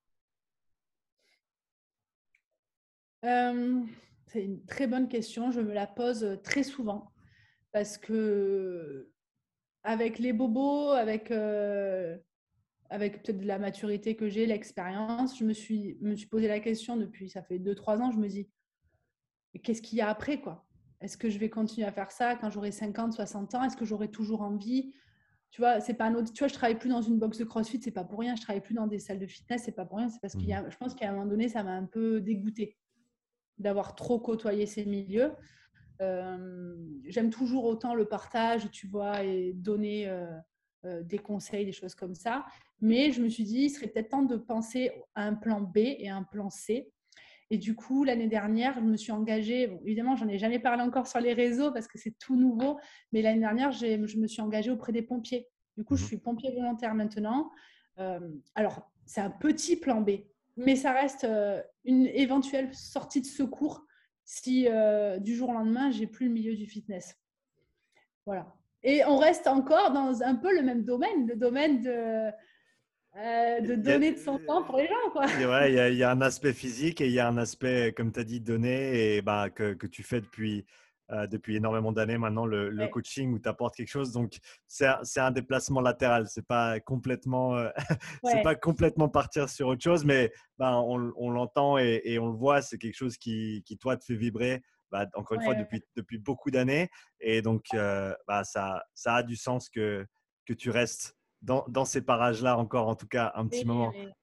euh, C'est une très bonne question. Je me la pose très souvent parce que avec les bobos, avec, euh, avec peut-être de la maturité que j'ai, l'expérience, je me suis, me suis posé la question depuis, ça fait deux trois ans, je me dis, qu'est-ce qu'il y a après, quoi? Est-ce que je vais continuer à faire ça quand j'aurai cinquante, soixante ans? Est-ce que j'aurai toujours envie? Tu vois, c'est pas un autre... tu vois, je travaille plus dans une box de CrossFit, c'est pas pour rien. Je travaille plus dans des salles de fitness, c'est pas pour rien. C'est parce qu'il y a, je pense qu'à un moment donné, ça m'a un peu dégoûtée d'avoir trop côtoyé ces milieux. Euh, j'aime toujours autant le partage, tu vois, et donner, euh, euh, des conseils, des choses comme ça. Mais je me suis dit, il serait peut-être temps de penser à un plan B et un plan C. Et du coup, l'année dernière, je me suis engagée, bon, évidemment, j'en ai jamais parlé encore sur les réseaux parce que c'est tout nouveau, mais l'année dernière, j'ai, je me suis engagée auprès des pompiers. Du coup, je Mhm. suis pompier volontaire maintenant. Euh, alors, c'est un petit plan B, mais ça reste euh, une éventuelle sortie de secours si euh, du jour au lendemain, j'ai plus le milieu du fitness. Voilà. Et on reste encore dans un peu le même domaine, le domaine de, euh, de Il y a, donner de son temps pour les gens, quoi. il y a- ouais, il y a- il y a un aspect physique et il y a un aspect, comme tu as dit, donné et bah, que, que tu fais depuis, euh, depuis énormément d'années maintenant, le, le Ouais, coaching où tu apportes quelque chose. Donc, c'est un, c'est un déplacement latéral. C'est pas complètement, euh, c'est ouais, pas complètement partir sur autre chose, mais bah, on, on l'entend et, et on le voit. C'est quelque chose qui, qui, toi, te fait vibrer. Bah, encore une fois, ouais, depuis, depuis beaucoup d'années. Et donc, euh, bah, ça, ça a du sens que, que tu restes dans, dans ces parages-là encore, en tout cas, un petit ouais, moment. ouais.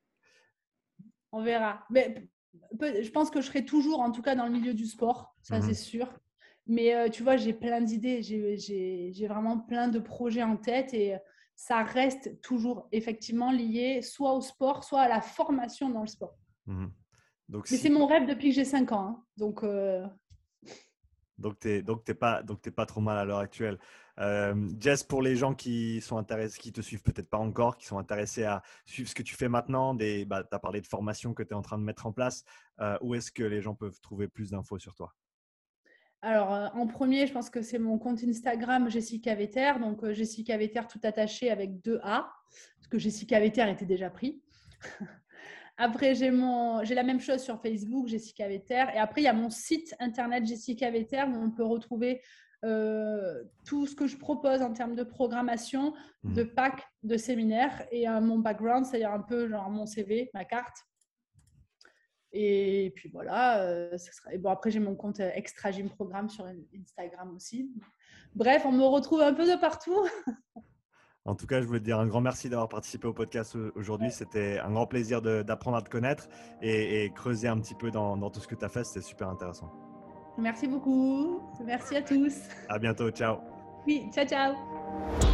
On verra. Mais peut- je pense que je serai toujours, en tout cas, dans le milieu du sport, ça c'est Mhm. sûr. Mais euh, tu vois, j'ai plein d'idées, j'ai, j'ai, j'ai vraiment plein de projets en tête et ça reste toujours effectivement lié soit au sport, soit à la formation dans le sport. Mhm. Donc, Mais c'est si, mon rêve depuis que j'ai cinq ans, hein. Donc, euh, donc t'es, donc t'es pas, donc t'es pas trop mal à l'heure actuelle. Euh, Jess, pour les gens qui sont intéressés, qui te suivent peut-être pas encore, qui sont intéressés à suivre ce que tu fais maintenant, des, bah, tu as parlé de formation que tu es en train de mettre en place. Euh, où est-ce que les gens peuvent trouver plus d'infos sur toi? alors, euh, en premier, je pense que c'est mon compte Instagram Jessica Vetter. Donc, euh, Jessica Vetter tout attaché avec deux A, parce que Jessica Vetter était déjà pris. Après, j'ai, mon, j'ai la même chose sur Facebook, Jessica Vetter. Et après, il y a mon site internet Jessica Vetter où on peut retrouver euh, tout ce que je propose en termes de programmation, de Mhm. packs, de séminaires et euh, mon background, c'est-à-dire un peu genre mon C V, ma carte. Et puis voilà, euh, ça sera... et bon, après, j'ai mon compte euh, Extra Gym Programme sur Instagram aussi. Bref, on me retrouve un peu de partout. En tout cas, je veux te dire un grand merci d'avoir participé au podcast aujourd'hui. C'était un grand plaisir de- d'apprendre à te connaître et, et creuser un petit peu dans, dans tout ce que tu as fait. C'était super intéressant. Merci beaucoup. Merci à tous. À bientôt. Ciao. Oui, ciao, ciao.